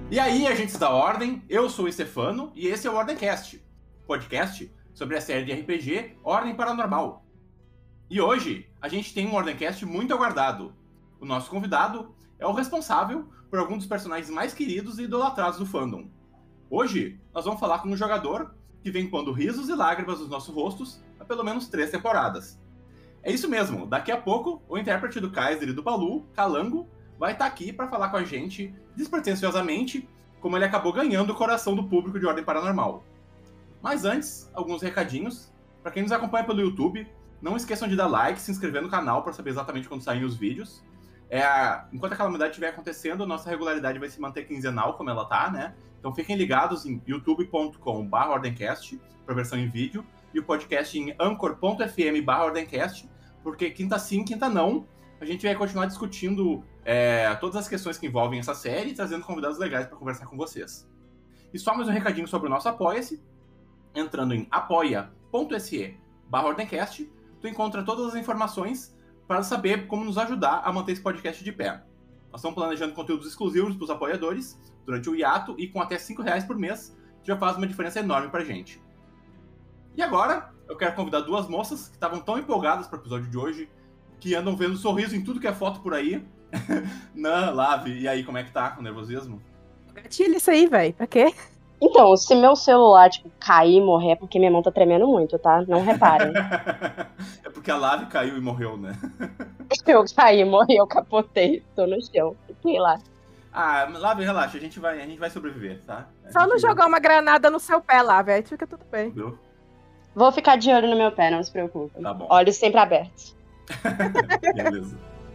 E aí, agentes da Ordem, eu sou o Stefano e esse é o Ordencast, podcast sobre a série de RPG Ordem Paranormal. E hoje, a gente tem um Ordencast muito aguardado. O nosso convidado é o responsável por alguns dos personagens mais queridos e idolatrados do fandom. Hoje, nós vamos falar com um jogador que vem pondo risos e lágrimas nos nossos rostos há pelo menos 3 temporadas. É isso mesmo, daqui a pouco, o intérprete do Kaiser e do Balu, Calango, vai estar aqui para falar com a gente, despretensiosamente, como ele acabou ganhando o coração do público de Ordem Paranormal. Mas antes, alguns recadinhos. Para quem nos acompanha pelo YouTube, não esqueçam de dar like, se inscrever no canal para saber exatamente quando saem os vídeos. Enquanto a calamidade estiver acontecendo, nossa regularidade vai se manter quinzenal, como ela tá, né? Então fiquem ligados em youtube.com/ordencast para a versão em vídeo e o podcast em anchor.fm/ordencast, porque quinta sim, quinta não, a gente vai continuar discutindo todas as questões que envolvem essa série e trazendo convidados legais para conversar com vocês. E só mais um recadinho sobre o nosso Apoia-se. Entrando em apoia.se/ordencast, tu encontra todas as informações para saber como nos ajudar a manter esse podcast de pé. Nós estamos planejando conteúdos exclusivos para os apoiadores durante o hiato e com até R$5 por mês, que já faz uma diferença enorme pra gente. E agora, eu quero convidar 2 moças que estavam tão empolgadas para o episódio de hoje, que andam vendo sorriso em tudo que é foto por aí. Nan, Lave, e aí, como é que tá o nervosismo? Gatilho isso aí, velho. Pra quê? Então, se meu celular, cair e morrer, é porque minha mão tá tremendo muito, tá? Não reparem. É porque a Lave caiu e morreu, né? Eu caí, morri, eu capotei, tô no chão. Fiquei lá. Ah, Lave, relaxa, a gente vai sobreviver, tá? Só não jogar uma granada no seu pé lá, velho. Fica tudo bem. Entendeu? Vou ficar de olho no meu pé, não se preocupe. Tá bom. Olhos sempre abertos. Beleza.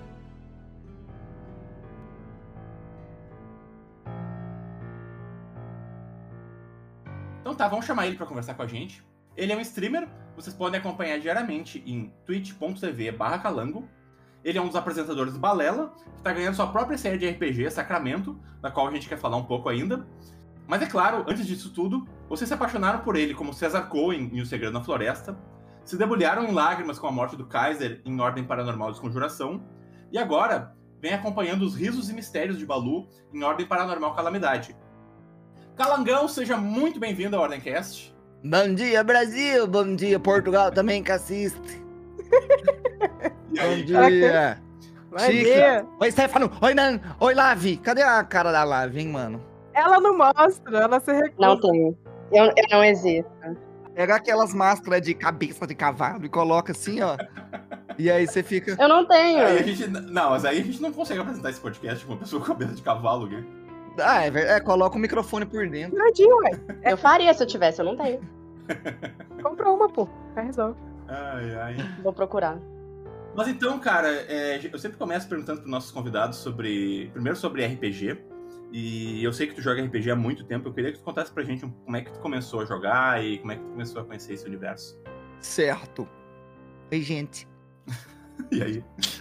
Então tá, vamos chamar ele pra conversar com a gente. Ele é um streamer, vocês podem acompanhar diariamente em twitch.tv/calango. Ele é um dos apresentadores do Balela, que tá ganhando sua própria série de RPG, Sacramento, da qual a gente quer falar um pouco ainda. Mas é claro, antes disso tudo, vocês se apaixonaram por ele como César Cohen em O Segredo na Floresta, se debulharam em lágrimas com a morte do Kaiser em Ordem Paranormal Desconjuração, e agora vem acompanhando os risos e mistérios de Balu em Ordem Paranormal Calamidade. Calangão, seja muito bem-vindo ao Ordencast. Bom dia, Brasil! Bom dia, Portugal também que assiste. E aí, Bom dia! Bom Chica. dia. Oi, Stefano! Oi, Nan! Oi, Lavi! Cadê a cara da Lavi, hein, mano? Ela não mostra, ela se recusa. Não tenho. Eu não existo. Pega aquelas máscaras de cabeça de cavalo e coloca assim, ó. E aí você fica... Eu não tenho. Mas aí a gente não consegue apresentar esse podcast com uma pessoa com cabeça de cavalo, né? Ah, é verdade. Coloca o microfone por dentro. Verdinho, ué. Eu faria se eu tivesse, eu não tenho. Compra uma, pô. Aí resolve. Ai. Vou procurar. Mas então, cara, eu sempre começo perguntando para os nossos convidados primeiro sobre RPG. E eu sei que tu joga RPG há muito tempo. Eu queria que tu contasse pra gente como é que tu começou a jogar e como é que tu começou a conhecer esse universo. Certo. Oi, gente. E aí?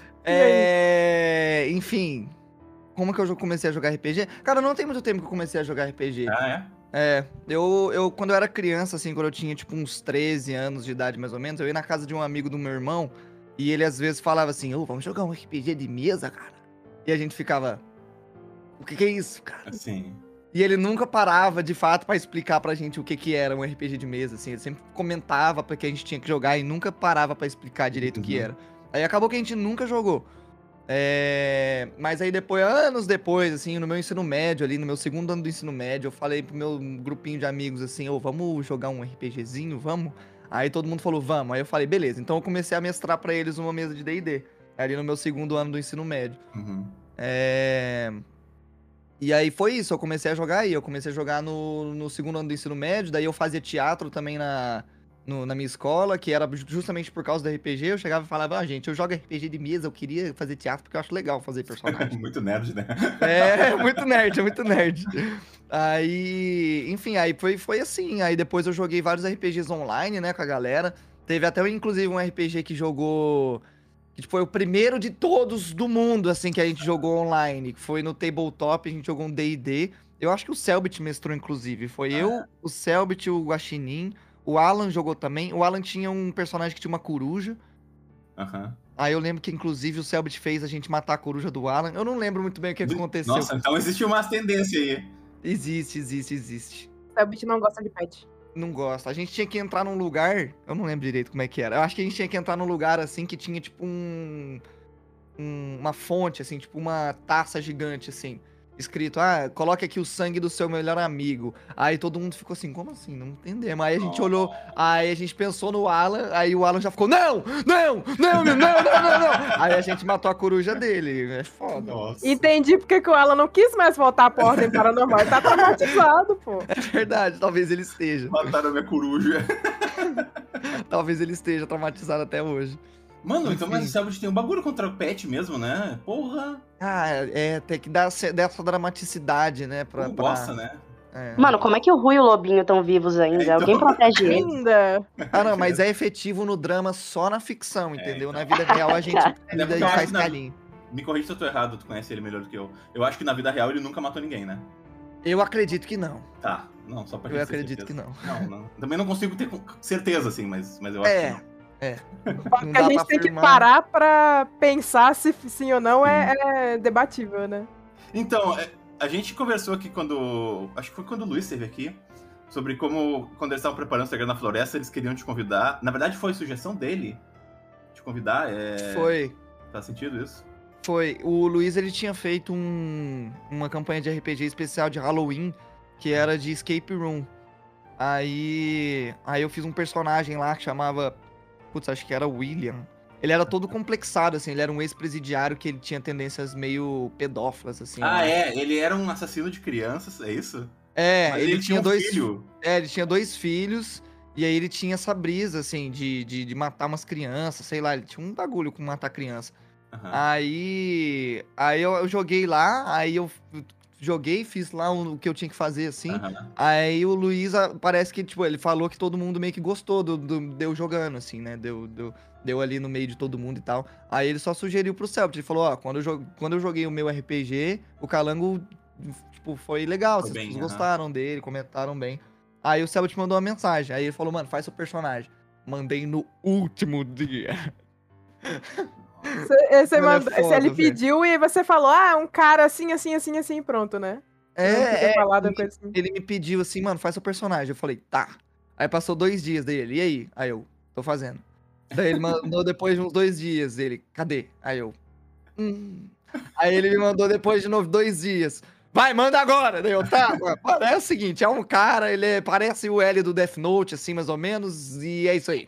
Enfim... Como que eu comecei a jogar RPG? Cara, não tem muito tempo que eu comecei a jogar RPG. Ah, é? Eu quando eu era criança, assim, quando eu tinha, uns 13 anos de idade, mais ou menos, eu ia na casa de um amigo do meu irmão, e ele, às vezes, falava assim, vamos jogar um RPG de mesa, cara? E a gente ficava, o que é isso, cara? Assim. E ele nunca parava, de fato, pra explicar pra gente o que era um RPG de mesa, assim. Ele sempre comentava porque a gente tinha que jogar e nunca parava pra explicar direito o que era. Aí acabou que a gente nunca jogou. Mas aí depois, anos depois, assim, no meu ensino médio ali, no meu 2º ano do ensino médio, eu falei pro meu grupinho de amigos assim, vamos jogar um RPGzinho, vamos? Aí todo mundo falou, vamos. Aí eu falei, beleza. Então eu comecei a mestrar pra eles uma mesa de D&D, ali no meu 2º ano do ensino médio. Uhum. E aí foi isso, eu comecei a jogar aí, eu comecei a jogar no 2º ano do ensino médio, daí eu fazia teatro também na minha escola, que era justamente por causa do RPG, eu chegava e falava, gente, eu jogo RPG de mesa, eu queria fazer teatro porque eu acho legal fazer personagem. Muito nerd, né? Muito nerd. Aí, enfim, aí foi assim, aí depois eu joguei vários RPGs online, né, com a galera, teve até, inclusive, um RPG que jogou, que foi o primeiro de todos do mundo, assim, que a gente jogou online, que foi no Tabletop, a gente jogou um D&D, eu acho que o Selbit mestrou, inclusive, foi eu, o Selbit, o Guaxinim. O Alan jogou também. O Alan tinha um personagem que tinha uma coruja. Aí eu lembro que, inclusive, o Selbit fez a gente matar a coruja do Alan. Eu não lembro muito bem o que aconteceu. Nossa, então existe uma tendência aí. Existe. Selbit não gosta de pet. Não gosto. A gente tinha que entrar num lugar. Eu não lembro direito como é que era. Eu acho que a gente tinha que entrar num lugar assim que tinha tipo uma fonte, assim, tipo uma taça gigante, assim. Escrito, coloque aqui o sangue do seu melhor amigo. Aí todo mundo ficou assim, como assim? Não entendemos. Aí a gente olhou, aí a gente pensou no Alan, aí o Alan já ficou, não! Aí a gente matou a coruja dele. É foda. Nossa. Entendi porque que o Alan não quis mais voltar pra Ordem Paranormal. Ele tá traumatizado, pô. É verdade, talvez ele esteja. Mataram a minha coruja. Talvez ele esteja traumatizado até hoje. Mano, então Enfim. mas o Selbit tem um bagulho contra o pet mesmo, né? Porra. Tem que dar dessa dramaticidade, né? Como gosta, né? Mano, como é que o Rui e o Lobinho estão vivos ainda? Então. Alguém protege eles? Ainda. Não, mas é efetivo no drama só na ficção, entendeu? Na vida real a gente ainda porque eu acho faz que na- carinho. Me corrija se eu tô errado, tu conhece ele melhor do que eu. Eu acho que na vida real ele nunca matou ninguém, né? Eu acredito que não. Tá. Não, só pra Eu gente ter acredito certeza. que não. Não. Também não consigo ter certeza, assim, mas eu acho que não. Porque dá a gente pra tem que afirmar. parar pra pensar se sim ou não é debatível, né? Então, a gente conversou aqui quando. Acho que foi quando o Luiz esteve aqui. Sobre como, quando eles estavam preparando o Segredo na Floresta, eles queriam te convidar. Na verdade, foi sugestão dele te convidar. Foi. Faz sentido isso? Foi. O Luiz, ele tinha feito uma campanha de RPG especial de Halloween, que era de Escape Room. Aí eu fiz um personagem lá que chamava... Putz, acho que era William. Ele era todo complexado, assim. Ele era um ex-presidiário que ele tinha tendências meio pedófilas, assim. né? Ele era um assassino de crianças, é isso? Mas Ele tinha um dois filho. ele tinha 2 filhos. E aí ele tinha essa brisa, assim, de matar umas crianças, sei lá. Ele tinha um bagulho com matar criança. Aham. Aí eu joguei lá, aí eu joguei, fiz lá o que eu tinha que fazer, assim. Aham. Aí o Luiz, parece que, tipo, ele falou que todo mundo meio que gostou deu jogando, assim, né? Deu ali no meio de todo mundo e tal. Aí ele só sugeriu pro Selbit, ele falou, ó, quando eu joguei o meu RPG, o Calango, tipo, foi legal, Foi vocês bem, aham. gostaram dele, comentaram bem. Aí o Selbit mandou uma mensagem, aí ele falou, mano, faz seu personagem. Mandei no último dia. Você Mano, é mandou, foda, ele velho. pediu e você falou, um cara assim, pronto, né? Você não podia falar da coisa assim. Ele me pediu assim, mano, faz seu personagem. Eu falei, tá. Aí passou 2 dias dele, e aí? Aí eu, tô fazendo. Daí ele mandou depois de uns 2 dias, ele, cadê? Aí eu, Aí ele me mandou depois de novo 2 dias. Vai, manda agora! Daí eu, tá, mano, é o seguinte, é um cara, ele parece o L do Death Note, assim, mais ou menos, e é isso aí.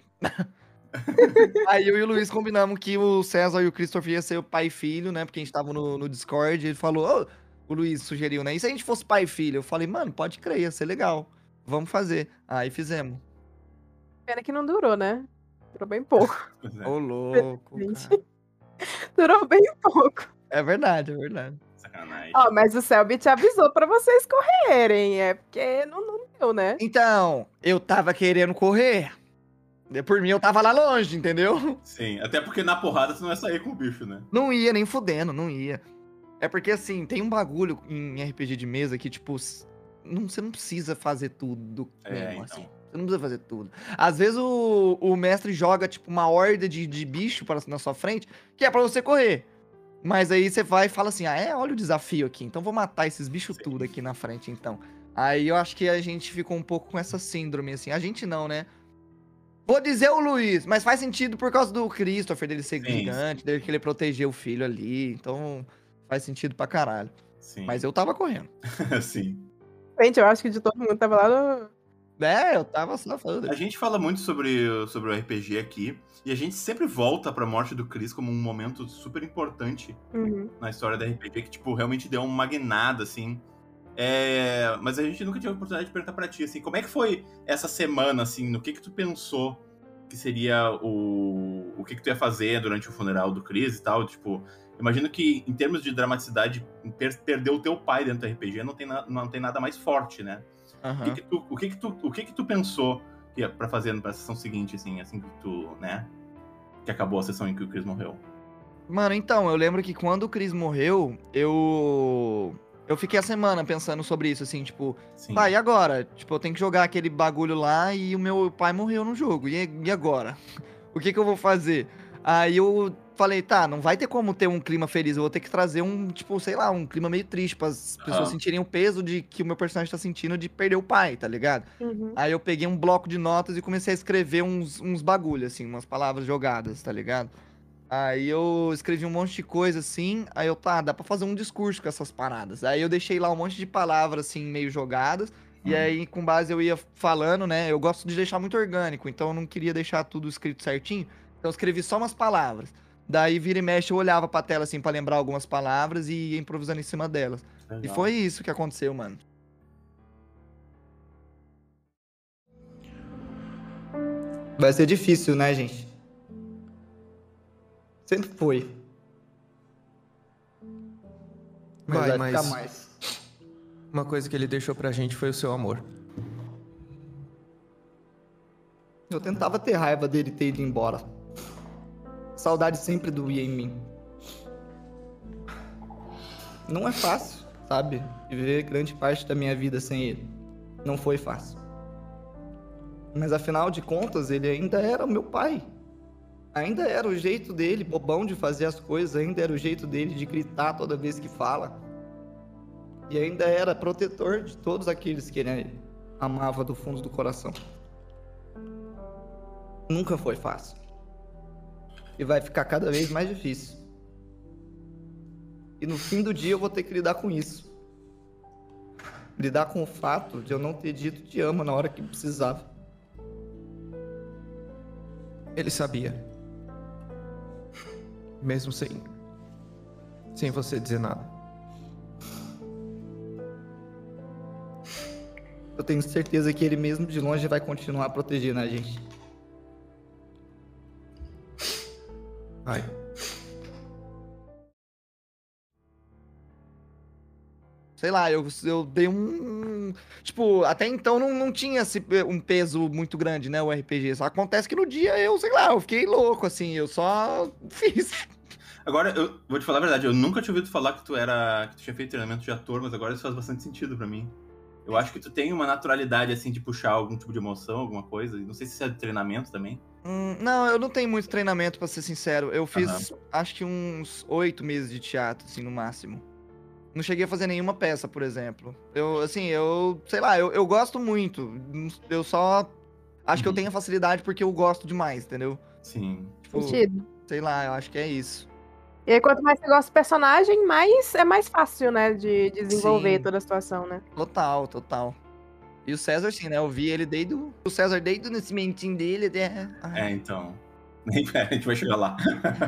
Aí eu e o Luiz combinamos que o César e o Christopher iam ser o pai e filho, né? Porque a gente tava no Discord, ele falou, o Luiz sugeriu, né? E se a gente fosse pai e filho? Eu falei, mano, pode crer, ia ser legal. Vamos fazer. Aí fizemos. Pena que não durou, né? Durou bem pouco. Pois é, Ô, louco, Gente. cara. Durou bem pouco. É verdade, é verdade. sacanagem. Mas o Selbit avisou pra vocês correrem. É porque não deu, né? Então, eu tava querendo correr. Por mim, eu tava lá longe, entendeu? Sim, até porque na porrada você não vai sair com o bicho, né? Não ia, nem fudendo, não ia. É porque, assim, tem um bagulho em RPG de mesa que, tipo, você não precisa fazer tudo mesmo, então. assim. Você não precisa fazer tudo. Às vezes o mestre joga, tipo, uma horda de bicho na sua frente, que é pra você correr. Mas aí você vai e fala assim, olha o desafio aqui, então vou matar esses bichos tudo aqui na frente, então. Aí eu acho que a gente ficou um pouco com essa síndrome, assim. A gente não, né? Vou dizer o Luiz, mas faz sentido por causa do Christopher, dele ser gigante, dele querer proteger o filho ali, então faz sentido pra caralho. Sim. Mas eu tava correndo. Sim. Gente, eu acho que de todo mundo tava lá no... Eu tava só falando. A gente fala muito sobre o RPG aqui, e a gente sempre volta pra morte do Chris como um momento super importante na história da RPG, que, tipo, realmente deu uma guinada, assim. Mas a gente nunca teve a oportunidade de perguntar pra ti, assim, como é que foi essa semana, assim, no que tu pensou que seria o que tu ia fazer durante o funeral do Chris e tal, tipo, imagino que em termos de dramaticidade, perder o teu pai dentro do RPG não tem nada mais forte, né? Uhum. O que que tu pensou que ia pra fazer na sessão seguinte, assim que tu, né, que acabou a sessão em que o Chris morreu? Mano, então, eu lembro que quando o Chris morreu, eu fiquei a semana pensando sobre isso, assim, tipo, Sim. tá, e agora? Tipo, eu tenho que jogar aquele bagulho lá e o meu pai morreu no jogo, e agora? O que eu vou fazer? Aí eu falei, tá, não vai ter como ter um clima feliz, eu vou ter que trazer um, tipo, sei lá, um clima meio triste, para as pessoas sentirem o peso de que o meu personagem tá sentindo de perder o pai, tá ligado? Aí eu peguei um bloco de notas e comecei a escrever uns bagulho, assim, umas palavras jogadas, tá ligado? Aí eu escrevi um monte de coisa, assim, aí eu, tá, dá pra fazer um discurso com essas paradas. Aí eu deixei lá um monte de palavras, assim, meio jogadas, e aí com base eu ia falando, né, eu gosto de deixar muito orgânico, então eu não queria deixar tudo escrito certinho, então eu escrevi só umas palavras. Daí, vira e mexe, eu olhava pra tela, assim, pra lembrar algumas palavras e ia improvisando em cima delas. Legal. E foi isso que aconteceu, mano. Vai ser difícil, né, gente? Sempre foi. Mas vai ficar mais. Uma coisa que ele deixou pra gente foi o seu amor. Eu tentava ter raiva dele ter ido embora. Saudade sempre doía em mim. Não é fácil, sabe? Viver grande parte da minha vida sem ele. Não foi fácil. Mas afinal de contas, ele ainda era o meu pai. Ainda era o jeito dele, bobão de fazer as coisas. Ainda era o jeito dele de gritar toda vez que fala. E ainda era protetor de todos aqueles que ele amava do fundo do coração. Nunca foi fácil. E vai ficar cada vez mais difícil. E no fim do dia eu vou ter que lidar com isso. Lidar com o fato de eu não ter dito te amo na hora que precisava. Ele sabia. Mesmo sem você dizer nada. Eu tenho certeza que ele mesmo de longe vai continuar protegendo a gente. Vai. Sei lá, eu dei um... Tipo, até então não tinha um peso muito grande, né, o RPG. Só acontece que no dia eu, sei lá, eu fiquei louco, assim, eu só fiz. Agora, eu vou te falar a verdade, eu nunca tinha ouvido falar que tu tinha feito treinamento de ator, mas agora isso faz bastante sentido pra mim. Eu acho que tu tem uma naturalidade, assim, de puxar algum tipo de emoção, alguma coisa. Não sei se isso é de treinamento também. Não, eu não tenho muito treinamento, pra ser sincero. Eu fiz, acho que uns 8 meses de teatro, assim, no máximo. Não cheguei a fazer nenhuma peça, por exemplo. Sei lá, eu gosto muito. Eu só acho que eu tenho facilidade porque eu gosto demais, entendeu? Sim. Tipo, Sentido. sei lá, eu acho que é isso. E aí, quanto mais você gosta do personagem, é mais fácil, né, de desenvolver Sim. toda a situação, né? Total. E o César, sim, né? Eu vi ele desde o nascimentinho dele até... Então. A gente vai chegar lá.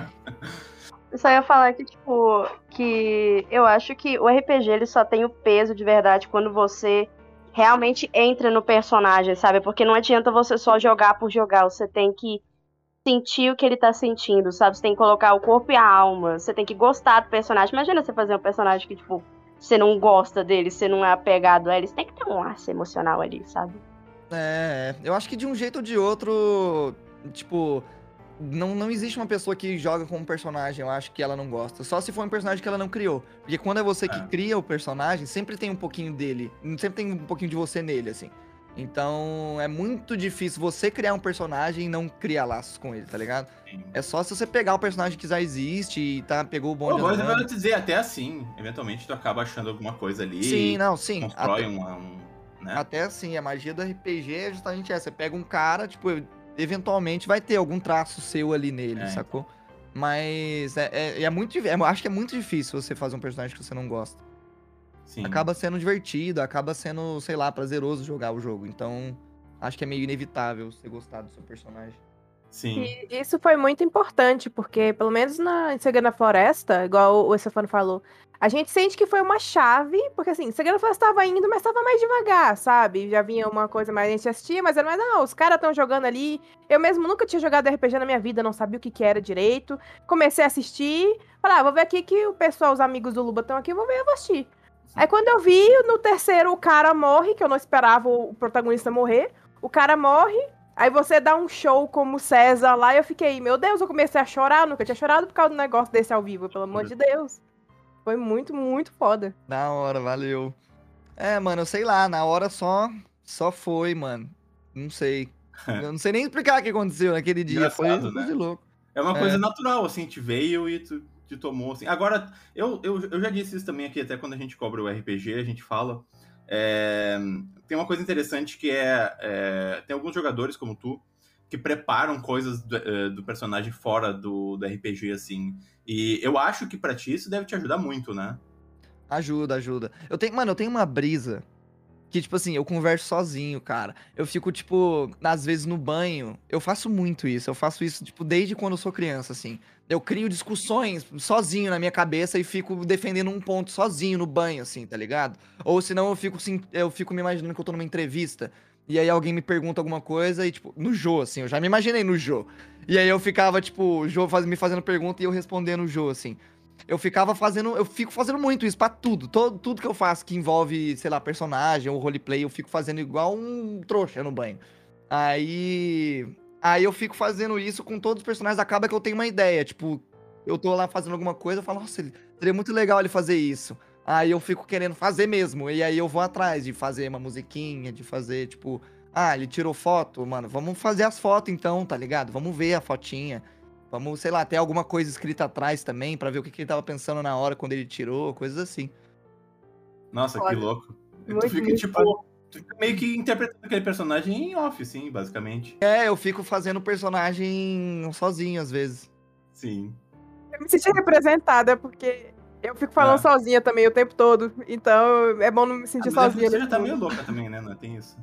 Eu só ia falar que, tipo, que eu acho que o RPG ele só tem o peso de verdade quando você realmente entra no personagem, sabe? Porque não adianta você só jogar por jogar, você tem que sentir o que ele tá sentindo, sabe? Você tem que colocar o corpo e a alma, você tem que gostar do personagem. Imagina você fazer um personagem que, tipo, você não gosta dele, você não é apegado a ele, você tem que ter um laço emocional ali, sabe? Eu acho que de um jeito ou de outro, tipo... Não existe uma pessoa que joga com um personagem, eu acho que ela não gosta. Só se for um personagem que ela não criou. Porque quando é você que cria o personagem, sempre tem um pouquinho dele. Sempre tem um pouquinho de você nele, assim. Então, é muito difícil você criar um personagem e não criar laços com ele, tá ligado? Sim. É só se você pegar o personagem que já existe e pegou o bonde. Mas eu vou te dizer, até assim, eventualmente tu acaba achando alguma coisa ali. Sim. Constrói né? Até assim, a magia do RPG é justamente essa. Você pega um cara, tipo... Eventualmente vai ter algum traço seu ali nele, sacou? Mas é muito difícil. Acho que é muito difícil você fazer um personagem que você não gosta. Sim. Acaba sendo divertido, acaba sendo, sei lá, prazeroso jogar o jogo. Então, acho que é meio inevitável você gostar do seu personagem. Sim. E isso foi muito importante, porque pelo menos em Segredo na Floresta, igual o Estefano falou, a gente sente que foi uma chave, porque assim, Segredo na Floresta tava indo, mas tava mais devagar, sabe? Já vinha uma coisa mais, a gente assistia, mas era mais, não, os caras estão jogando ali. Eu mesmo nunca tinha jogado RPG na minha vida, não sabia o que era direito. Comecei a assistir, falei, vou ver aqui que o pessoal, os amigos do Luba estão aqui, vou assistir. Aí quando eu vi, no terceiro o cara morre, que eu não esperava o protagonista morrer, o cara morre. Aí você dá um show como César lá e eu fiquei, meu Deus, eu comecei a chorar, nunca tinha chorado por causa do negócio desse ao vivo, pelo amor de Deus. Foi muito, muito foda. Da hora, valeu. Mano, eu sei lá, na hora só foi, mano. Não sei. Eu não sei nem explicar o que aconteceu naquele dia. Foi né? de louco. É uma coisa natural, assim, te veio e tu te tomou, assim. Agora, eu já disse isso também aqui, até quando a gente cobra o RPG, a gente fala. Tem uma coisa interessante que tem alguns jogadores como tu que preparam coisas do personagem fora do RPG, assim. E eu acho que pra ti isso deve te ajudar muito, né? Ajuda. Eu tenho uma brisa que, tipo assim, eu converso sozinho, cara. Eu fico, tipo, às vezes no banho. Eu faço muito isso. Eu faço isso, tipo, desde quando eu sou criança, assim. Eu crio discussões sozinho na minha cabeça e fico defendendo um ponto sozinho no banho, assim, tá ligado? Ou senão eu fico me imaginando que eu tô numa entrevista. E aí alguém me pergunta alguma coisa e, tipo, no Jô, assim, eu já me imaginei no Jô. E aí eu ficava, tipo, o Jô me fazendo pergunta e eu respondendo o Jô, assim. Eu fico fazendo muito isso pra tudo. Tudo que eu faço que envolve, sei lá, personagem ou roleplay, eu fico fazendo igual um trouxa no banho. Aí eu fico fazendo isso com todos os personagens, acaba que eu tenho uma ideia. Tipo, eu tô lá fazendo alguma coisa, eu falo, nossa, seria muito legal ele fazer isso. Aí eu fico querendo fazer mesmo. E aí eu vou atrás de fazer uma musiquinha, de fazer, tipo, ele tirou foto, mano, vamos fazer as fotos então, tá ligado? Vamos ver a fotinha. Vamos, sei lá, ter alguma coisa escrita atrás também, pra ver o que ele tava pensando na hora quando ele tirou, coisas assim. Nossa, que louco. Muito, Tu fica, muito tipo, meio que interpretando aquele personagem em off, sim, basicamente. Eu fico fazendo personagem sozinho, às vezes. Sim. Eu me senti representada, porque eu fico falando sozinha também o tempo todo. Então é bom não me sentir Mas sozinha. você já tá meio louca também, né? Não tem isso.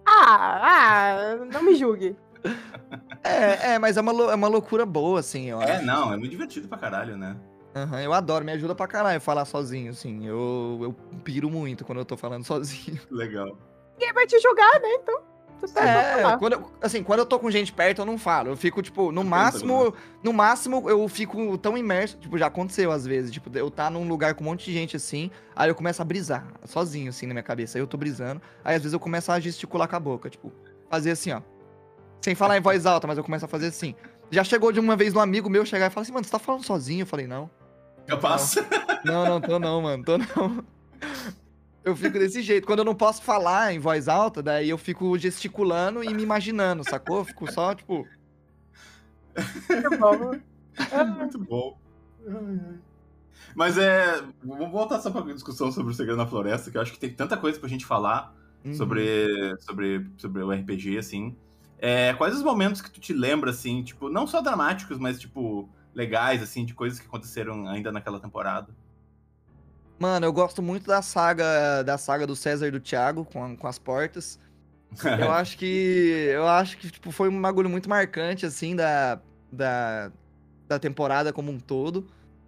Não me julgue. Mas é uma loucura boa, assim, eu acho. Não, é muito divertido pra caralho, né? Eu adoro, me ajuda pra caralho falar sozinho, assim. Eu piro muito quando eu tô falando sozinho. Legal. Ninguém vai te julgar, né? Então, você tá quando eu tô com gente perto, eu não falo. Eu fico, tipo, no máximo eu fico tão imerso, tipo, já aconteceu às vezes, tipo, eu tá num lugar com um monte de gente, assim, aí eu começo a brisar, sozinho, assim, na minha cabeça. Aí eu tô brisando, aí às vezes eu começo a gesticular com a boca, tipo, fazer assim, ó. Sem falar em voz alta, mas eu começo a fazer assim. Já chegou de uma vez um amigo meu chegar e falar assim, mano, você tá falando sozinho? Eu falei, não. Capaz? Não, tô não, mano, tô não. Eu fico desse jeito. Quando eu não posso falar em voz alta, daí eu fico gesticulando e me imaginando, sacou? Eu fico só, tipo... Muito bom. Mas vamos voltar só pra discussão sobre o Segredo na Floresta, que eu acho que tem tanta coisa pra gente falar sobre o RPG, assim. Quais os momentos que tu te lembra, assim, tipo, não só dramáticos, mas, tipo, legais, assim, de coisas que aconteceram ainda naquela temporada? Mano, eu gosto muito da saga do César e do Thiago com as portas. Eu acho que tipo, foi um bagulho muito marcante, assim, da temporada como um todo.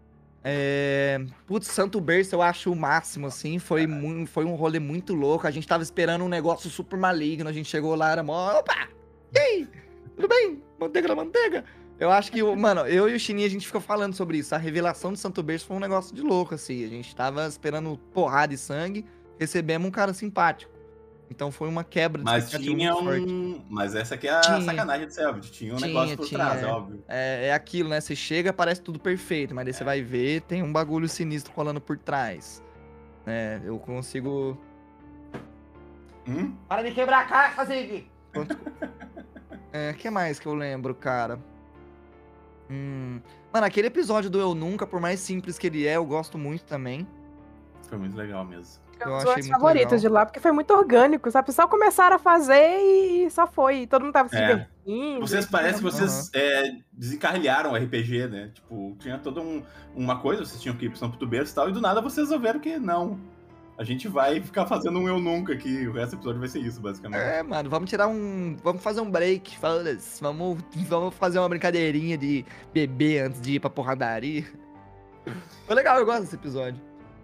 Putz, Santo Berço eu acho o máximo, assim. Foi um rolê muito louco. A gente tava esperando um negócio super maligno. A gente chegou lá, era mó... Opa! E aí? Tudo bem? Manteiga na manteiga? Eu acho que, mano, eu e o Chininha, a gente fica falando sobre isso. A revelação de Santo Berço foi um negócio de louco, assim. A gente tava esperando porrada e sangue, recebemos um cara simpático. Então foi uma quebra de expectativa muito forte. Mas essa aqui é a sacanagem do Selbit. Tinha um negócio por trás, é óbvio. É aquilo, né? Você chega, parece tudo perfeito, mas daí você vai ver, tem um bagulho sinistro rolando por trás. Eu consigo... Para de quebrar a caixa, Zig! Que mais que eu lembro, cara? Mano, aquele episódio do Eu Nunca, por mais simples que ele eu gosto muito também. Foi muito legal mesmo. Eu achei muito favoritos de lá, porque foi muito orgânico, sabe? Só começaram a fazer e só foi. Todo mundo tava se divertindo. Vocês parece que vocês desencarrilharam o RPG, né? Tipo, tinha toda uma coisa, vocês tinham que ir pro São Berço e tal, e do nada vocês resolveram que não. A gente vai ficar fazendo um Eu Nunca aqui. O resto do episódio vai ser isso, basicamente. Mano, vamos fazer um break. Vamos fazer uma brincadeirinha de beber antes de ir pra porradaria. Foi legal, eu gosto desse episódio.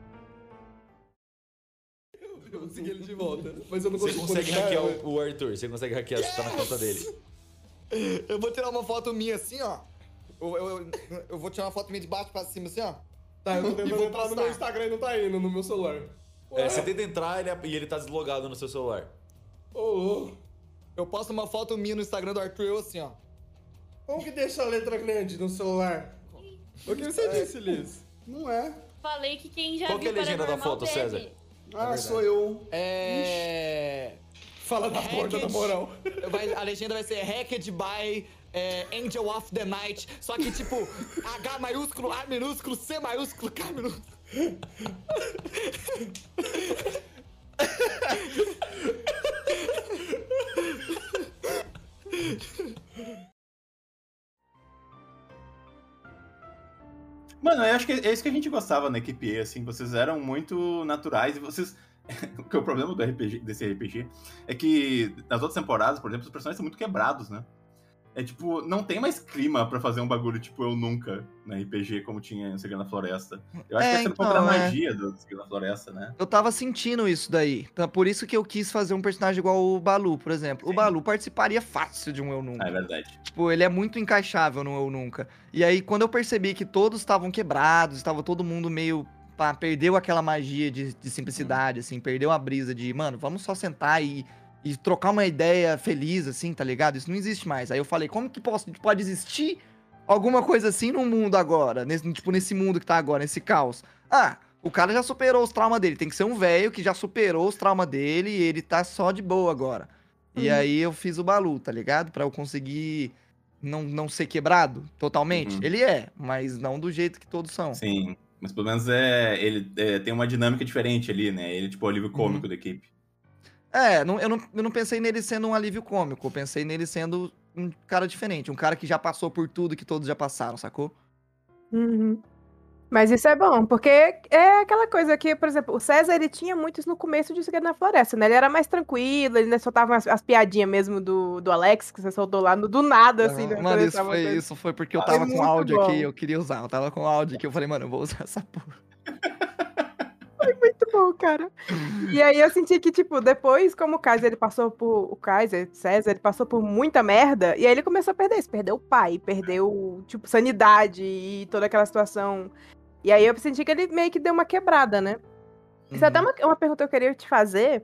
Eu consegui ele de volta, mas eu não consigo. Você consegue hackear o Arthur, você consegue hackear, tá na conta dele. Eu vou tirar uma foto minha assim, ó. Eu vou tirar uma foto minha de baixo pra cima assim, ó. Tá, eu tô tentando entrar no meu Instagram e não tá indo no meu celular. Você tenta entrar e ele tá deslogado no seu celular. Eu posto uma foto minha no Instagram do Arthur, eu assim, ó. Como que deixa a letra grande no celular? O que você disse, Liz? Não é. Falei que quem já Qual que é a legenda da foto, deve. César? Sou eu. Ixi. Fala da porta da moral. A legenda vai ser Hacked by Angel of the Night, só que tipo, H maiúsculo, A minúsculo, C maiúsculo, K minúsculo. Mano, eu acho que é isso que a gente gostava na equipe E, assim, vocês eram muito naturais e vocês... Porque o problema desse RPG é que nas outras temporadas, por exemplo, os personagens são muito quebrados, né? É tipo, não tem mais clima pra fazer um bagulho tipo Eu Nunca na RPG como tinha em Segredo na Floresta. Eu acho que essa é um pouco da magia do Segredo na Floresta, né? Eu tava sentindo isso daí. Então, por isso que eu quis fazer um personagem igual o Balu, por exemplo. Sim. O Balu participaria fácil de um Eu Nunca. É verdade. Tipo, ele é muito encaixável no Eu Nunca. E aí, quando eu percebi que todos estavam quebrados, estava todo mundo meio... Pá, perdeu aquela magia de simplicidade, assim, perdeu a brisa de, mano, vamos só sentar e trocar uma ideia feliz, assim, tá ligado? Isso não existe mais. Aí eu falei, como que pode existir alguma coisa assim no mundo agora? Nesse mundo que tá agora, nesse caos. Ah, o cara já superou os traumas dele. Tem que ser um velho que já superou os traumas dele e ele tá só de boa agora. E aí eu fiz o Balu, tá ligado? Pra eu conseguir não ser quebrado totalmente. Ele é, mas não do jeito que todos são. Sim, mas pelo menos ele tem uma dinâmica diferente ali, né? Ele tipo o alívio cômico da equipe. Eu não pensei nele sendo um alívio cômico, eu pensei nele sendo um cara diferente, um cara que já passou por tudo que todos já passaram, sacou? Uhum. Mas isso é bom, porque é aquela coisa que, por exemplo, o César, ele tinha muito isso no começo de Segredo na Floresta, né? Ele era mais tranquilo, ele soltava as piadinhas mesmo do Alex, que você soltou lá do nada, assim. Né? Mano, isso foi porque eu tava com áudio bom. aqui, eu queria usar, eu tava com áudio aqui, eu falei, mano, eu vou usar essa porra. Foi muito bom, cara. E aí eu senti que, tipo, depois, como o Kaiser, ele passou por... O Kaiser, César, ele passou por muita merda, e aí ele começou a perder isso. Perdeu o pai, perdeu, tipo, sanidade e toda aquela situação. E aí eu senti que ele meio que deu uma quebrada, né? Isso é até uma pergunta que eu queria te fazer.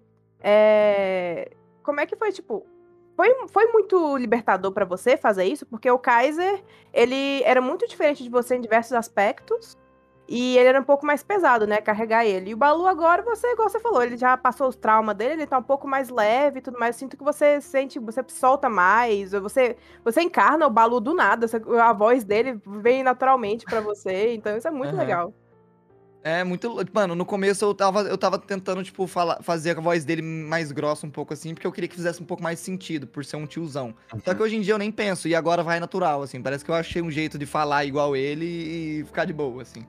Como é que foi, tipo... Foi muito libertador pra você fazer isso? Porque o Kaiser, ele era muito diferente de você em diversos aspectos. E ele era um pouco mais pesado, né? Carregar ele. E o Balu agora, igual você falou, ele já passou os traumas dele, ele tá um pouco mais leve e tudo mais. Eu sinto que você solta mais, você encarna o Balu do nada, a voz dele vem naturalmente pra você, então isso é muito legal. É muito... Mano, no começo eu tava tentando, tipo, fazer a voz dele mais grossa um pouco, assim, porque eu queria que fizesse um pouco mais sentido, por ser um tiozão. Só que hoje em dia eu nem penso, e agora vai natural, assim. Parece que eu achei um jeito de falar igual ele e ficar de boa, assim.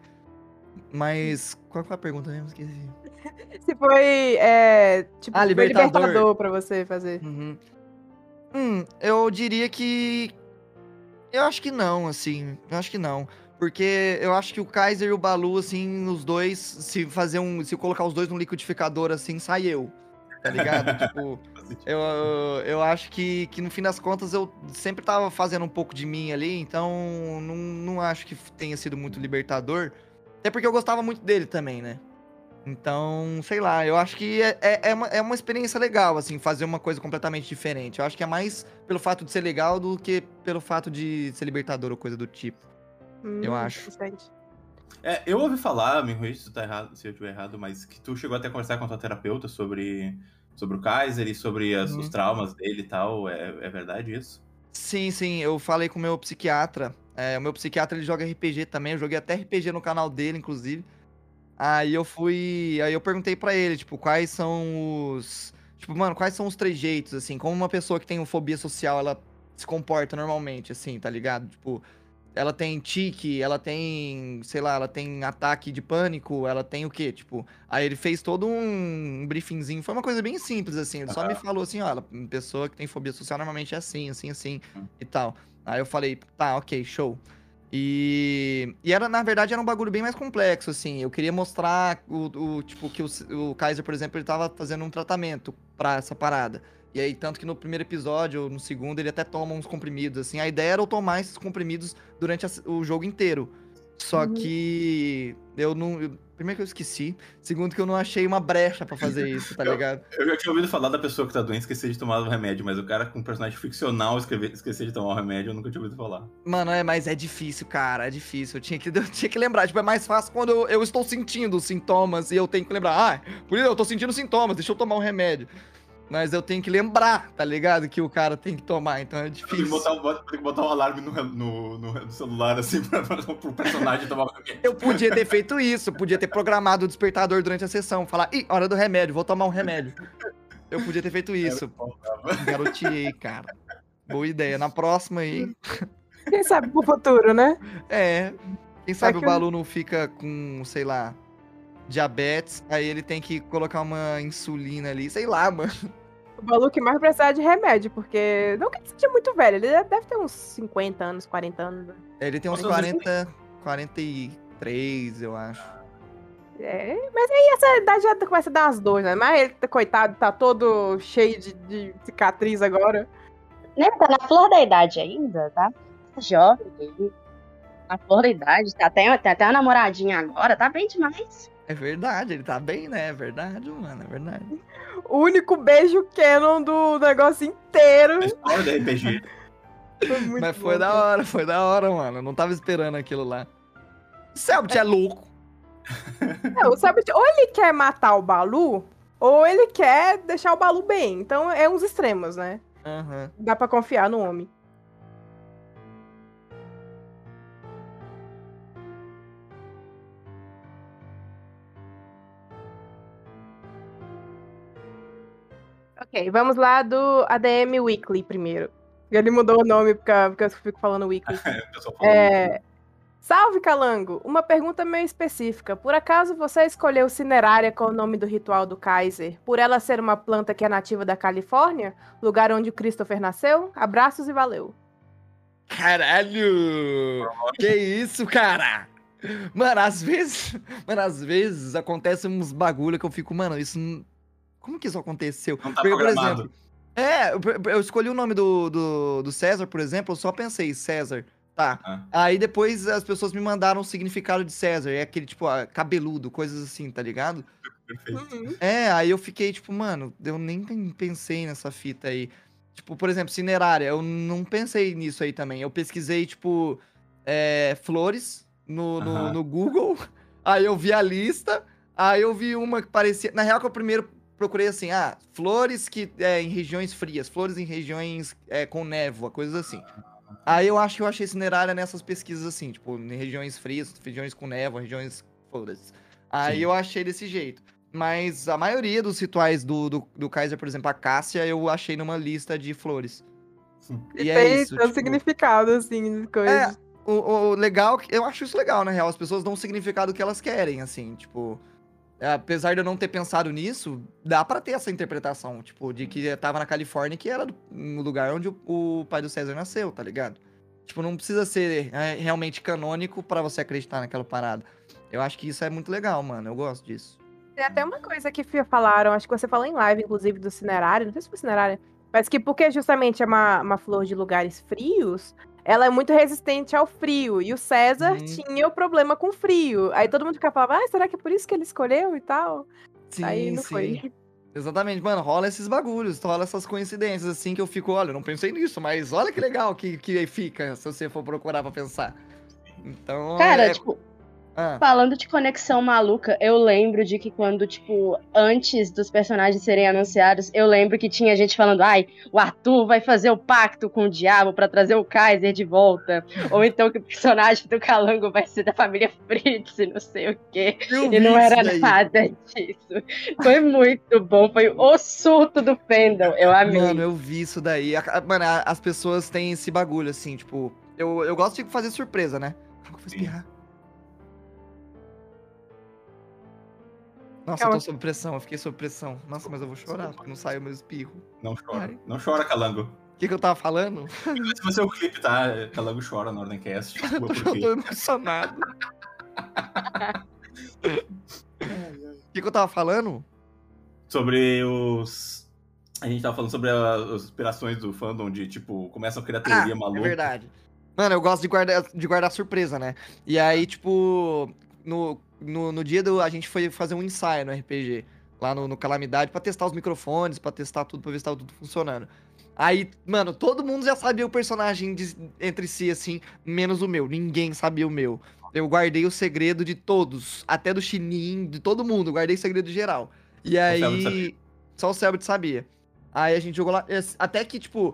Mas, qual foi a pergunta mesmo? Esqueci. Se foi, foi libertador pra você fazer. Eu diria que... Eu acho que não, assim. Eu acho que não. Porque eu acho que o Kaiser e o Balu, assim, os dois, se colocar os dois no liquidificador, assim, sai eu. Tá ligado? Tipo, eu acho que no fim das contas eu sempre tava fazendo um pouco de mim ali, então não acho que tenha sido muito libertador. Até porque eu gostava muito dele também, né? Então, sei lá, eu acho que é uma experiência legal, assim, fazer uma coisa completamente diferente. Eu acho que é mais pelo fato de ser legal do que pelo fato de ser libertador ou coisa do tipo. Eu acho. Eu ouvi falar, me corrija se eu estiver errado, mas que tu chegou até a conversar com a tua terapeuta sobre o Kaiser e sobre os traumas dele e tal. É verdade isso? Sim, eu falei com o meu psiquiatra. O meu psiquiatra, ele joga RPG também, eu joguei até RPG no canal dele, inclusive. Aí eu perguntei pra ele, tipo, quais são os trejeitos, assim, como uma pessoa que tem fobia social, ela se comporta normalmente, assim, tá ligado? Tipo, ela tem tique, ela tem, sei lá, ela tem ataque de pânico, ela tem o quê? Tipo, aí ele fez todo um briefingzinho, foi uma coisa bem simples, assim, ele só me falou assim, ó, uma pessoa que tem fobia social normalmente é assim, e tal. Aí eu falei, tá, ok, show. E na verdade, era um bagulho bem mais complexo, assim. Eu queria mostrar, tipo, que o Kaiser, por exemplo, ele tava fazendo um tratamento pra essa parada. E aí, tanto que no primeiro episódio, ou no segundo, ele até toma uns comprimidos, assim. A ideia era eu tomar esses comprimidos durante o jogo inteiro. Só que primeiro que eu esqueci, segundo que eu não achei uma brecha pra fazer isso, tá ligado? Eu já tinha ouvido falar da pessoa que tá doente esquecer de tomar o remédio, mas o cara com um personagem ficcional esquecer de tomar o remédio, eu nunca tinha ouvido falar. Mano, mas é difícil, cara, é difícil. Eu tinha que lembrar, tipo, é mais fácil quando eu estou sentindo os sintomas e eu tenho que lembrar, por isso eu tô sentindo sintomas, deixa eu tomar um remédio. Mas eu tenho que lembrar, tá ligado? Que o cara tem que tomar, então é Tem que difícil. botar um alarme no celular, assim, pro personagem tomar o remédio. Eu podia ter feito isso, podia ter programado o despertador durante a sessão. Falar, ih, hora do remédio, vou tomar um remédio. Eu podia ter feito isso. Garoteei, cara. Boa ideia. Na próxima aí. Quem sabe pro futuro, né? Quem sabe que o Balu não fica com, sei lá, diabetes, aí ele tem que colocar uma insulina ali, sei lá, mano. O Balu que mais precisava de remédio, porque não que ele seja muito velho, ele deve ter uns 50 anos, 40 anos. Né? Ele tem uns 43, eu acho. Mas aí essa idade já começa a dar umas dores, né? Mas ele, coitado, tá todo cheio de cicatriz agora. Né? Tá na flor da idade ainda, tá? Tá jovem ainda. Na flor da idade, tem até uma namoradinha agora, tá bem demais. É verdade, ele tá bem, né? É verdade, mano, é verdade. O único beijo canon do negócio inteiro. A história do RPG. Mas foi da hora, mano. Eu não tava esperando aquilo lá. O Selbit é louco. O Selbit, ou ele quer matar o Balu, ou ele quer deixar o Balu bem. Então é uns extremos, né? Uhum. Dá pra confiar no homem. Ok, vamos lá do ADM Weekly primeiro. Ele mudou o nome porque eu fico falando Weekly. Salve, Calango! Uma pergunta meio específica. Por acaso você escolheu Cinerária com o nome do ritual do Kaiser, por ela ser uma planta que é nativa da Califórnia, lugar onde o Christopher nasceu? Abraços e valeu. Caralho! Que isso, cara? Mano, às vezes acontece uns bagulho que eu fico, mano, isso... Como que isso aconteceu? Não tá programado. Por exemplo, eu escolhi o nome do César, por exemplo, eu só pensei, César, tá. Aí depois as pessoas me mandaram o significado de César, é aquele, tipo, cabeludo, coisas assim, tá ligado? Perfeito. Aí eu fiquei, tipo, mano, eu nem pensei nessa fita aí. Tipo, por exemplo, Cinerária, eu não pensei nisso aí também. Eu pesquisei, tipo, flores no Google, aí eu vi a lista, aí eu vi uma que parecia... Na real, que eu primeiro procurei assim, flores que em regiões frias, flores em regiões com névoa, coisas assim. Aí eu acho que eu achei Cinerária nessas pesquisas assim, tipo, em regiões frias, regiões com névoa, regiões flores. Aí eu achei desse jeito. Mas a maioria dos rituais do Kaiser, por exemplo, a Cássia, eu achei numa lista de flores. E é isso, tipo... significado, assim, coisas. O legal, eu acho isso legal, na real. As pessoas dão o significado que elas querem, assim, tipo... Apesar de eu não ter pensado nisso, dá pra ter essa interpretação, tipo, de que tava na Califórnia, que era no lugar onde o pai do César nasceu, tá ligado? Tipo, não precisa ser realmente canônico pra você acreditar naquela parada. Eu acho que isso é muito legal, mano, eu gosto disso. Tem até uma coisa que falaram, acho que você falou em live, inclusive, do Cinerária, não sei se foi Cinerária, mas que porque justamente é uma flor de lugares frios, ela é muito resistente ao frio. E o César tinha o problema com frio. Aí todo mundo falava, será que é por isso que ele escolheu e tal? Sim, aí não foi. Exatamente, mano, rola esses bagulhos, rola essas coincidências, assim, que eu fico, olha, eu não pensei nisso, mas olha que legal que fica, se você for procurar pra pensar. Então, cara, tipo... Falando de conexão maluca, eu lembro de que quando, tipo, antes dos personagens serem anunciados, eu lembro que tinha gente falando, o Arthur vai fazer o pacto com o diabo pra trazer o Kaiser de volta. Ou então que o personagem do Calango vai ser da família Fritz e não sei o quê. E não era nada disso. Foi muito bom, foi o surto do fandom, eu amei. Mano, eu vi isso daí. Mano, as pessoas têm esse bagulho, assim, tipo... Eu gosto de fazer surpresa, né? Como que eu vou espirrar? Nossa, eu tô sob pressão, eu fiquei sob pressão. Nossa, mas eu vou chorar, porque não saiu o meu espirro. Não chora. Não chora, Calango. O que eu tava falando? Se você o clipe, tá? Calango chora no Ordencast. Eu tô emocionado. O que eu tava falando? Sobre os... A gente tava falando sobre as inspirações do fandom de, tipo, começam a criar teoria maluca. É verdade. Mano, eu gosto de guardar surpresa, né? E aí, tipo... No dia a gente foi fazer um ensaio no RPG, lá no Calamidade, pra testar os microfones, pra testar tudo, pra ver se tava tudo funcionando. Aí, mano, todo mundo já sabia o personagem entre si, assim, menos o meu. Ninguém sabia o meu. Eu guardei o segredo de todos, até do Chinin, de todo mundo. Guardei o segredo geral. E aí... Só o Selbit sabia. Aí a gente jogou lá. Até que, tipo,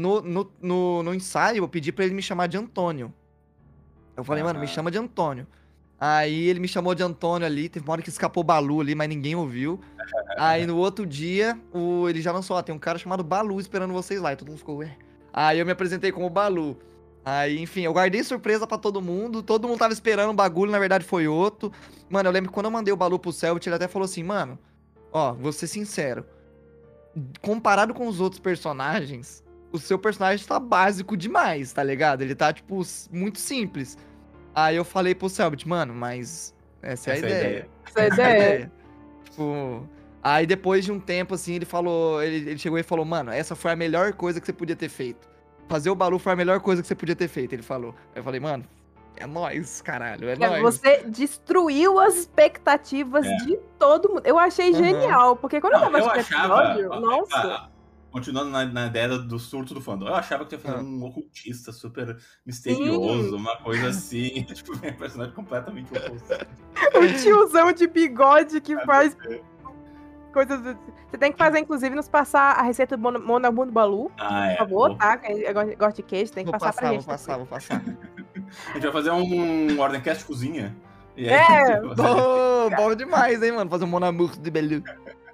no ensaio, eu pedi pra ele me chamar de Antônio. Eu falei, mano, me chama de Antônio. Aí ele me chamou de Antônio ali. Teve uma hora que escapou o Balu ali, mas ninguém ouviu. Aí no outro dia, ele já lançou, ó, tem um cara chamado Balu esperando vocês lá. E todo mundo ficou, ué. Aí eu me apresentei como Balu. Aí, enfim, eu guardei surpresa pra todo mundo tava esperando um bagulho, na verdade foi outro. Mano, eu lembro que quando eu mandei o Balu pro Selbit, ele até falou assim, mano, ó, vou ser sincero, comparado com os outros personagens, o seu personagem tá básico demais, tá ligado? Ele tá, tipo, muito simples. Aí eu falei pro Selbit, mano, mas essa é a ideia. Essa é a ideia. Tipo... Aí depois de um tempo, assim, ele falou, ele chegou e falou, mano, essa foi a melhor coisa que você podia ter feito. Fazer o Balu foi a melhor coisa que você podia ter feito, ele falou. Aí eu falei, mano, é nóis, caralho, é nóis. Você destruiu as expectativas de todo mundo. Eu achei genial, porque quando eu tava assistindo episódio, nossa... Continuando na ideia do surto do fandom, eu achava que ia fazer um ocultista super misterioso, uma coisa assim, tipo, um personagem completamente oposto. Um tiozão de bigode que faz... coisas. Você tem que fazer, inclusive, nos passar a receita do Monabu do Balu. Por favor, tá? Quem gosta de queijo, tem que passar pra gente. Vou passar. A gente vai fazer um Ordencast cozinha. E aí, bom demais, hein, mano? Fazer um Monabu de Balu.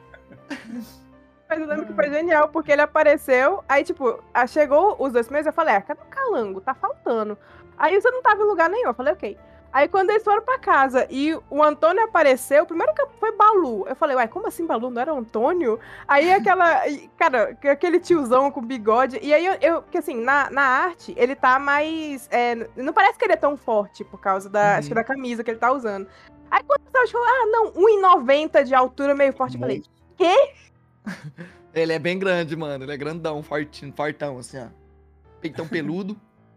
Mas eu lembro que foi genial, porque ele apareceu, aí, tipo, chegou os 2 meses, eu falei, cadê o calango? Tá faltando. Aí você não tava em lugar nenhum, eu falei, ok. Aí quando eles foram pra casa e o Antônio apareceu, o primeiro que foi Balu. Eu falei, uai, como assim Balu? Não era o Antônio? Aí cara, aquele tiozão com bigode. E aí porque assim, na arte, ele tá mais... não parece que ele é tão forte por causa acho que da camisa que ele tá usando. Aí quando você falou, não, 1,90 de altura, meio forte, eu falei, quê? Ele é bem grande, mano. Ele é grandão, fortão, assim, ó. Peitão peludo.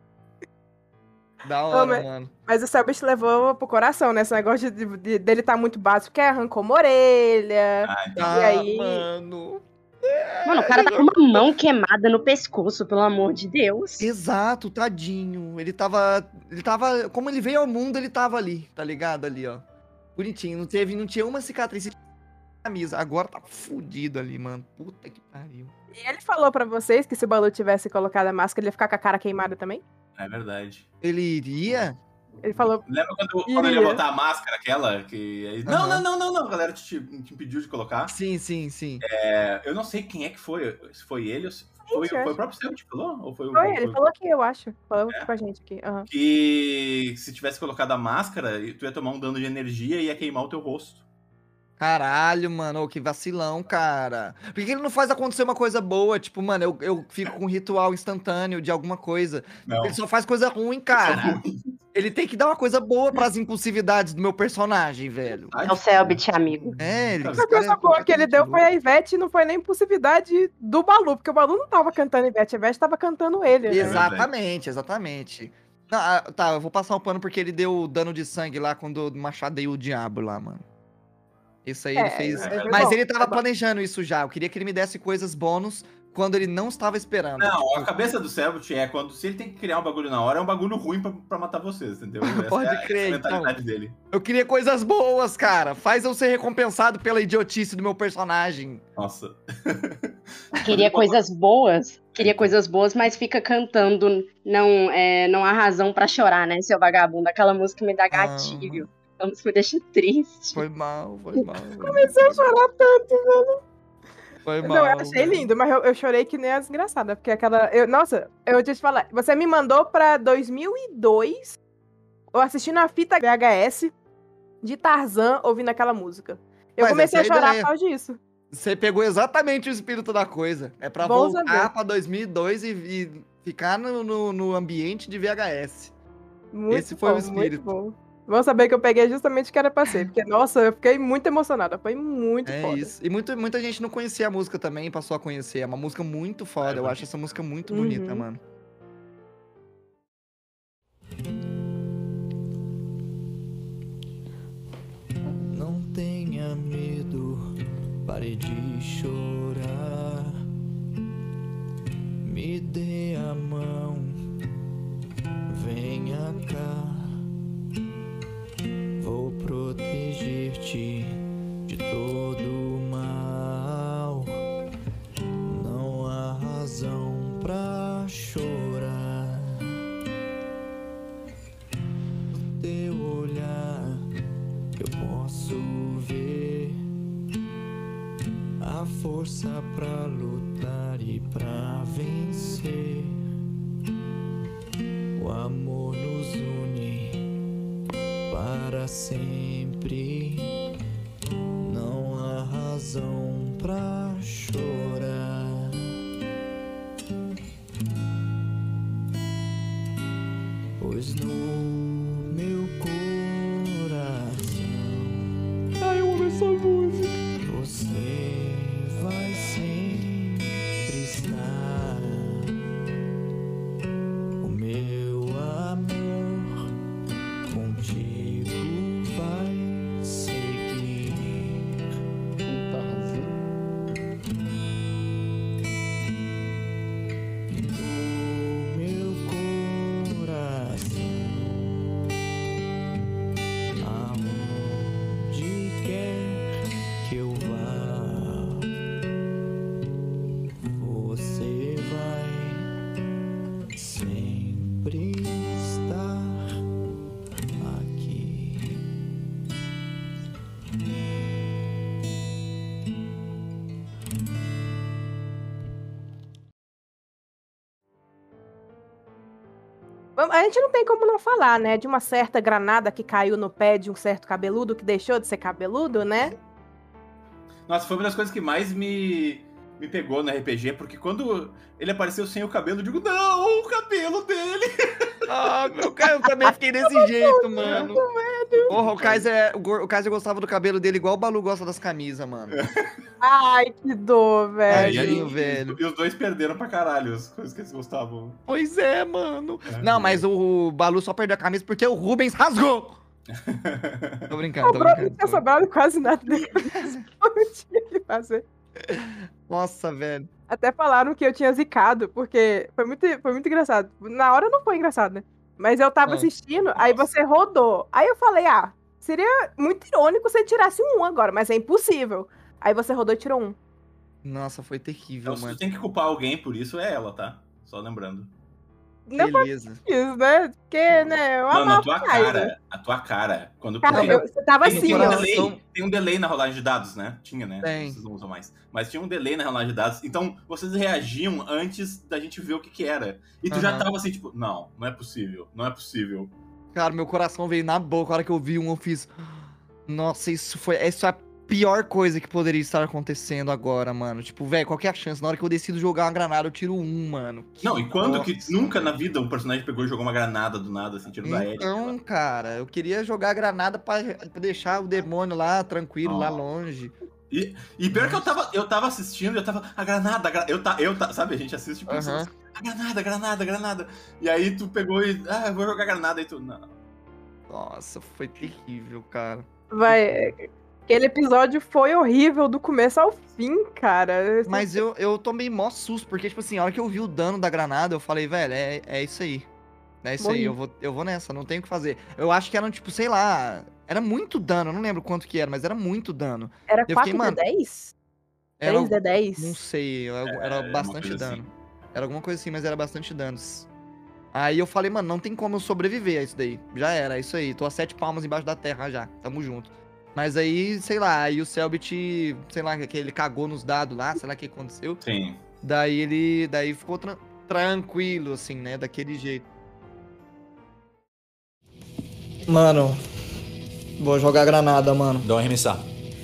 Da hora, mano. Mas o Selbit levou pro coração, né? Esse negócio dele tá muito básico, que arrancou uma orelha. E aí... Mano, o cara tá com uma mão queimada no pescoço, pelo amor de Deus. Exato, tadinho. Ele tava... Como ele veio ao mundo, ele tava ali, tá ligado? Ali, ó. Bonitinho. Não tinha uma cicatriz na camisa. Agora tá fudido ali, mano. Puta que pariu. E ele falou pra vocês que se o Balu tivesse colocado a máscara, ele ia ficar com a cara queimada também? É verdade. Ele iria? Ele falou... Lembra quando ele ia botar a máscara, aquela? Que... Não, a galera te impediu de colocar. Sim. Eu não sei quem é que foi. Se foi ele ou se... Foi o próprio Selbit que falou? Ou foi ele falou aqui, eu acho. Falou com a gente aqui. Que se tivesse colocado a máscara, tu ia tomar um dano de energia e ia queimar o teu rosto. Caralho, mano, que vacilão, cara. Por que ele não faz acontecer uma coisa boa? Tipo, mano, eu fico com um ritual instantâneo de alguma coisa. Não. Ele só faz coisa ruim, cara. Ele tem que dar uma coisa boa pras impulsividades do meu personagem, velho. É o Selbit, amigo. A coisa boa que ele deu foi a Ivete, não foi nem impulsividade do Balu, porque o Balu não tava cantando a Ivete tava cantando ele. Né? Exatamente. Tá, eu vou passar o pano porque ele deu dano de sangue lá quando machadeou o diabo lá, mano. Isso aí ele fez. Mas ele tava planejando isso já. Eu queria que ele me desse coisas bônus quando ele não estava esperando. Não, a cabeça do Selbit é quando se ele tem que criar um bagulho na hora, é um bagulho ruim pra matar vocês, entendeu? Pode crer, essa é a mentalidade dele. Eu queria coisas boas, cara. Faz eu ser recompensado pela idiotice do meu personagem. Nossa. Queria coisas boas, mas fica cantando Não Há Razão Pra Chorar, né, seu vagabundo? Aquela música me dá gatilho. A música me deixa triste. Foi mal. Comecei a chorar tanto, velho. Foi mal. Não, eu achei lindo, mas eu chorei que nem a desgraçada, porque aquela... eu te falar, você me mandou pra 2002, eu assisti na fita VHS de Tarzan ouvindo aquela música. Eu comecei a chorar por causa disso. Você pegou exatamente o espírito da coisa. É pra voltar pra 2002 e ficar no ambiente de VHS. Esse foi o espírito. Muito bom. Vão saber que eu peguei justamente o que era pra ser. Porque, nossa, eu fiquei muito emocionada. Foi muito foda. Isso. E muita gente não conhecia a música também, passou a conhecer. É uma música muito foda. Eu acho essa música muito bonita, mano. Não tenha medo, pare de chorar. Me dê a mão, venha cá. Vou proteger-te de todo o mal. Não chorar. No teu olhar eu posso ver a força pra lutar e pra vencer. O amor nos une para sempre. Não há razão pra chorar. Pois no meu coração, Ai, eu amo essa música. você vai sempre estar. O meu amor contigo vai seguir. Puta razão. No meu coração, aonde quer que eu vá, você vai sempre estar aqui. A gente não tem como não falar, né? De uma certa granada que caiu no pé de um certo cabeludo que deixou de ser cabeludo, né? Nossa, foi uma das coisas que mais me pegou no RPG, porque quando ele apareceu sem o cabelo, eu digo, não, o cabelo dele! Ah, meu cara, eu também fiquei desse jeito, mano. Porra, o Kaiser gostava do cabelo dele igual o Balu gosta das camisas, mano. Ai, que dor, velho. Tadinho, velho. E os dois perderam pra caralho as coisas que eles gostavam. Pois é, mano. É. Não, mas o Balu só perdeu a camisa porque o Rubens rasgou. Tô brincando, tô Sobrou, não brincando. tinha sobrado quase nada dele. Não tinha o que fazer. Nossa, velho. Até falaram que eu tinha zicado, porque foi muito engraçado. Na hora não foi engraçado, né? Mas eu tava assistindo, aí você rodou. Aí eu falei, seria muito irônico se você tirasse um agora, mas é impossível. Aí você rodou e tirou um. Nossa, foi terrível, Então, se mano. tu tem que culpar alguém por isso, é ela, tá? Só lembrando. Não foi Beleza. isso, né? Porque, né, eu Mano, amava a tua cara, quando... Cara, você tava Tem assim, um ó. delay, tem um delay na rolagem de dados, né? Tinha, né? Tem. Vocês não usam mais. Mas tinha um delay na rolagem de dados. Então, vocês reagiam antes da gente ver o que era. E tu já Aham. tava assim, tipo, não é possível, não é possível. Cara, meu coração veio na boca. A hora que eu vi um, eu fiz. Nossa, isso é a pior coisa que poderia estar acontecendo agora, mano. Tipo, velho, qual que é a chance? Na hora que eu decido jogar uma granada, eu tiro um, mano. Não, e quando que Nossa. nunca na vida um personagem pegou e jogou uma granada do nada, assim, tiro da Erika? Então, cara, eu queria jogar a granada pra deixar o demônio lá, tranquilo, lá longe. E pior que eu tava assistindo, eu tava, a granada, sabe, a gente assiste tipo, Aham. a granada. E aí tu pegou e, eu vou jogar granada, e tu, não. Nossa, foi terrível, cara. Vai. Aquele episódio foi horrível do começo ao fim, cara. Mas eu tomei mó susto, porque, tipo assim, a hora que eu vi o dano da granada, eu falei, velho, é isso aí. É isso aí, eu vou nessa, não tenho o que fazer. Eu acho que eram, tipo, sei lá, era muito dano, eu não lembro quanto que era, mas era muito dano. Era Eu fiquei, 4d10? Era, 3d10? não sei, era alguma bastante coisa dano. assim. Era alguma coisa assim, mas era bastante danos. Aí eu falei, mano, não tem como eu sobreviver a isso daí. Já era, é isso aí. Tô a 7 palmas embaixo da terra já. Tamo junto. Mas aí, sei lá, aí o Selbit, sei lá, que ele cagou nos dados lá, sei lá o que aconteceu. Sim. Daí ficou tranquilo, assim, né? Daquele jeito. Mano, vou jogar granada, mano. Dá um arremessar.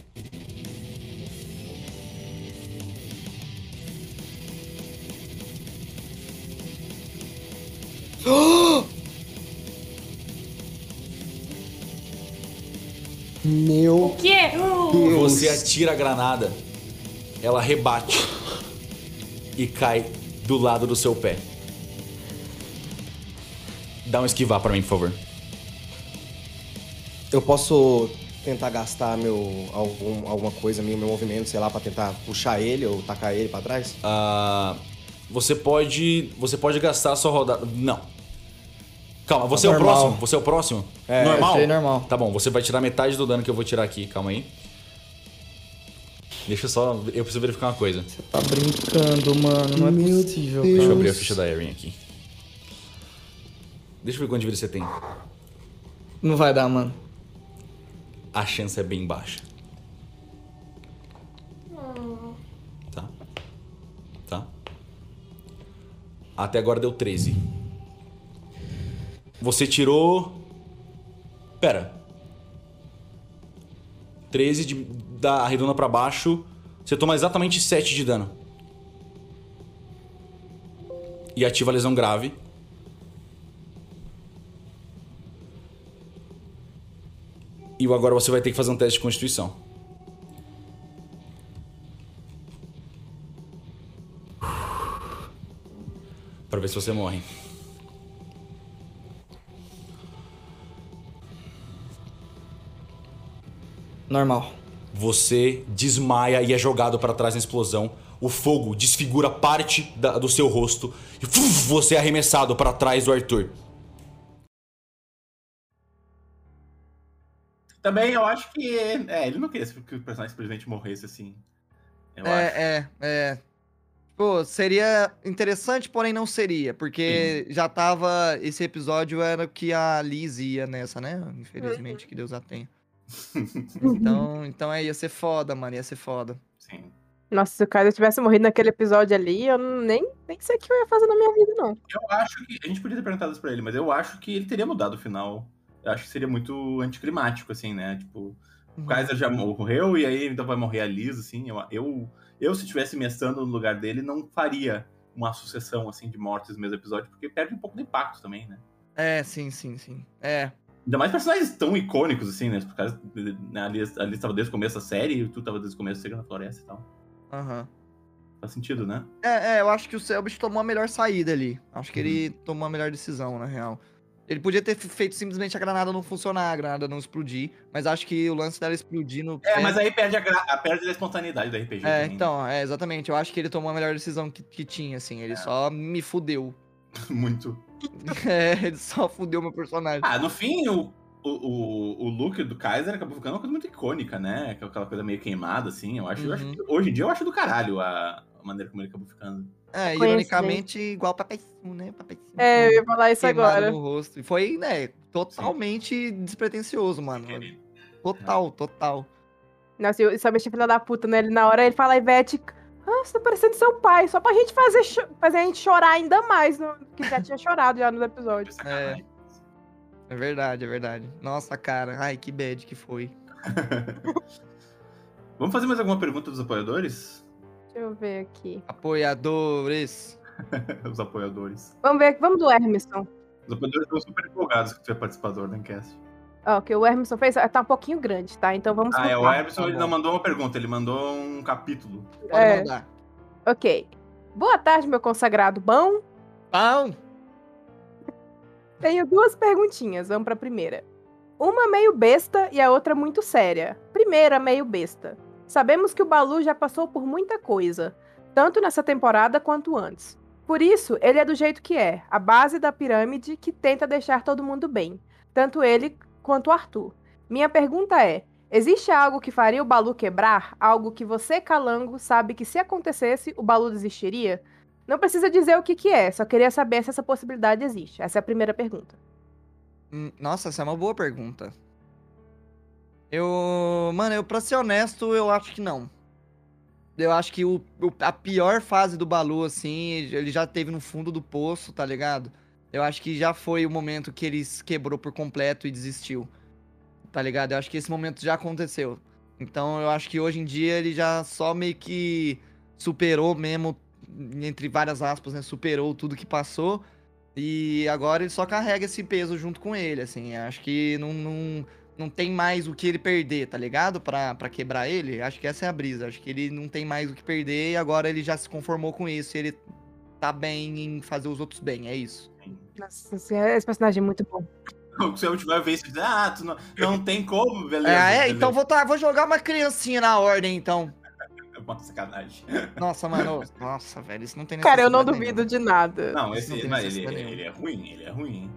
Meu quê? Deus. Você atira a granada, ela rebate e cai do lado do seu pé. Dá um esquivar pra mim, por favor. Eu posso tentar gastar alguma coisa, meu movimento, sei lá, pra tentar puxar ele ou tacar ele pra trás? Você pode gastar a sua rodada. Não. Calma, você é o Normal. próximo? Você é o próximo? É, normal? eu sei, normal. Tá bom, você vai tirar metade do dano que eu vou tirar aqui, calma aí. Deixa eu só... Eu preciso verificar uma coisa. Você tá brincando, mano. Não é possível, Deixa eu cara. abrir a ficha da Erin aqui. Deixa eu ver quanto de vida você tem. Não vai dar, mano. A chance é bem baixa. Tá? Tá? Até agora deu 13. Você tirou... Pera. 13 da redonda pra baixo. Você toma exatamente 7 de dano. E ativa a lesão grave. E agora você vai ter que fazer um teste de constituição. Pra ver se você morre. Normal. Você desmaia e é jogado para trás na explosão. O fogo desfigura parte do seu rosto. E você é arremessado para trás do Arthur. Também eu acho que... ele não queria que o personagem simplesmente morresse assim. Eu acho. Pô, seria interessante, porém não seria. Porque já tava... Esse episódio era que a Liz ia nessa, né? Infelizmente, que Deus a tenha. Então ia ser foda, mano. Ia ser foda. Sim. Nossa, se o Kaiser tivesse morrido naquele episódio ali, eu nem sei o que eu ia fazer na minha vida, não. Eu acho que... A gente podia ter perguntado isso pra ele, mas eu acho que ele teria mudado o final. Eu acho que seria muito anticlimático, assim, né? Tipo, o Kaiser já morreu e aí ainda vai morrer a Liz, assim. Eu se estivesse mestrando no lugar dele, não faria uma sucessão, assim, de mortes no mesmo episódio, porque perde um pouco de impacto também, né? Sim. Ainda mais personagens tão icônicos, assim, né? Por causa a Liz tava desde o começo da série e tu tava desde o começo da Segunda Floresta e tal. Faz sentido, né? Eu acho que o Selbit tomou a melhor saída ali. Acho que ele tomou a melhor decisão, na real. Ele podia ter feito simplesmente a granada não funcionar, a granada não explodir, mas acho que o lance dela explodir no... Mas aí perde a espontaneidade da RPG também. Então, exatamente. Eu acho que ele tomou a melhor decisão que tinha, assim. Ele só me fudeu. Muito. Ele só fudeu meu personagem. No fim, o look do Kaiser acabou ficando uma coisa muito icônica, né? Aquela coisa meio queimada, assim. Eu acho que hoje em dia eu acho do caralho a maneira como ele acabou ficando. Ironicamente, igual papeizinho, né? Eu ia falar isso queimado agora. no rosto. E foi, né, totalmente despretensioso, mano. Total. Nossa, e o Selbit é filha da puta, né? Ele, na hora ele fala, Ivete, você tá parecendo seu pai, só pra gente fazer a gente chorar ainda mais, que já tinha chorado já no episódio. É verdade. Nossa, cara. Ai, que bad que foi. Vamos fazer mais alguma pergunta dos apoiadores? Deixa eu ver aqui. Apoiadores. Os apoiadores. Vamos do Hermisson. Os apoiadores estão super empolgados que tu é participador da Encast. O que o Hermisson fez tá um pouquinho grande, tá? Então vamos... O Hermisson ele não mandou uma pergunta, ele mandou um capítulo. Pode mandar. Ok. Boa tarde, meu consagrado. Bom? Tenho 2 perguntinhas, vamos pra primeira. Uma meio besta e a outra muito séria. Primeira, meio besta. Sabemos que o Baloo já passou por muita coisa, tanto nessa temporada quanto antes. Por isso, ele é do jeito que é, a base da pirâmide que tenta deixar todo mundo bem, tanto ele quanto o Arthur. Minha pergunta é, existe algo que faria o Baloo quebrar? Algo que você, Calango, sabe que se acontecesse, o Baloo desistiria? Não precisa dizer o que é, só queria saber se essa possibilidade existe. Essa é a primeira pergunta. Nossa, essa é uma boa pergunta. Pra ser honesto, eu acho que não. Eu acho que a pior fase do Baloo, assim, ele já teve no fundo do poço, tá ligado? Eu acho que já foi o momento que ele quebrou por completo e desistiu, tá ligado? Eu acho que esse momento já aconteceu. Então eu acho que hoje em dia ele já só meio que superou mesmo, entre várias aspas, né? Superou tudo que passou. E agora ele só carrega esse peso junto com ele, assim. Acho que não tem mais o que ele perder, tá ligado? Pra quebrar ele. Acho que essa é a brisa. Acho que ele não tem mais o que perder e agora ele já se conformou com isso. E ele tá bem em fazer os outros bem, é isso. Nossa, esse personagem é muito bom. Se a última vez você diz, tu não tem como, beleza. Então vou jogar uma criancinha na ordem, então. Uma sacanagem. Nossa, mano. Nossa, velho, isso não tem necessidade. Cara, eu não duvido de nada. Não, ele é ruim,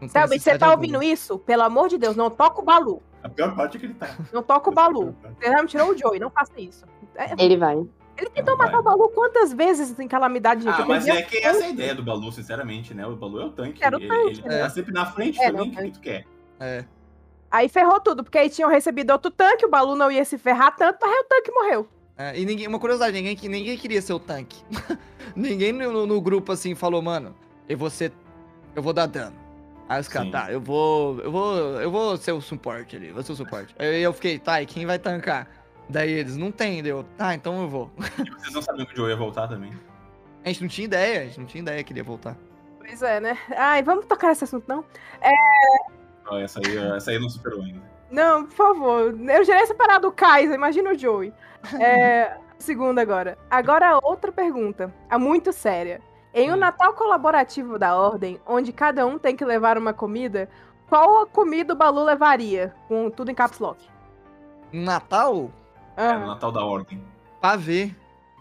Não tem Selby, você necessidade tá alguma. ouvindo isso? Pelo amor de Deus, não toca o Balu. A pior parte é que ele tá. Não toca o Balu. Você já me tirou o Joey, não faça isso. Ele vai. Ele tentou matar o Balu quantas vezes em Calamidade, gente? Ah, Eu mas perdi é que essa é a ideia do Balu, sinceramente, né? O Balu é o tanque. Era o tanque, Ele né? tá sempre na frente É, também, não, o que tu quer? É. Aí ferrou tudo, porque aí tinham recebido outro tanque, o Balu não ia se ferrar tanto, mas aí o tanque morreu. É, e ninguém, uma curiosidade, ninguém queria ser o tanque. Ninguém no grupo assim falou, mano, eu vou dar dano. Aí os caras, Sim. tá, eu vou ser o suporte ali, vou ser o suporte. Aí eu fiquei, tá, e quem vai tancar? Daí eles, não tem, deu, tá, então eu vou. E vocês não sabiam que o Joe ia voltar também. A gente não tinha ideia que ele ia voltar. Pois é, né? Ai, vamos tocar nesse assunto, não? Ó, essa aí não superou ainda. Não, por favor. Eu já ia separar do Kaiser, imagina o Joey. Segunda agora. Agora outra pergunta, muito séria. Em um Natal colaborativo da Ordem, onde cada um tem que levar uma comida, qual a comida o Balu levaria? Com tudo em caps lock. No Natal, É no Natal da Ordem. pavê.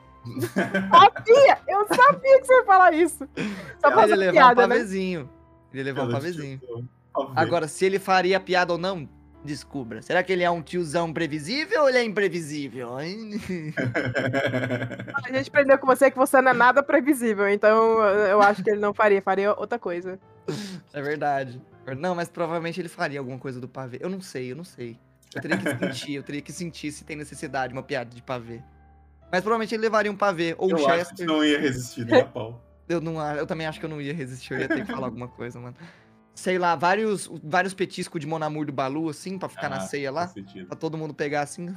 Eu sabia que você ia falar isso. Só Ele pra ia fazer levar um piada, né? pavezinho. Ele ia levar um pavezinho. Pavê. Agora, se ele faria piada ou não, descubra. Será que ele é um tiozão previsível ou ele é imprevisível? A gente aprendeu com você que você não é nada previsível, então eu acho que ele não faria outra coisa. É verdade. Não, mas provavelmente ele faria alguma coisa do pavê. Eu não sei. Eu teria que sentir se tem necessidade, uma piada de pavê. Mas provavelmente ele levaria um pavê. Ou um Eu acho que Chester. tu não ia resistir, né, pau? Eu também acho que eu não ia resistir, eu ia ter que falar alguma coisa, mano. Sei lá, vários petiscos de Monamur do Balu, assim, pra ficar na ceia lá. Faz sentido. Pra todo mundo pegar assim.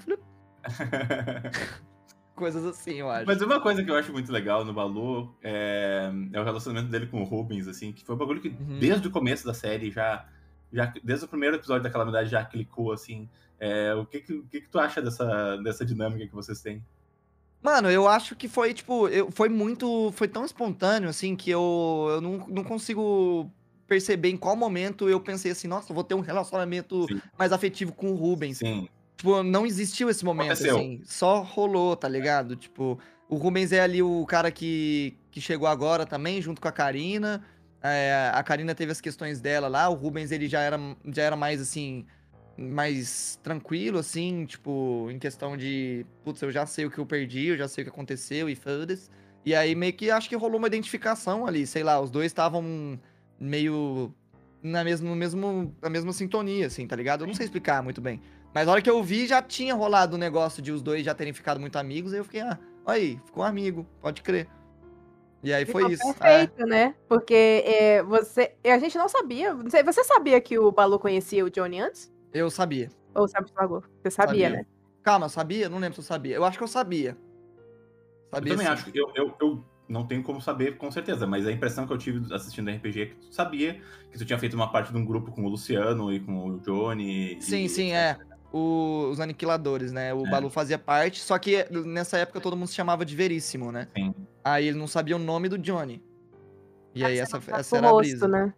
Coisas assim, eu acho. Mas uma coisa que eu acho muito legal no Balu é o relacionamento dele com o Rubens, assim, que foi um bagulho que desde o começo da série já desde o primeiro episódio da Calamidade já clicou, assim. O que tu acha dessa dinâmica que vocês têm? Mano, eu acho que foi, tipo, foi tão espontâneo, assim, que eu não consigo perceber em qual momento eu pensei assim, nossa, eu vou ter um relacionamento Sim. mais afetivo com o Rubens. Sim. Tipo, não existiu esse momento, Aconteceu. assim, só rolou, tá ligado? Tipo, o Rubens é ali o cara que chegou agora também, junto com a Karina. A Karina teve as questões dela lá, o Rubens, ele já era mais, assim, mais tranquilo, assim, tipo, em questão de, putz, eu já sei o que eu perdi, eu já sei o que aconteceu e foda-se. E aí meio que acho que rolou uma identificação ali, sei lá, os dois estavam meio na mesma sintonia, assim, tá ligado? Eu não sei explicar muito bem. Mas na hora que eu vi, já tinha rolado o negócio de os dois já terem ficado muito amigos, aí eu fiquei, olha aí, ficou um amigo, pode crer. E aí foi isso. Perfeito, né? Porque a gente não sabia. Não sei, você sabia que o Balu conhecia o Johnny antes? Eu sabia. Ou sabe se pagou? Você sabia, né? Calma, eu sabia? Não lembro se eu sabia. Eu acho que eu sabia. Eu também acho que eu não tenho como saber com certeza, mas a impressão que eu tive assistindo RPG é que tu sabia que tu tinha feito uma parte de um grupo com o Luciano e com o Johnny. Sim, os Aniquiladores, né? O Balu fazia parte, só que nessa época todo mundo se chamava de Veríssimo, né? Sim. Aí ele não sabia o nome do Johnny. E aí essa O era a rosto, brisa. né?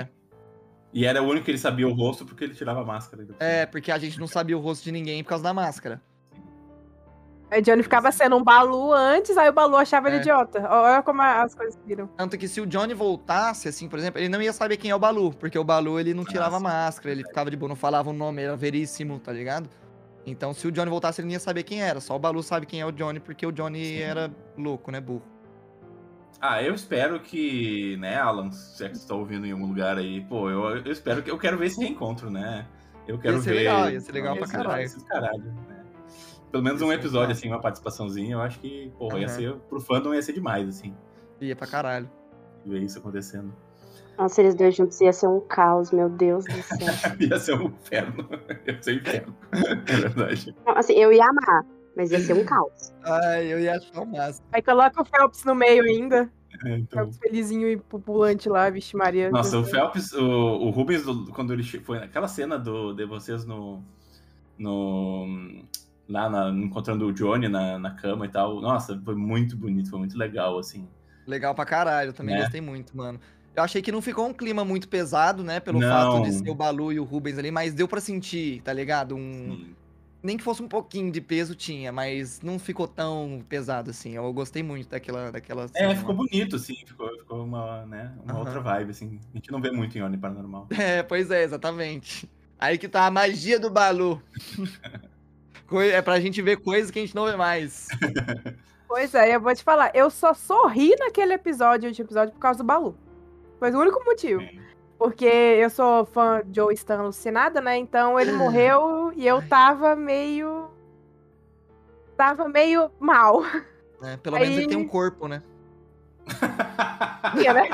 E era o único que ele sabia o rosto porque ele tirava a máscara. Porque a gente não sabia o rosto de ninguém por causa da máscara. Aí o Johnny ficava sendo um Balu antes, aí o Balu achava ele idiota. Olha como as coisas viram. Tanto que se o Johnny voltasse, assim, por exemplo, ele não ia saber quem é o Balu, porque o Balu, ele não tirava a máscara, ele ficava de boa, não falava o nome, era Veríssimo, tá ligado? Então, se o Johnny voltasse, ele não ia saber quem era, só o Balu sabe quem é o Johnny, porque o Johnny era louco, né, burro. Eu espero que, né, Alan, se é que você tá ouvindo em algum lugar aí, pô, eu espero que eu quero ver esse reencontro, né? Eu quero ver. Ia ser legal pra caralho. Né? Pelo menos um episódio, assim, uma participaçãozinha, eu acho que, porra, ia ser, pro fandom ia ser demais, assim. Ia pra caralho. Ver isso acontecendo. Nossa, eles dois juntos ia ser um caos, meu Deus do céu. Ia ser um inferno. Ia ser um inferno. É verdade. Não, assim, eu ia amar, mas ia ser um caos. Eu ia achar o máximo. Aí coloca o Phelps no meio ainda. Então... Phelps felizinho e pupulante lá, vixe Maria. Nossa, o Phelps, o Rubens, quando ele foi naquela cena de vocês encontrando o Johnny na cama e tal. Nossa, foi muito bonito, foi muito legal, assim. Legal pra caralho, eu também gostei muito, mano. Eu achei que não ficou um clima muito pesado, né, pelo Não. fato de ser o Balu e o Rubens ali, mas deu pra sentir, tá ligado? Nem que fosse um pouquinho de peso tinha, mas não ficou tão pesado assim. Eu gostei muito daquela cena ficou lá. bonito, assim, ficou uma, né, uma outra vibe, assim. A gente não vê muito em Ordem Paranormal. Pois é, exatamente. Aí que tá a magia do Balu. É pra gente ver coisas que a gente não vê mais. Pois é, eu vou te falar, eu só sorri naquele episódio, último episódio, por causa do Balu. Foi o único motivo. Porque eu sou fã de Joe Stan alucinada, né? Então ele morreu e eu tava meio mal. Pelo menos ele tem um corpo, né? Né?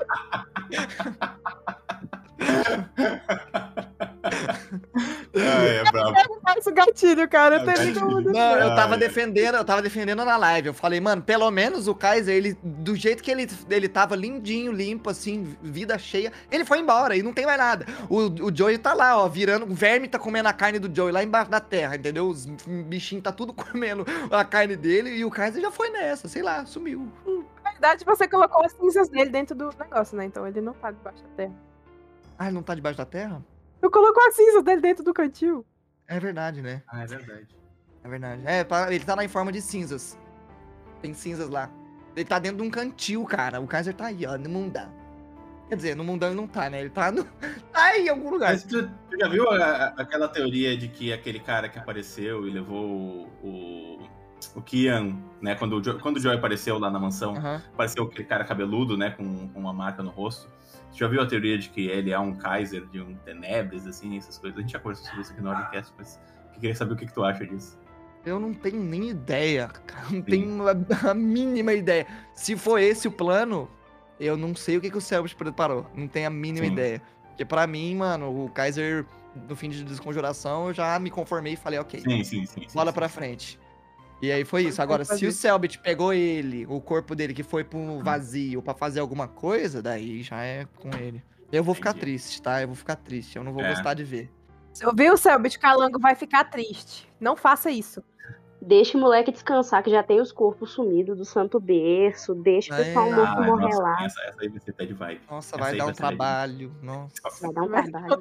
É brabo. Esse gatilho, cara. Eu tenho como Não, eu tava defendendo na live. Eu falei, mano, pelo menos o Kaiser, ele, do jeito que ele tava lindinho, limpo, assim, vida cheia, ele foi embora e não tem mais nada. O Joey tá lá, ó, virando, o verme tá comendo a carne do Joey lá embaixo da terra, entendeu? Os bichinhos tá tudo comendo a carne dele e o Kaiser já foi nessa, sei lá, sumiu. Na verdade, você colocou as cinzas dele dentro do negócio, né? Então ele não tá debaixo da terra. Ah, ele não tá debaixo da terra? Eu colocou as cinzas dele dentro do cantil. É verdade, né? Ah, é verdade. É verdade. Ele tá lá em forma de cinzas. Tem cinzas lá. Ele tá dentro de um cantil, cara. O Kaiser tá aí, ó, no mundão. Quer dizer, no mundão ele não tá, né? Ele tá aí em algum lugar. Mas tu já viu aquela teoria de que aquele cara que apareceu e levou o Kian, né? Quando o Joey apareceu lá na mansão, apareceu aquele cara cabeludo, né? Com uma marca no rosto. Você já viu a teoria de que ele é um Kaiser de um Tenebres, assim, essas coisas? A gente já conversou sobre isso aqui no Ordecast, mas eu queria saber o que tu acha disso. Eu não tenho nem ideia, cara. Não tenho a mínima ideia. Se for esse o plano, eu não sei o que o Selbit preparou. Não tenho a mínima ideia. Porque pra mim, mano, o Kaiser, no fim de Desconjuração, eu já me conformei e falei, ok. Sim. Bola pra frente. E aí foi isso. Agora, se o Selbit pegou ele, o corpo dele, que foi pro vazio, pra fazer alguma coisa, daí já é com ele. Eu vou ficar triste, tá? Eu vou ficar triste. Eu não vou gostar de ver. Se eu ver o Selbit, Calango vai ficar triste. Não faça isso. Deixa o moleque descansar, que já tem os corpos sumidos do Santo Berço. Deixa o pessoal morto morrer lá. Essa aí vai ser bad vibe. Nossa, vai dar um trabalho. Nossa. Vai dar um trabalho.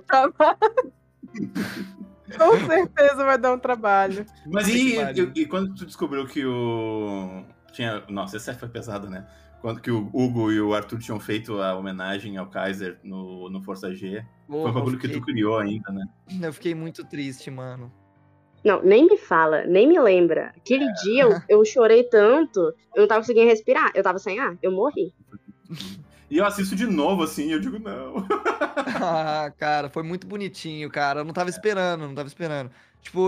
Com certeza vai dar um trabalho. Mas e quando tu descobriu que o... Nossa, essa foi pesada, né? Quando que o Hugo e o Arthur tinham feito a homenagem ao Kaiser no Força G. Foi um bagulho que tu criou ainda, né? Eu fiquei muito triste, mano. Não, nem me fala, nem me lembra. Aquele dia eu chorei tanto, eu não tava conseguindo respirar. Eu tava sem ar, eu morri. E eu assisto de novo, assim, e eu digo, não. Ah, cara, foi muito bonitinho, cara. Eu não tava esperando. Tipo,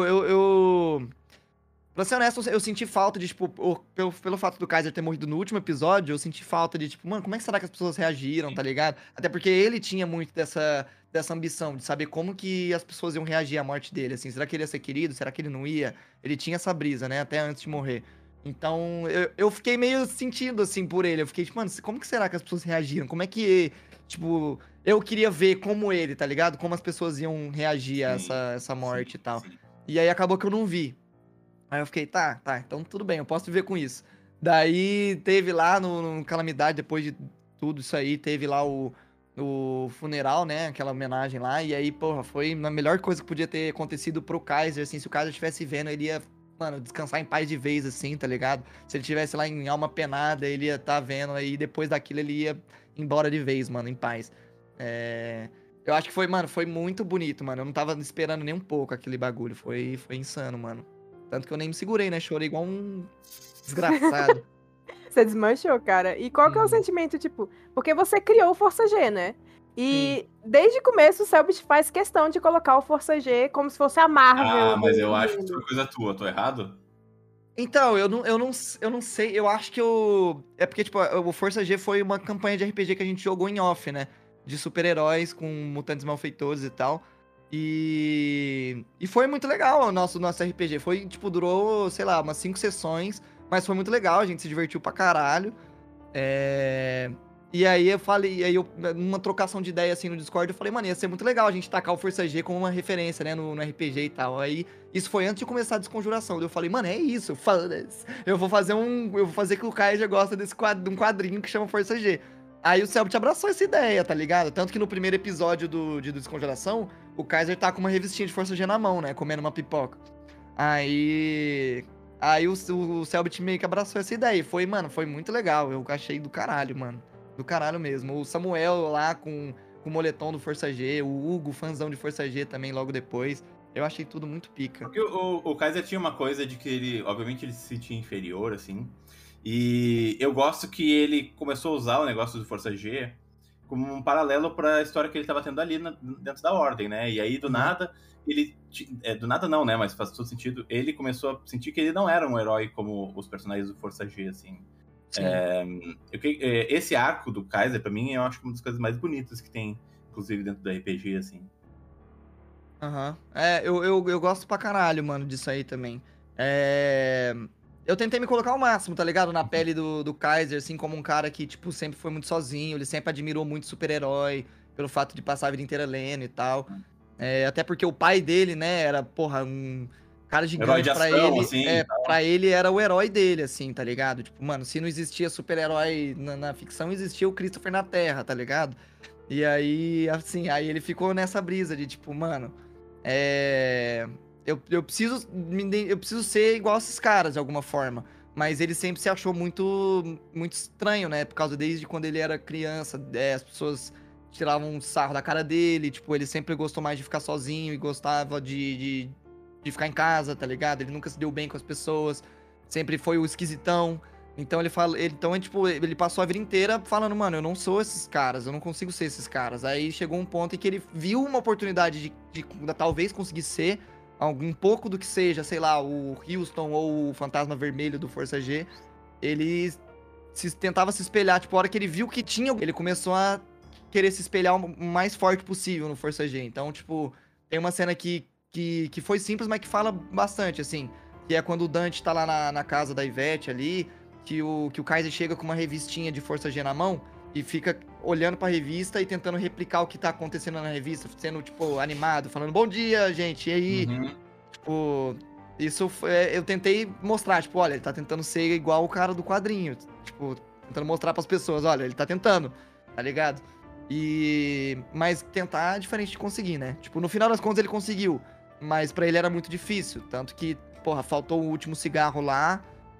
pra ser honesto, eu senti falta de, tipo, pelo fato do Kaiser ter morrido no último episódio, eu senti falta de, tipo, mano, como é que será que as pessoas reagiram, tá ligado? Até porque ele tinha muito dessa ambição de saber como que as pessoas iam reagir à morte dele, assim. Será que ele ia ser querido? Será que ele não ia? Ele tinha essa brisa, né? Até antes de morrer. Então, eu fiquei meio sentindo, assim, por ele. Eu fiquei, tipo, mano, como que será que as pessoas reagiram? Como é que, tipo... Eu queria ver como ele, tá ligado? Como as pessoas iam reagir a essa morte e tal. E aí acabou que eu não vi. Aí eu fiquei, tá, então tudo bem, eu posso viver com isso. Daí teve lá no Calamidade, depois de tudo isso aí, teve lá o funeral, né? Aquela homenagem lá. E aí, porra, foi a melhor coisa que podia ter acontecido pro Kaiser, assim. Se o Kaiser estivesse vendo, ele ia, mano, descansar em paz de vez, assim, tá ligado? Se ele estivesse lá em alma penada, ele ia tá vendo. Aí depois daquilo ele ia embora de vez, mano, em paz. Eu acho que foi, mano, foi muito bonito, mano. Eu não tava esperando nem um pouco aquele bagulho. Foi insano, mano. Tanto que eu nem me segurei, né? Chorei igual um desgraçado. Você desmanchou, cara. E qual que é o sentimento, tipo... Porque você criou o Força G, né? E desde o começo o Selbit faz questão de colocar o Força G como se fosse a Marvel. Ah, mas eu acho que foi coisa tua. Tô errado? Então, eu não sei. Eu acho que é porque, tipo, o Força G foi uma campanha de RPG que a gente jogou em off, né? De super-heróis com mutantes malfeitores e tal. E foi muito legal o nosso RPG. Foi, tipo, durou, sei lá, umas 5 sessões. Mas foi muito legal, a gente se divertiu pra caralho. E aí eu falei, numa trocação de ideia assim no Discord, eu falei, mano, ia ser muito legal a gente tacar o Força G como uma referência, né, no RPG e tal. Aí, isso foi antes de começar a Desconjuração. Eu falei, mano, é isso, foda-se. Eu vou fazer que o Kaiser gosta de um quadrinho que chama Força G. Aí o Selbit abraçou essa ideia, tá ligado? Tanto que no primeiro episódio de Desconjuração, o Kaiser tá com uma revistinha de Força G na mão, né, comendo uma pipoca. Aí o Selbit meio que abraçou essa ideia. E foi, mano, foi muito legal. Eu achei do caralho, mano. Do caralho mesmo. O Samuel lá com o moletom do Força G, o Hugo, fãzão de Força G também logo depois. Eu achei tudo muito pica. Porque o Kaiser tinha uma coisa de que ele, obviamente, ele se sentia inferior, assim. E eu gosto que ele começou a usar o negócio do Força G como um paralelo para a história que ele estava tendo ali dentro da Ordem, né? E aí, do nada, ele... do nada não, né? Mas faz todo sentido. Ele começou a sentir que ele não era um herói como os personagens do Força G, assim. Esse arco do Kaiser, pra mim, eu acho uma das coisas mais bonitas que tem, inclusive, dentro do RPG, assim. Eu gosto pra caralho, mano, disso aí também. Eu tentei me colocar ao máximo, tá ligado? Na pele do Kaiser, assim, como um cara que, tipo, sempre foi muito sozinho, ele sempre admirou muito super-herói, pelo fato de passar a vida inteira lendo e tal. Até porque o pai dele, né, era, porra, um cara gigante herói de pra ação, ele. assim, Pra ele era o herói dele, assim, tá ligado? Tipo, mano, se não existia super-herói na ficção, existia o Christopher na Terra, tá ligado? E aí, assim, aí ele ficou nessa brisa de, tipo, mano, eu preciso ser igual a esses caras, de alguma forma. Mas ele sempre se achou muito, muito estranho, né? Por causa desde quando ele era criança, as pessoas tiravam um sarro da cara dele, tipo, ele sempre gostou mais de ficar sozinho e gostava de ficar em casa, tá ligado? Ele nunca se deu bem com as pessoas, sempre foi o esquisitão. Então ele passou a vida inteira falando, mano, eu não sou esses caras, eu não consigo ser esses caras. Aí chegou um ponto em que ele viu uma oportunidade de talvez conseguir ser um pouco do que seja, sei lá, o Houston ou o Fantasma Vermelho do Força G. Ele tentava se espelhar, tipo, a hora que ele viu que tinha, ele começou a querer se espelhar o mais forte possível no Força G. Então, tipo, tem uma cena que foi simples, mas que fala bastante, assim, que é quando o Dante tá lá na casa da Ivete ali, que o Kaiser chega com uma revistinha de Força G na mão e fica olhando pra revista e tentando replicar o que tá acontecendo na revista, sendo, tipo, animado, falando, bom dia, gente, e aí? Tipo, isso eu tentei mostrar, tipo, olha, ele tá tentando ser igual o cara do quadrinho, tipo, tentando mostrar pras pessoas, olha, ele tá tentando, tá ligado? Mas tentar é diferente de conseguir, né? Tipo, no final das contas ele conseguiu, mas pra ele era muito difícil, tanto que, porra, faltou o último cigarro lá,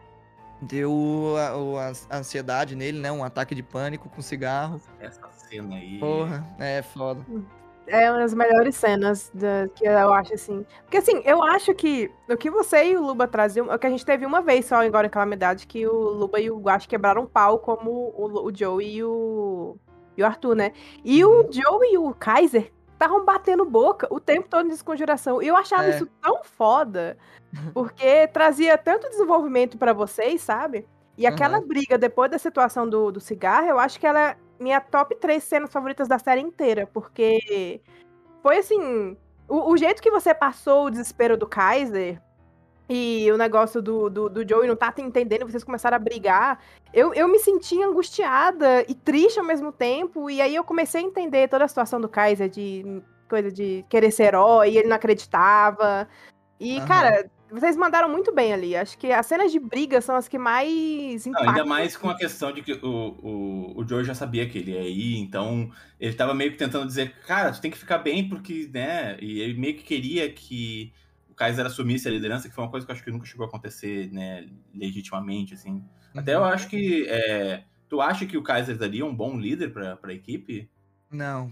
deu a ansiedade nele, né? Um ataque de pânico com cigarro. Essa cena aí... Porra, é foda. É uma das melhores cenas que eu acho, assim. Porque, assim, eu acho que o que você e o Luba traziam... É que a gente teve uma vez só agora em Calamidade que o Luba e o Guache quebraram um pau como o Joey e o Arthur, né? E o Joey e o Kaiser estavam batendo boca o tempo todo em Desconjuração. E eu achava isso tão foda, porque trazia tanto desenvolvimento pra vocês, sabe? E aquela briga depois da situação do cigarro, eu acho que ela é minha top 3 cenas favoritas da série inteira, porque foi assim, o jeito que você passou o desespero do Kaiser e o negócio do Joey não tá entendendo, vocês começaram a brigar, eu me senti angustiada e triste ao mesmo tempo, e aí eu comecei a entender toda a situação do Kaiser, de coisa de querer ser herói, e ele não acreditava, e cara, vocês mandaram muito bem ali, acho que as cenas de briga são as que mais impactam. Ainda mais com a questão de que o Joey já sabia que ele ia ir, então ele tava meio que tentando dizer, cara, tu tem que ficar bem porque, né, e ele meio que queria que Kaiser assumisse a liderança, que foi uma coisa que eu acho que nunca chegou a acontecer, né, legitimamente, assim. Até eu acho que... tu acha que o Kaiser daria um bom líder pra equipe? Não.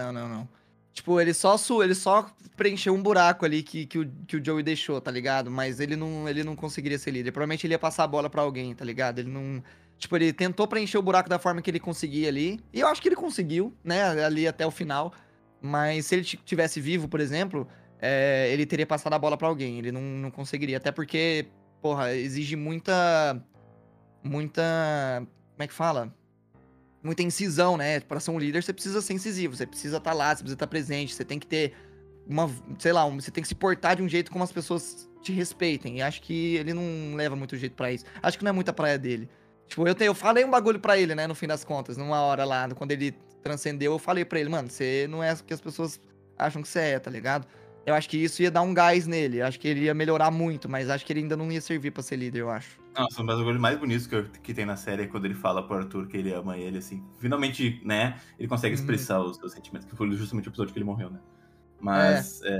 Tipo, ele só preencheu um buraco ali que o Joey deixou, tá ligado? Mas ele não conseguiria ser líder. Provavelmente ele ia passar a bola pra alguém, tá ligado? Ele não... Tipo, ele tentou preencher o buraco da forma que ele conseguia ali. E eu acho que ele conseguiu, né? Ali até o final. Mas se ele tivesse vivo, por exemplo... ele teria passado a bola pra alguém, ele não conseguiria, até porque, porra, exige muita, como é que fala? Muita incisão, né? Pra ser um líder, você precisa ser incisivo, você precisa estar lá, você precisa estar presente, você tem que ter você tem que se portar de um jeito como as pessoas te respeitem, e acho que ele não leva muito jeito pra isso, acho que não é muita praia dele. Tipo, eu falei um bagulho pra ele, né, no fim das contas, numa hora lá, quando ele transcendeu, eu falei pra ele, mano, você não é o que as pessoas acham que você é, tá ligado? Eu acho que isso ia dar um gás nele. Acho que ele ia melhorar muito, mas acho que ele ainda não ia servir pra ser líder, eu acho. Nossa, um dos bagulhos mais bonitos que tem na série é quando ele fala pro Arthur que ele ama ele, assim. Finalmente, né, ele consegue expressar os seus sentimentos, que foi justamente o episódio que ele morreu, né? Mas,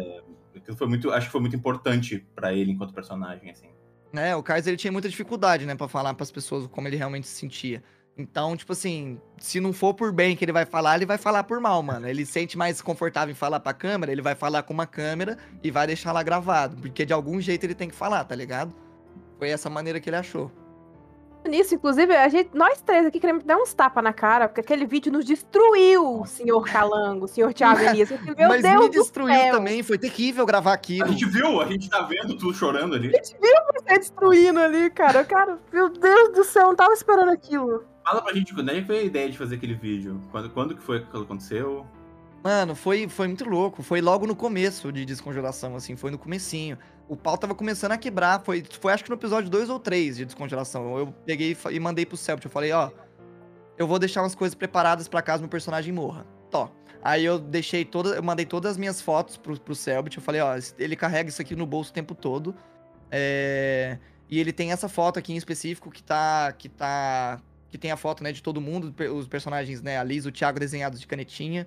Aquilo acho que foi muito importante pra ele enquanto personagem, assim. O Kaiz, ele tinha muita dificuldade, né, pra falar pras pessoas como ele realmente se sentia. Então, tipo assim, se não for por bem que ele vai falar por mal, mano. Ele se sente mais confortável em falar pra câmera, ele vai falar com uma câmera e vai deixar lá gravado. Porque de algum jeito ele tem que falar, tá ligado? Foi essa maneira que ele achou. Nisso, inclusive, nós três aqui queremos dar uns tapas na cara, porque aquele vídeo nos destruiu, senhor Calango, senhor Thiago Elias. Meu Mas Deus me destruiu do céu. também, foi terrível gravar aquilo. A gente tá vendo tu chorando ali. A gente viu você destruindo ali, cara. Cara, meu Deus do céu, eu não tava esperando aquilo. Fala pra gente quando é que foi a ideia de fazer aquele vídeo? Quando que foi que aconteceu? Mano, foi muito louco. Foi logo no começo de Descongelação, assim, foi no comecinho. O pau tava começando a quebrar, foi acho que no episódio 2 ou 3 de Descongelação. Eu peguei e mandei pro Celpt, eu falei, ó, eu vou deixar umas coisas preparadas pra caso meu personagem morra. Tó. Aí eu mandei todas as minhas fotos pro Celpt, eu falei, ó, ele carrega isso aqui no bolso o tempo todo. E ele tem essa foto aqui em específico que tem a foto, né, de todo mundo, os personagens, né, a Liz, o Thiago desenhados de canetinha.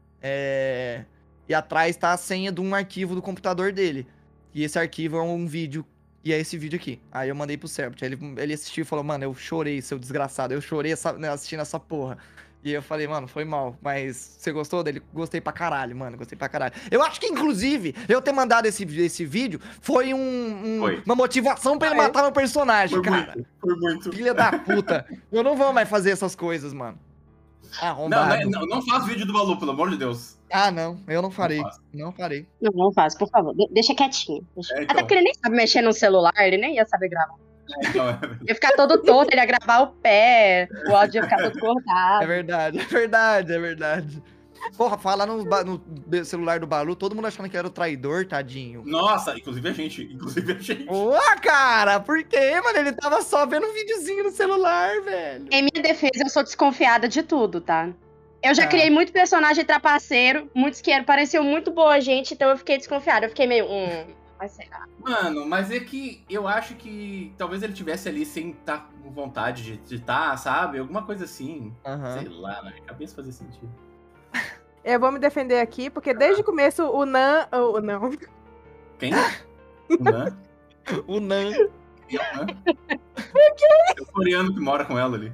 E atrás tá a senha de um arquivo do computador dele. E esse arquivo é um vídeo, e é esse vídeo aqui. Aí eu mandei pro Celpt, ele assistiu e falou, mano, eu chorei, seu desgraçado, eu chorei assistindo essa porra. E eu falei, mano, foi mal, mas você gostou dele? Gostei pra caralho, mano, gostei pra caralho. Eu acho que, inclusive, eu ter mandado esse vídeo foi uma motivação pra ele matar meu personagem, cara. Foi muito. Filha da puta. Eu não vou mais fazer essas coisas, mano. Arrombado. Não faz vídeo do Balu, pelo amor de Deus. Ah, não, eu não farei. Não farei. Não faço, por favor. Deixa quietinho. Então. Até porque ele nem sabe mexer no celular, ele nem ia saber gravar. Então, Ia ficar todo torto, ele ia gravar o pé, o áudio ia ficar todo cortado. É verdade. Porra, falar no celular do Balu, todo mundo achando que era o traidor, tadinho. Nossa, inclusive a gente. Pô, cara, por quê, mano? Ele tava só vendo um videozinho no celular, velho. Em minha defesa, eu sou desconfiada de tudo, tá? Eu já criei muito personagem trapaceiro, muito isqueiro, pareceu muito boa gente, então eu fiquei desconfiada. Eu fiquei meio, mas será? Mano, mas é que eu acho que talvez ele tivesse ali sem estar com vontade de estar, sabe? Alguma coisa assim. Sei lá, na minha cabeça fazia sentido. Eu vou me defender aqui, porque desde o começo o Nan... não. Quem? O Nan? O Nan. Quem é o Nan? É o coreano que mora com ela ali.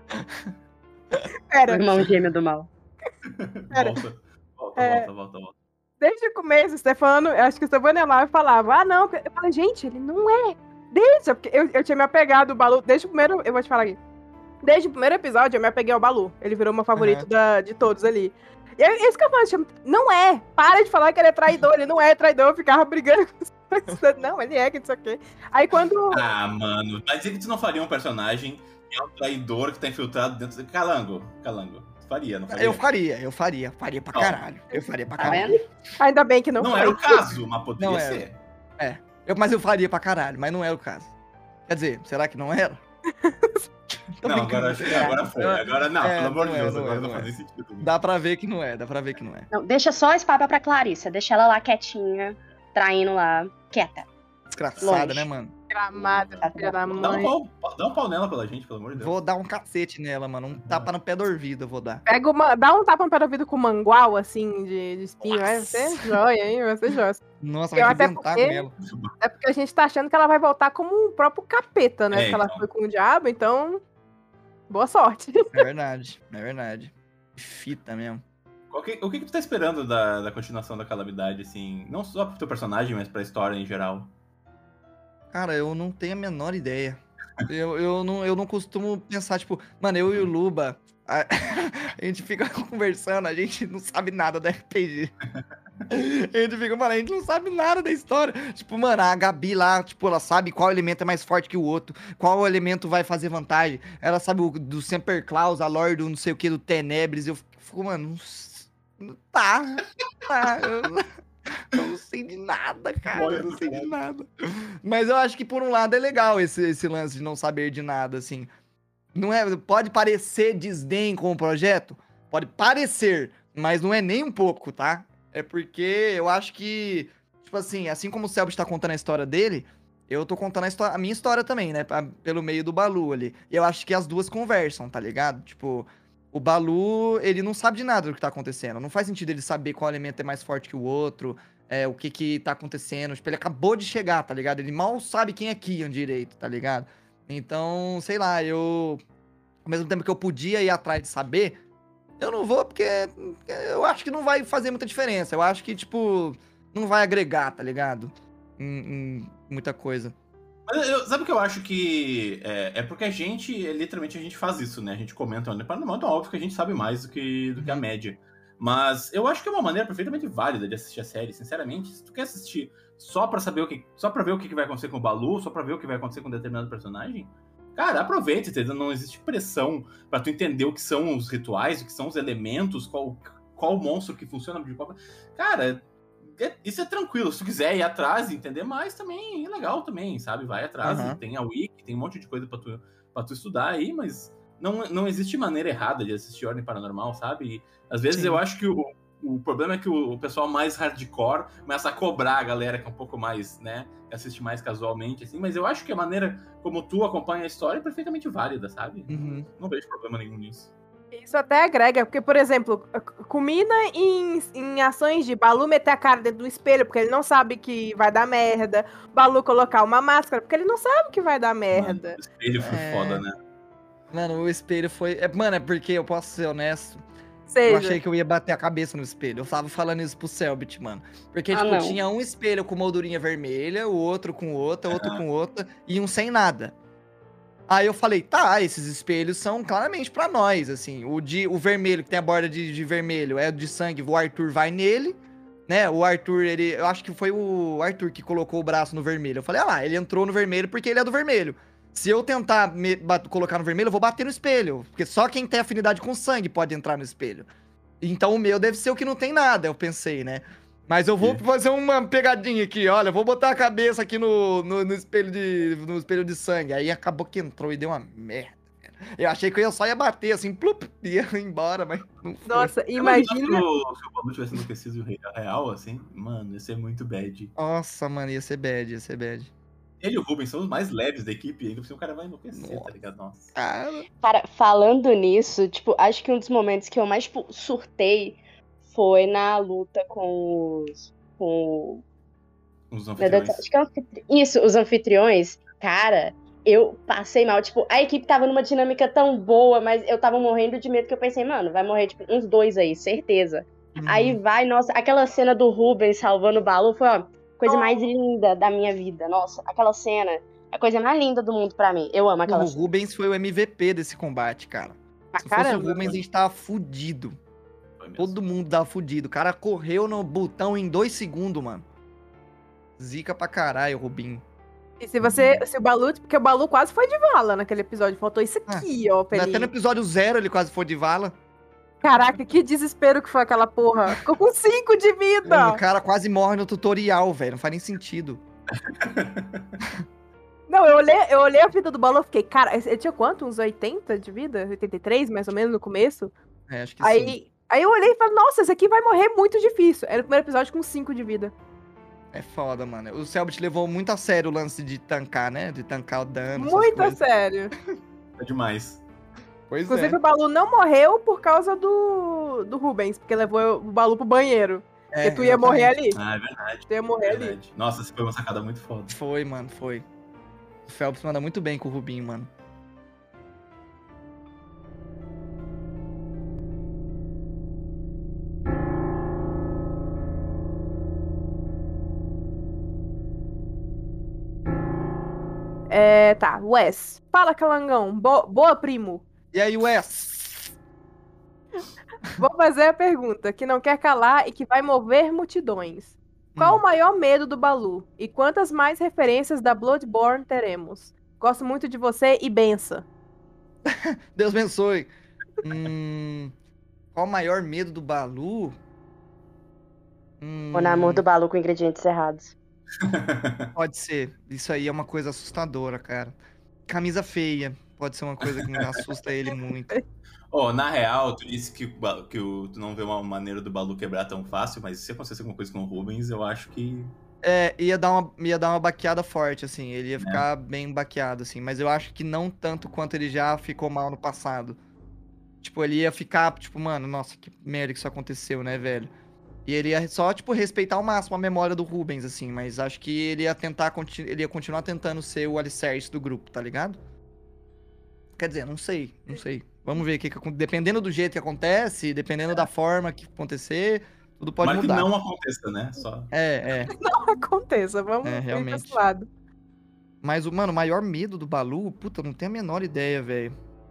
O irmão gêmeo do mal. Volta. Desde o começo, Stefano, eu acho que o Stefano ia lá e falava, não, eu falei, gente, ele não é. Porque eu tinha me apegado ao Balu, desde o primeiro, eu vou te falar aqui. Desde o primeiro episódio, eu me apeguei ao Balu. Ele virou meu favorito de todos ali. E é isso que eu falo, não é. Para de falar que ele é traidor, ele não é traidor, eu ficava brigando com os não, ele é, que não sei o quê. Aí quando... Ah, mano, mas ele tu não faria um personagem que é um traidor que tá infiltrado dentro do... Calango. Faria, não faria? Eu faria pra caralho. Eu faria pra caralho. Ainda bem que não foi. Não era o caso, mas poderia ser. Mas eu faria pra caralho, mas não era o caso. Quer dizer, será que não era? Não, agora foi. Agora não, pelo amor de Deus, agora não faz sentido. Dá pra ver que não é. Não, deixa só esse papo pra Clarissa, deixa ela lá quietinha, traindo lá, quieta. Desgraçada, né, mano? Gramada, filha da mãe. Dá um pau nela pela gente, pelo amor de Deus. Vou dar um cacete nela, mano. Um tapa no pé do ouvido eu vou dar. Dá um tapa no pé do ouvido com mangual, assim, de espinho. Vai ser joia, hein? Vai ser joia. Nossa, vai arrebentar com ela. É porque a gente tá achando que ela vai voltar como o próprio capeta, né? Porque ela foi com o diabo, então... Boa sorte. É verdade. Fita mesmo. O que tu tá esperando da continuação da Calamidade, assim? Não só pro teu personagem, mas pra história em geral? Cara, eu não tenho a menor ideia. Eu não costumo pensar, tipo... Mano, eu e o Luba, a gente fica conversando, a gente não sabe nada da RPG. A gente fica, mano, a gente não sabe nada da história. Tipo, mano, a Gabi lá, tipo, ela sabe qual elemento é mais forte que o outro, qual elemento vai fazer vantagem. Ela sabe o do Semper Claus, a lore do não sei o que, do Tenebris. Eu fico, mano, tá. Eu não sei de nada, cara. Eu não sei de nada. Mas eu acho que, por um lado, é legal esse lance de não saber de nada, assim. Não é, pode parecer desdém com o projeto? Pode parecer, mas não é nem um pouco, tá? É porque eu acho que, tipo assim como o Selbit tá contando a história dele, eu tô contando a minha história também, né? Pelo meio do Balu ali. E eu acho que as duas conversam, tá ligado? Tipo, o Balu, ele não sabe de nada do que tá acontecendo. Não faz sentido ele saber qual elemento é mais forte que o outro. o que tá acontecendo. Tipo, ele acabou de chegar, tá ligado? Ele mal sabe quem é Kian direito, tá ligado? Então, sei lá, ao mesmo tempo que eu podia ir atrás de saber, eu não vou porque eu acho que não vai fazer muita diferença. Eu acho que, tipo, não vai agregar, tá ligado? Em muita coisa. Mas sabe o que eu acho que é porque literalmente a gente faz isso, né? A gente comenta, então óbvio que a gente sabe mais do que a média. Mas eu acho que é uma maneira perfeitamente válida de assistir a série, sinceramente. Se tu quer assistir só pra ver o que vai acontecer com o Balu, só pra ver o que vai acontecer com um determinado personagem, cara, aproveita, entendeu? Não existe pressão pra tu entender o que são os rituais, o que são os elementos, qual monstro que funciona de qual... Cara, isso é tranquilo. Se tu quiser ir atrás e entender mais, também é legal também, sabe? Vai atrás, tem a Wiki, tem um monte de coisa pra tu estudar aí, mas não existe maneira errada de assistir Ordem Paranormal, sabe? E, às vezes eu acho que o problema é que o pessoal mais hardcore começa a cobrar a galera que é um pouco mais, né, que assiste mais casualmente, assim, mas eu acho que a maneira como tu acompanha a história é perfeitamente válida, sabe? Não vejo problema nenhum nisso. Isso até agrega, porque, por exemplo, culmina em ações de Balu meter a cara dentro do espelho, porque ele não sabe que vai dar merda. Balu colocar uma máscara, porque ele não sabe que vai dar merda. Mano, o espelho foi foda, né? Mano, o espelho foi... Mano, é porque eu posso ser honesto. Seja. Eu achei que eu ia bater a cabeça no espelho. Eu tava falando isso pro Selbit, mano. Porque, tipo, tinha um espelho com moldurinha vermelha, o outro com outra, outro com outra, e um sem nada. Aí eu falei, tá, esses espelhos são claramente pra nós, assim. O vermelho, que tem a borda de vermelho, é de sangue, o Arthur vai nele, né? O Arthur, eu acho que foi o Arthur que colocou o braço no vermelho. Eu falei, ele entrou no vermelho porque ele é do vermelho. Se eu tentar colocar no vermelho, eu vou bater no espelho. Porque só quem tem afinidade com sangue pode entrar no espelho. Então o meu deve ser o que não tem nada, eu pensei, né? Mas eu vou fazer uma pegadinha aqui, olha. Vou botar a cabeça aqui no espelho de sangue. Aí acabou que entrou e deu uma merda. Eu achei que eu só ia bater, assim, plup, ia embora, mas não foi. Nossa, imagina... Se o Balu tivesse enlouquecido real, assim, mano, ia ser muito bad. Nossa, mano, ia ser bad, ia ser bad. Ele e o Rubens são os mais leves da equipe, ainda por cima o cara vai enlouquecer, tá ligado? Nossa. Cara, falando nisso, tipo, acho que um dos momentos que eu mais, tipo, surtei foi na luta com os anfitriões. Acho que Isso, os anfitriões. Cara, eu passei mal. Tipo, a equipe tava numa dinâmica tão boa, mas eu tava morrendo de medo que eu pensei, mano, vai morrer, tipo, uns 2 aí, certeza. Aí nossa, aquela cena do Rubens salvando o Balu foi, ó, coisa mais linda da minha vida. Nossa, aquela cena é a coisa mais linda do mundo pra mim. Eu amo aquela cena. O Rubens foi o MVP desse combate, cara. Se fosse o Rubens, a gente tava fudido. Todo mundo tava fudido. O cara correu no botão em 2 segundos, mano. Zica pra caralho, Rubinho. E se o Balu, porque o Balu quase foi de vala naquele episódio. Faltou isso aqui, ó, pra ele... Até no episódio 0 ele quase foi de vala. Caraca, que desespero que foi aquela porra. Ficou com 5 de vida. O cara quase morre no tutorial, velho. Não faz nem sentido. Não, eu olhei a vida do Balu e fiquei, cara, ele tinha quanto? Uns 80 de vida? 83, mais ou menos, no começo? Acho que sim. Aí eu olhei e falei, nossa, esse aqui vai morrer muito difícil. Era o primeiro episódio com 5 de vida. É foda, mano. O Selbit levou muito a sério o lance de tancar, né? De tancar o dano. Muito a sério. É demais. Inclusive, o Balu não morreu por causa do Rubens, porque levou o Balu pro banheiro. Porque tu ia morrer ali. Ah, é verdade. Tu ia morrer ali. Nossa, essa foi uma sacada muito foda. Foi, mano, foi. O Phelps manda muito bem com o Rubinho, mano. Tá, Wes. Fala, Calangão. Boa, primo. E aí, Wes? Vou fazer a pergunta que não quer calar e que vai mover multidões. Qual o maior medo do Balu? E quantas mais referências da Bloodborne teremos? Gosto muito de você e benção. Deus abençoe. Qual o maior medo do Balu? O namoro do Balu com ingredientes errados. Pode ser. Isso aí é uma coisa assustadora, cara. Camisa feia. Pode ser uma coisa que assusta ele muito. Na real, tu disse que tu não vê uma maneira do Balu quebrar tão fácil, mas se acontecer alguma coisa com o Rubens, eu acho que... ia dar uma baqueada forte, assim. Ele ia ficar bem baqueado, assim. Mas eu acho que não tanto quanto ele já ficou mal no passado. Tipo, ele ia ficar, tipo, mano, nossa, que merda que isso aconteceu, né, velho? E ele ia só, tipo, respeitar ao máximo a memória do Rubens, assim. Mas acho que ele ia tentar, ele ia continuar tentando ser o alicerce do grupo, tá ligado? Quer dizer, não sei. Vamos ver o que dependendo do jeito que acontece, dependendo da forma que acontecer, tudo pode Mas que mudar. não aconteça, né? Só... Não aconteça, vamos ver realmente. desse lado. Mas, mano, o maior medo do Balu, puta, não tenho a menor ideia, velho.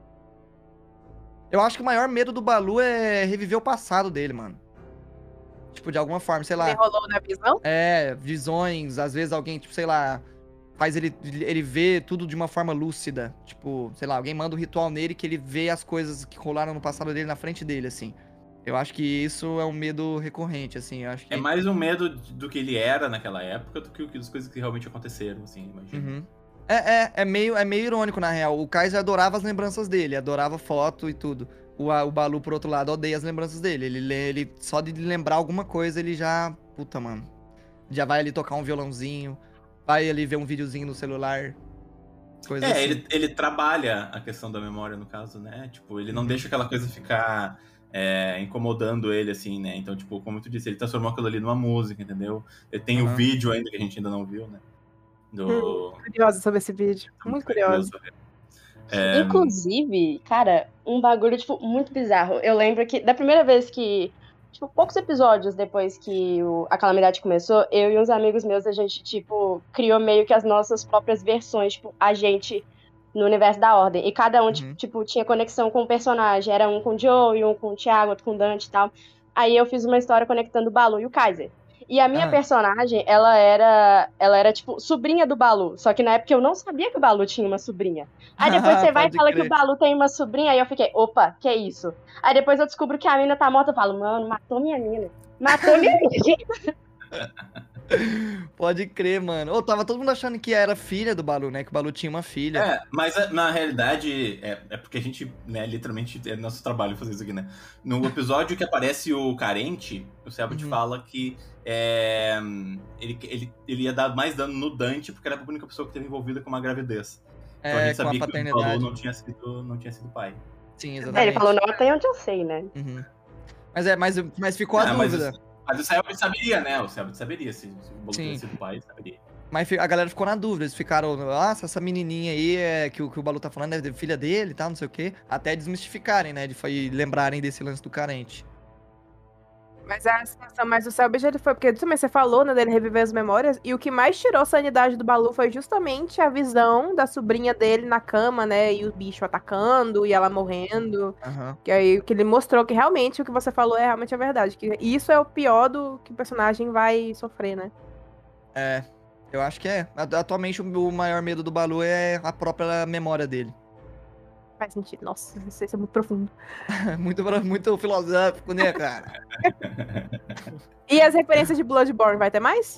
Eu acho que o maior medo do Balu é reviver o passado dele, mano. Tipo, de alguma forma, sei lá. Ele rolou na visão? Visões, às vezes alguém, tipo, sei lá, faz ele ver tudo de uma forma lúcida. Tipo, sei lá, alguém manda um ritual nele que ele vê as coisas que rolaram no passado dele na frente dele, assim. Eu acho que isso é um medo recorrente, assim, eu acho que... É mais um medo do que ele era naquela época do que das coisas que realmente aconteceram, assim, imagina. Uhum. É meio irônico, na real. O Kaiser adorava as lembranças dele, adorava foto e tudo. O Balu, por outro lado, odeia as lembranças dele. Ele só de lembrar alguma coisa, ele já... Puta, mano. Já vai ali tocar um violãozinho, vai ali ver um videozinho no celular, coisa assim. Ele trabalha a questão da memória, no caso, né? Tipo, ele não deixa aquela coisa ficar incomodando ele, assim, né? Então, tipo, como tu disse, ele transformou aquilo ali numa música, entendeu? Ele tem o vídeo ainda, que a gente ainda não viu, né? Curiosa sobre esse vídeo. Muito curiosa. Inclusive, cara, um bagulho, tipo, muito bizarro. Eu lembro que, da primeira vez que, tipo, poucos episódios depois que a Calamidade começou, eu e uns amigos meus, a gente, tipo, criou meio que as nossas próprias versões, tipo, a gente no universo da Ordem. E cada um, tipo, tinha conexão com o personagem. Era um com o Joe, um com o Thiago, outro com o Dante e tal. Aí eu fiz uma história conectando o Balu e o Kaiser. E a minha personagem, ela era, tipo, sobrinha do Balu. Só que na época eu não sabia que o Balu tinha uma sobrinha. Aí depois você vai e fala que o Balu tem uma sobrinha, aí eu fiquei, opa, que é isso? Aí depois eu descubro que a mina tá morta, eu falo, mano, matou minha mina. Matou minha mina. Pode crer, mano. Tava todo mundo achando que era filha do Balu, né? Que o Balu tinha uma filha. Mas na realidade, é porque a gente, né, literalmente, é nosso trabalho fazer isso aqui, né? No episódio que aparece o Carente, o Sebald fala que ele ia dar mais dano no Dante, porque era a única pessoa que esteve envolvida com uma gravidez. Então a gente sabia que o Balu não tinha sido pai. Sim, exatamente. Ele falou, não, até onde eu sei, né? Mas ficou a dúvida. Mas o Sebald saberia, né? O Sebald saberia se o Balu tinha sido pai, saberia. Mas a galera ficou na dúvida, eles ficaram, nossa, essa menininha aí que o Balu tá falando é filha dele e tal, não sei o quê. Até desmistificarem, né? E lembrarem desse lance do Carente. Mas a situação, mas o Selbit, ele foi, porque também você falou, né, dele reviver as memórias, e o que mais tirou a sanidade do Balu foi justamente a visão da sobrinha dele na cama, né, e o bicho atacando, e ela morrendo, que aí que ele mostrou que realmente o que você falou é realmente a verdade, que isso é o pior do que o personagem vai sofrer, né. Eu acho que é. Atualmente o maior medo do Balu é a própria memória dele. Faz sentido. Nossa, isso é muito profundo. muito filosófico, né, cara? E as referências de Bloodborne, vai ter mais?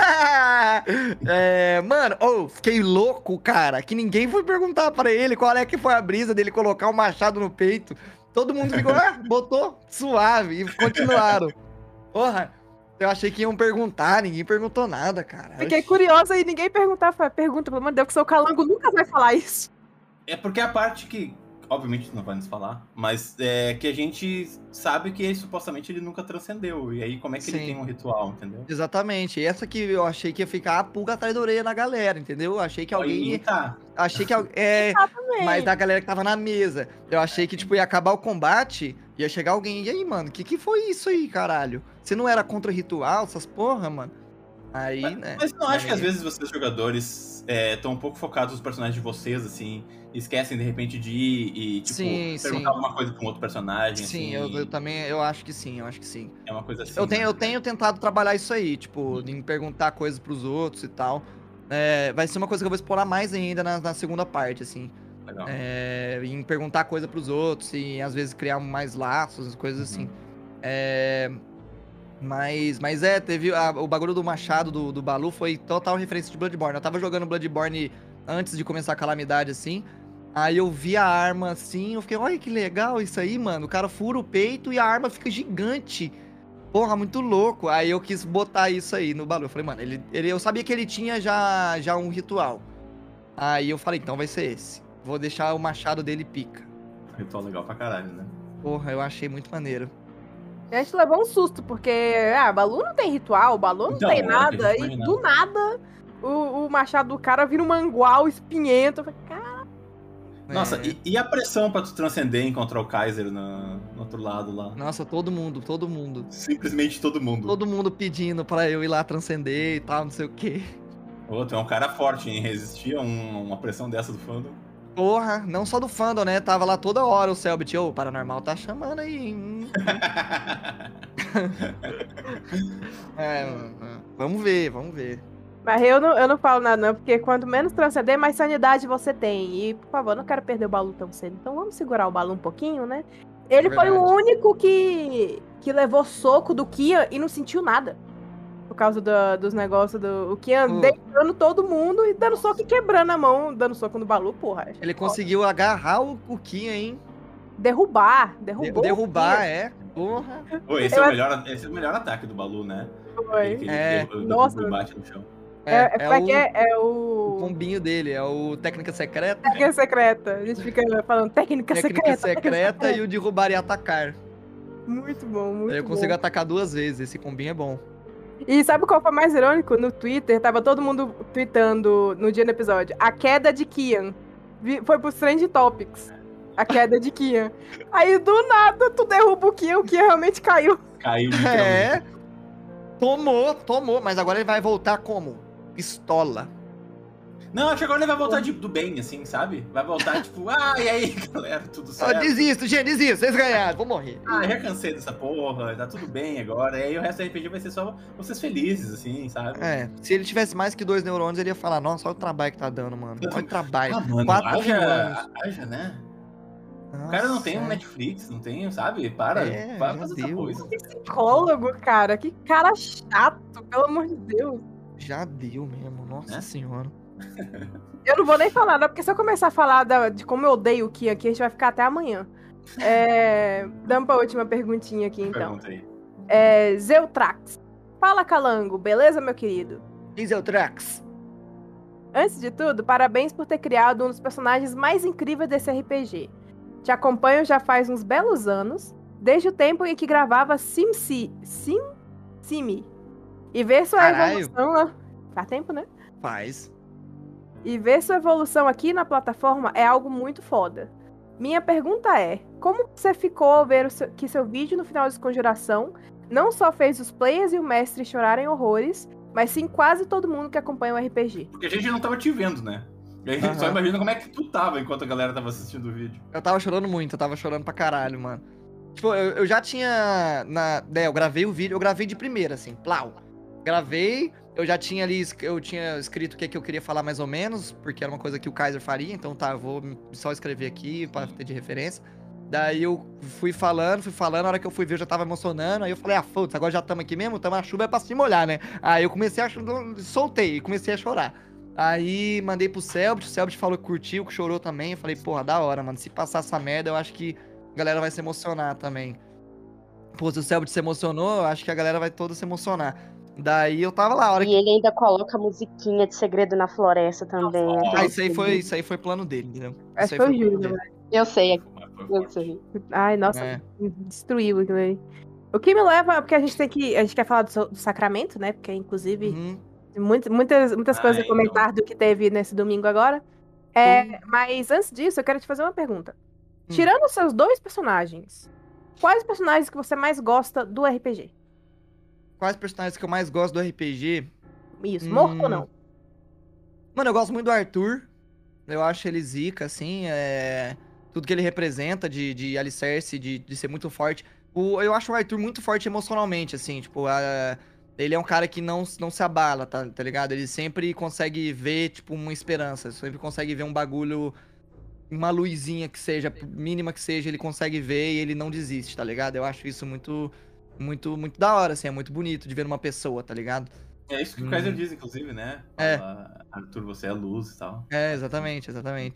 Mano, fiquei louco, cara, que ninguém foi perguntar pra ele qual é que foi a brisa dele colocar o machado no peito. Todo mundo ficou, botou suave e continuaram. Porra, eu achei que iam perguntar, ninguém perguntou nada, cara. Fiquei curiosa e ninguém pergunta, pelo amor de Deus, que o seu Calango nunca vai falar isso. É porque a parte que, obviamente, não vai nos falar, mas que a gente sabe que supostamente ele nunca transcendeu. E aí, como é que ele tem um ritual, entendeu? Exatamente. E essa que eu achei que ia ficar a pulga atrás da orelha na galera, entendeu? Achei que alguém... Achei que... mas da galera que tava na mesa. Eu achei que, tipo, ia acabar o combate, ia chegar alguém. E aí, mano, que foi isso aí, caralho? Você não era contra ritual, essas porra, mano? Aí, né? Mas não acho que às vezes vocês, jogadores, estão um pouco focados nos personagens de vocês, assim, esquecem de repente de ir e, tipo, perguntar alguma coisa pra um outro personagem, sim, assim. eu também, eu acho que sim. É uma coisa assim. Eu tenho tentado trabalhar isso aí, tipo, em perguntar coisas pros outros e tal. Vai ser uma coisa que eu vou explorar mais ainda na segunda parte, assim. Legal. Em perguntar coisa pros outros e às vezes criar mais laços, coisas assim. Mas teve o bagulho do machado do Balu foi total referência de Bloodborne. Eu tava jogando Bloodborne antes de começar a Calamidade, assim. Aí eu vi a arma assim, eu fiquei, olha que legal isso aí, mano. O cara fura o peito e a arma fica gigante. Porra, muito louco. Aí eu quis botar isso aí no Balu. Eu falei, mano, eu sabia que ele tinha já um ritual. Aí eu falei, então vai ser esse. Vou deixar o machado dele pica. Ritual legal pra caralho, né? Porra, eu achei muito maneiro. A gente levou um susto, porque Balu não tem ritual, Balu não Então, tem era o que a nada. gente E imaginava. do nada, o machado do cara vira um mangual espinhento. Eu falei, cara, Nossa, e a pressão pra tu transcender e encontrar o Kaiser no outro lado lá? Nossa, todo mundo. Simplesmente todo mundo. Todo mundo pedindo pra eu ir lá transcender e tal, não sei o quê. Ô, tu é um cara forte, hein? Resistir a uma pressão dessa do fandom. Porra, não só do fandom, né? Tava lá toda hora o Selbit. Ô, o Paranormal tá chamando aí, hein? Vamos ver. mas eu não falo nada, não, porque quanto menos transcender, mais sanidade você tem. E, por favor, não quero perder o Balu tão cedo. Então vamos segurar o Balu um pouquinho, né? Ele foi o Verdade. único que levou soco do Kian e não sentiu nada. Por causa dos negócios do o Kian deitando todo mundo e dando soco e quebrando a mão, dando soco no Balu, porra. Ele conseguiu agarrar o Kian, hein? Derrubar Derrubar, o Kian. é. Porra. Ô, esse é o melhor ataque do Balu, né? Foi. Ele Nossa. bate no chão. É o o combinho dele, é o técnica secreta. técnica secreta. A gente fica falando técnica secreta. E o derrubar e atacar. Muito bom, muito Eu bom. consigo atacar 2 vezes, esse combinho é bom. E sabe qual foi mais irônico? No Twitter, tava todo mundo tweetando no dia do episódio. A queda de Kian. Foi pro Trend Topics. A queda de Kian. Aí, do nada, tu derruba o Kian realmente caiu. Caiu literalmente. Tomou, mas agora ele vai voltar como? Pistola. Não, acho que agora ele vai voltar do bem, assim, sabe? Vai voltar, tipo, e aí, galera, tudo certo? Desisto, vocês ganharam, vou morrer. Já cansei dessa porra, tá tudo bem agora. E aí o resto do RPG vai ser só vocês felizes, assim, sabe? Se ele tivesse mais que 2 neurônios, ele ia falar, nossa, olha o trabalho que tá dando, mano. Olha o trabalho. Mano, 4 mil anos. haja, né? O cara não tem um Netflix, não tem, sabe? Para fazer essa coisa. Psicólogo, cara. Que cara chato, pelo amor de Deus. Já deu mesmo, nossa senhora. Eu não vou nem falar nada, porque se eu começar a falar de como eu odeio o Kian aqui, a gente vai ficar até amanhã. Damos pra última perguntinha aqui, então. Pergunta aí. Zeutrax. Fala, Calango. Beleza, meu querido? E Zeutrax? Antes de tudo, parabéns por ter criado um dos personagens mais incríveis desse RPG. Te acompanho já faz uns belos anos, desde o tempo em que gravava Simi. E ver sua evolução... Faz tempo, né? Faz. E ver sua evolução aqui na plataforma é algo muito foda. Minha pergunta é, como você ficou ao ver que seu vídeo no final de Desconjuração não só fez os players e o mestre chorarem horrores, mas sim quase todo mundo que acompanha o RPG? Porque a gente não tava te vendo, né? E aí a gente só imagina como é que tu tava enquanto a galera tava assistindo o vídeo. Eu tava chorando muito, eu tava chorando pra caralho, mano. Tipo, eu já tinha... eu gravei o vídeo, eu gravei de primeira, assim, plau. Gravei... Eu já tinha ali, eu tinha escrito o que eu queria falar mais ou menos, porque era uma coisa que o Kaiser faria, então tá, eu vou só escrever aqui pra ter de referência. Daí eu fui falando, a hora que eu fui ver eu já tava emocionando, aí eu falei, foda-se, agora já estamos aqui mesmo, a chuva é pra se molhar, né? Aí eu comecei soltei, comecei a chorar. Aí mandei pro Selbit, o Selbit falou que curtiu, que chorou também, eu falei, porra, da hora, mano, se passar essa merda, eu acho que a galera vai se emocionar também. Pô, se o Selbit se emocionou, eu acho que a galera vai toda se emocionar. Daí eu tava lá, a hora E ele ainda coloca a musiquinha de Segredo na Floresta também. Isso aí foi plano dele, entendeu? Acho que foi o Júlio, né? Eu sei. Ai, nossa, destruiu aquilo aí. O que me leva, porque a gente quer falar do Sacramento, né? Porque, inclusive, muitas coisas a comentar do que teve nesse domingo agora. Mas antes disso, eu quero te fazer uma pergunta. Tirando os seus 2 personagens, quais personagens que você mais gosta do RPG? Quais personagens que eu mais gosto do RPG? Isso, morto ou não? Mano, eu gosto muito do Arthur. Eu acho ele zica, assim. Tudo que ele representa de alicerce, de ser muito forte. Eu acho o Arthur muito forte emocionalmente, assim. Tipo, ele é um cara que não se abala, tá ligado? Ele sempre consegue ver, tipo, uma esperança. Sempre consegue ver um bagulho, uma luzinha que seja, mínima que seja, ele consegue ver e ele não desiste, tá ligado? Eu acho isso muito da hora, assim, é muito bonito de ver uma pessoa, tá ligado? É isso que o Kaiser diz, inclusive, né? Fala, Arthur, você é luz e tal. Exatamente.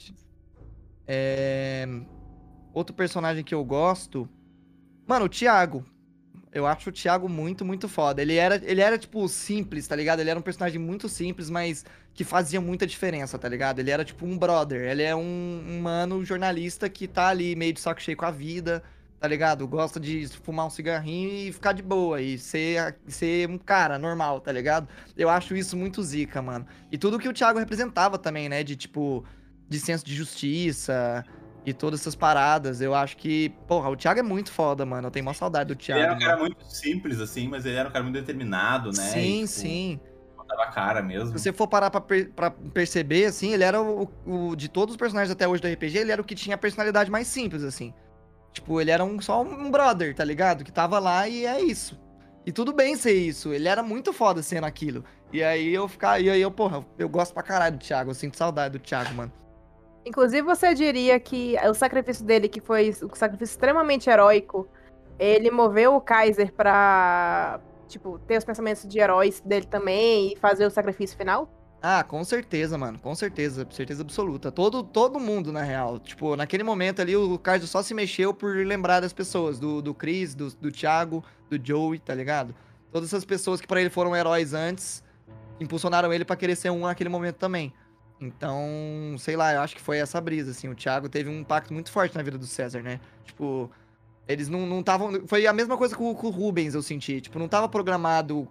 Outro personagem que eu gosto... Mano, o Thiago. Eu acho o Thiago muito, muito foda. Ele era, tipo, simples, tá ligado? Ele era um personagem muito simples, mas que fazia muita diferença, tá ligado? Ele era, tipo, um brother. Ele é um mano jornalista que tá ali meio de saco cheio com a vida... tá ligado? Gosta de fumar um cigarrinho e ficar de boa, e ser um cara normal, tá ligado? Eu acho isso muito zica, mano. E tudo que o Thiago representava também, né? De, tipo, de senso de justiça e todas essas paradas. Eu acho que, porra, o Thiago é muito foda, mano. Eu tenho uma saudade do Thiago. Ele era um cara mano. muito simples, assim, mas ele era um cara muito determinado, né? Sim, E, tipo, sim. botava a cara mesmo. Se você for parar pra perceber, assim, ele era de todos os personagens até hoje do RPG, ele era o que tinha a personalidade mais simples, assim. Tipo, ele era só um brother, tá ligado? Que tava lá e é isso. E tudo bem ser isso. Ele era muito foda sendo aquilo. E aí porra, eu gosto pra caralho do Thiago. Eu sinto saudade do Thiago, mano. Inclusive, você diria que o sacrifício dele, que foi um sacrifício extremamente heróico, ele moveu o Kaiser pra, tipo, ter os pensamentos de heróis dele também e fazer o sacrifício final? Ah, com certeza, mano. Com certeza. Certeza absoluta. Todo mundo, na real. Tipo, naquele momento ali, o Kaiser só se mexeu por lembrar das pessoas. Do Chris, do Thiago, do Joey, tá ligado? Todas essas pessoas que pra ele foram heróis antes, impulsionaram ele pra querer ser um naquele momento também. Então, sei lá, eu acho que foi essa brisa, assim. O Thiago teve um impacto muito forte na vida do César, né? Tipo, eles não estavam... Foi a mesma coisa com o Rubens, eu senti. Tipo, não tava programado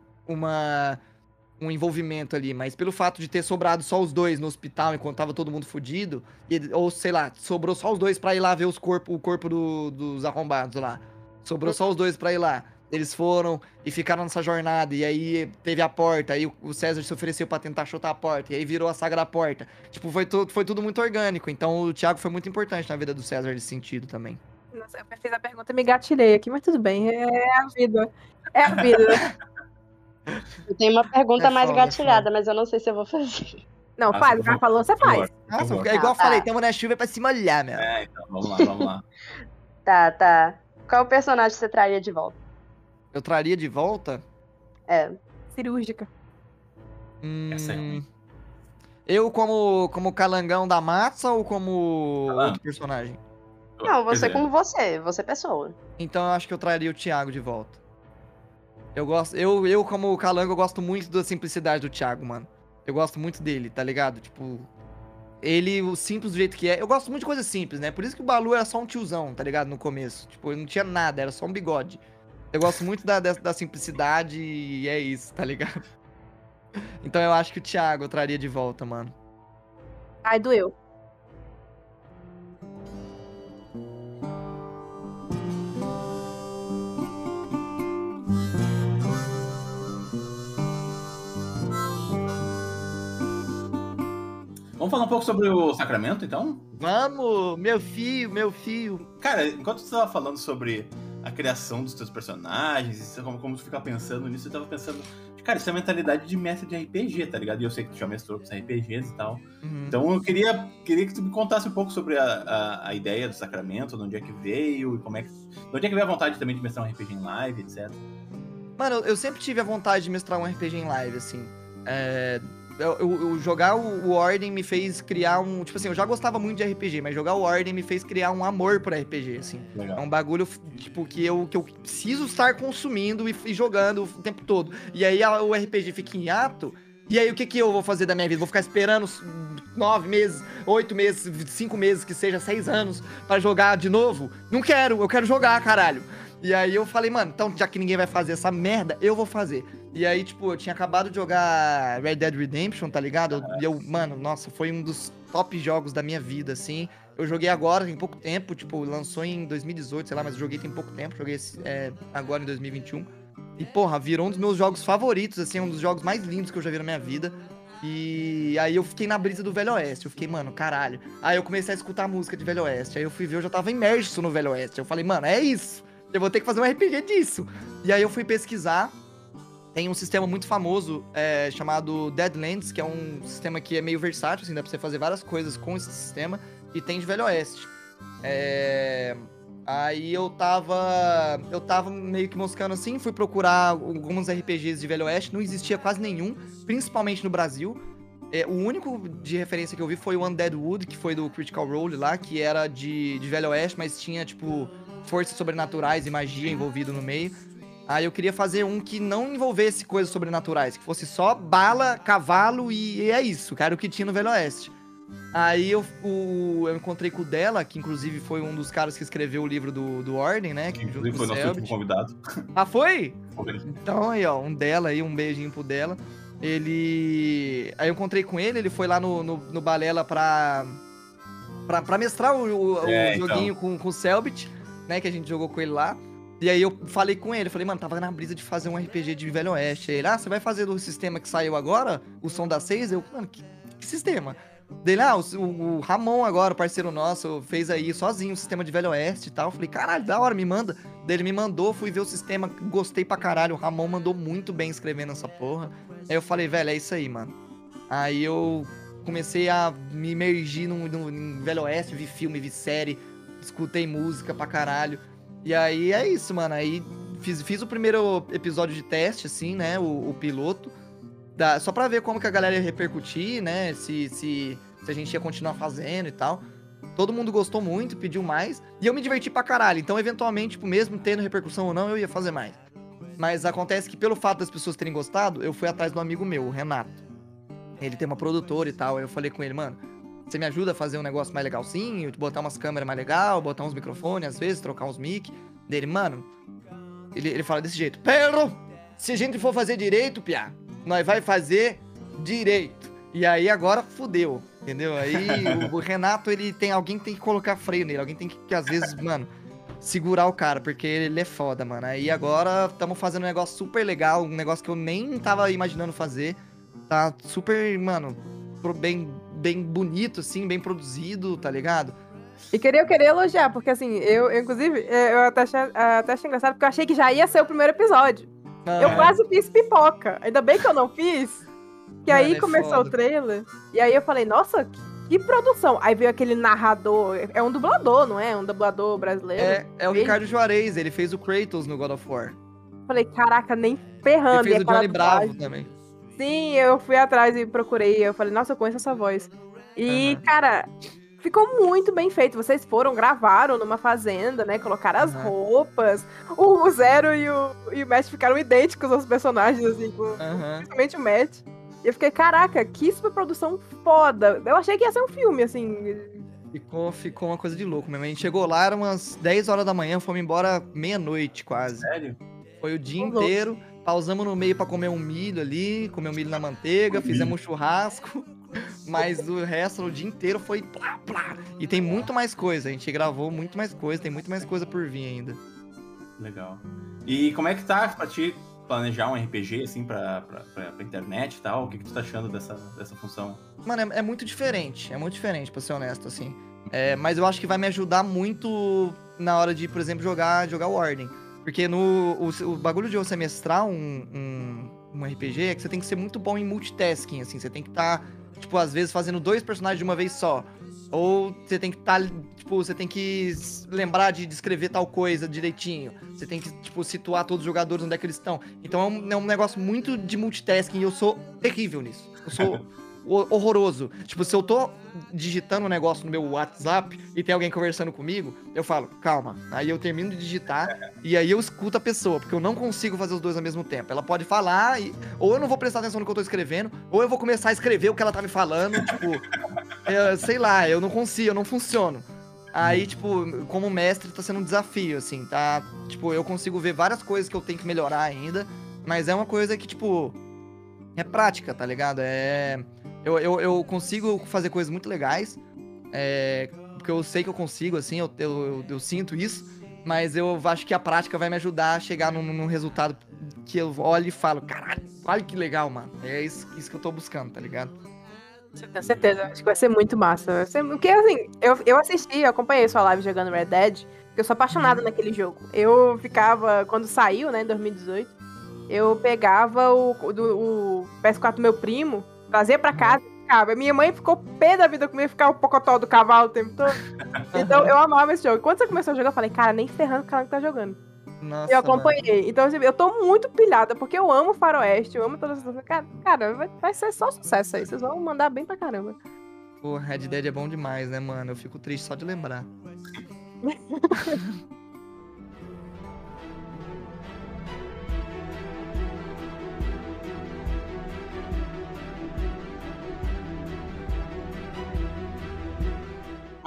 um envolvimento ali, mas pelo fato de ter sobrado só os dois no hospital enquanto tava todo mundo fudido, ou sei lá, sobrou só os dois pra ir lá ver o corpo dos arrombados lá. Sobrou só os dois pra ir lá. Eles foram e ficaram nessa jornada, e aí teve a porta, aí o César se ofereceu pra tentar chutar a porta, e aí virou a saga da porta. Tipo, foi tudo muito orgânico, então o Thiago foi muito importante na vida do César nesse sentido também. Nossa, eu fiz a pergunta e me gatilhei aqui, mas tudo bem, é a vida. É a vida. Eu tenho uma pergunta É mais foda, gatilhada, mas eu não sei se eu vou fazer. Não, Ah, faz, por o cara favor, falou, você por favor. faz. Nossa, favor. é igual eu Tá. falei, tamo na chuva pra se molhar, meu. É, então, vamos lá. Tá. Qual personagem você traria de volta? Eu traria de volta... É. Cirúrgica. Essa é ruim. Eu como calangão da massa ou como Calango. outro personagem? Não, Quer você dizer, como você pessoa. Então eu acho que eu traria o Thiago de volta. Eu como calango, eu gosto muito da simplicidade do Thiago, mano. Eu gosto muito dele, tá ligado? Tipo, ele, o simples do jeito que é. Eu gosto muito de coisa simples, né? Por isso que o Balu era só um tiozão, tá ligado? No começo. Tipo, ele não tinha nada, era só um bigode. Eu gosto muito da simplicidade e é isso, tá ligado? Então eu acho que o Thiago eu traria de volta, mano. Ai, doeu. Vamos falar um pouco sobre o Sacramento, então? Vamos, meu filho. Cara, enquanto você tava falando sobre a criação dos teus personagens, e como tu fica pensando nisso, eu tava pensando, cara, isso é a mentalidade de mestre de RPG, tá ligado? E eu sei que tu já mestrou pros RPGs e tal. Uhum. Então eu queria que tu me contasse um pouco sobre a ideia do Sacramento, de onde é que veio, e como é que... De onde é que veio a vontade também de mestrar um RPG em live, etc. Mano, eu sempre tive a vontade de mestrar um RPG em live, assim. Eu jogar o Ordem me fez criar um... Tipo assim, eu já gostava muito de RPG, mas jogar o Ordem me fez criar um amor por RPG, assim. Legal. É um bagulho, tipo, que eu preciso estar consumindo e jogando o tempo todo. E aí o RPG fica em hiato, e aí o que eu vou fazer da minha vida? Vou ficar esperando 9 meses, 8 meses, 5 meses, que seja 6 anos, pra jogar de novo? Não quero, eu quero jogar, caralho. E aí eu falei, mano, então já que ninguém vai fazer essa merda, eu vou fazer. E aí, tipo, eu tinha acabado de jogar Red Dead Redemption, tá ligado? E mano, nossa, foi um dos top jogos da minha vida, assim. Eu joguei agora, tem pouco tempo, tipo, lançou em 2018, sei lá, mas eu joguei tem pouco tempo, joguei agora em 2021. E, porra, virou um dos meus jogos favoritos, assim, um dos jogos mais lindos que eu já vi na minha vida. E aí eu fiquei na brisa do Velho Oeste, eu fiquei, mano, caralho. Aí eu comecei a escutar a música de Velho Oeste, aí eu fui ver, eu já tava imerso no Velho Oeste. Eu falei, mano, é isso, eu vou ter que fazer um RPG disso. E aí eu fui pesquisar. Tem um sistema muito famoso chamado Deadlands, que é um sistema que é meio versátil, assim, dá pra você fazer várias coisas com esse sistema, e tem de Velho Oeste. Aí eu tava meio que moscando assim, fui procurar alguns RPGs de Velho Oeste, não existia quase nenhum, principalmente no Brasil. O único de referência que eu vi foi o Undead Wood, que foi do Critical Role lá, que era de Velho Oeste, mas tinha, tipo, forças sobrenaturais e magia envolvido no meio. Aí eu queria fazer um que não envolvesse coisas sobrenaturais, que fosse só bala, cavalo e é isso, cara, o que tinha no Velho Oeste. Aí eu encontrei com o Dela, que inclusive foi um dos caras que escreveu o livro do Ordem, né? Que Inclusive foi nosso último convidado. Ah, foi? Foi. Então aí, ó, um Dela aí, um beijinho pro Dela. Aí eu encontrei com ele foi lá no Balela pra mestrar o joguinho com o Selbit, né? Que a gente jogou com ele lá. E aí eu falei com ele, falei, mano, tava na brisa de fazer um RPG de Velho Oeste. Aí ele, você vai fazer do sistema que saiu agora? O Som das 6? Eu, mano, que sistema? Dele, o Ramon agora, parceiro nosso, fez aí sozinho o sistema de Velho Oeste e tal. Eu falei, caralho, da hora, me manda. Daí ele me mandou, fui ver o sistema, gostei pra caralho. O Ramon mandou muito bem escrevendo essa porra. Aí eu falei, velho, é isso aí, mano. Aí eu comecei a me imergir no Velho Oeste, vi filme, vi série, escutei música pra caralho. E aí é isso, mano. Aí fiz o primeiro episódio de teste, assim, né? O piloto. Só pra ver como que a galera ia repercutir, né? Se a gente ia continuar fazendo e tal. Todo mundo gostou muito, pediu mais. E eu me diverti pra caralho. Então, eventualmente, tipo, mesmo tendo repercussão ou não, eu ia fazer mais. Mas acontece que pelo fato das pessoas terem gostado, eu fui atrás do amigo meu, o Renato. Ele tem uma produtora e tal. Aí eu falei com ele, mano, você me ajuda a fazer um negócio mais legalzinho? Botar umas câmeras mais legal, botar uns microfones, às vezes, trocar uns mic. Dele, mano, ele fala desse jeito. Pero, se a gente for fazer direito, piá, nós vai fazer direito. E aí agora fudeu, entendeu? Aí o Renato, alguém tem que colocar freio nele. Alguém tem que às vezes, mano, segurar o cara, porque ele é foda, mano. Aí agora estamos fazendo um negócio super legal, um negócio que eu nem tava imaginando fazer. Tá super, mano, bem bonito, assim, bem produzido, tá ligado? E eu queria elogiar, porque assim, eu inclusive, eu até achei engraçado, porque eu achei que já ia ser o primeiro episódio. Eu quase fiz pipoca. Ainda bem que eu não fiz. Que Mano, aí começou foda. o trailer. E aí eu falei, nossa, que produção. Aí veio aquele narrador. É um dublador, não é? Um dublador brasileiro. É o Ricardo Juarez, ele fez o Kratos no God of War. Falei, caraca, nem ferrando. Ele fez E o Johnny aquela Bravo dublagem. também. Sim, eu fui atrás e procurei. Eu falei, nossa, eu conheço essa voz. E, cara, ficou muito bem feito. Vocês gravaram numa fazenda, né? Colocaram as roupas. O Zero e o Matt ficaram idênticos aos personagens, assim, principalmente o Matt. E eu fiquei, caraca, que superprodução foda. Eu achei que ia ser um filme, assim. Ficou uma coisa de louco mesmo. A gente chegou lá, eram umas 10 horas da manhã, fomos embora meia-noite quase. Sério? Foi o dia inteiro. Pausamos no meio pra comer um milho ali, comer um milho na manteiga, fizemos um churrasco. Mas o resto, o dia inteiro, foi plá, plá. E tem muito mais coisa, a gente gravou muito mais coisa, tem muito mais coisa por vir ainda. Legal. E como é que tá pra ti planejar um RPG, assim, pra internet e tal? O que tu tá achando dessa função? Mano, é muito diferente, pra ser honesto, assim. Mas eu acho que vai me ajudar muito na hora de, por exemplo, jogar o Ordem. Porque o bagulho de você mestrar um RPG é que você tem que ser muito bom em multitasking, assim. Você tem que estar, tipo, às vezes fazendo 2 personagens de uma vez só. Ou você tem que estar, tipo, você tem que lembrar de descrever tal coisa direitinho. Você tem que, tipo, situar todos os jogadores onde é que eles estão. Então é um negócio muito de multitasking e eu sou terrível nisso. Eu sou horroroso. Tipo, se eu tô digitando um negócio no meu WhatsApp e tem alguém conversando comigo, eu falo, calma. Aí eu termino de digitar e aí eu escuto a pessoa, porque eu não consigo fazer os dois ao mesmo tempo. Ela pode falar, ou eu não vou prestar atenção no que eu tô escrevendo, ou eu vou começar a escrever o que ela tá me falando, tipo, sei lá, eu não consigo, eu não funciono. Aí, tipo, como mestre, tá sendo um desafio, assim, tá? Tipo, eu consigo ver várias coisas que eu tenho que melhorar ainda, mas é uma coisa que, tipo, é prática, tá ligado? Eu consigo fazer coisas muito legais, porque eu sei que eu consigo, assim, eu sinto isso, mas eu acho que a prática vai me ajudar a chegar num resultado que eu olho e falo, caralho, olha que legal, mano. É isso que eu tô buscando, tá ligado? Tenho certeza, acho que vai ser muito massa. Porque, assim, eu acompanhei sua live jogando Red Dead, porque eu sou apaixonada naquele jogo. Eu ficava, quando saiu, né, em 2018, eu pegava o PS4 do meu primo, trazia pra casa e ficava. Minha mãe ficou pé da vida comigo, ficar o pocotó do cavalo o tempo todo. Então eu amava esse jogo. Quando você começou a jogar, eu falei, cara, nem ferrando o cara que tá jogando. Nossa, eu acompanhei. Mano. Então, assim, eu tô muito pilhada, porque eu amo Faroeste, eu amo todas essas coisas. Cara, vai ser só sucesso aí. Vocês vão mandar bem pra caramba. Pô, Red Dead é bom demais, né, mano? Eu fico triste só de lembrar.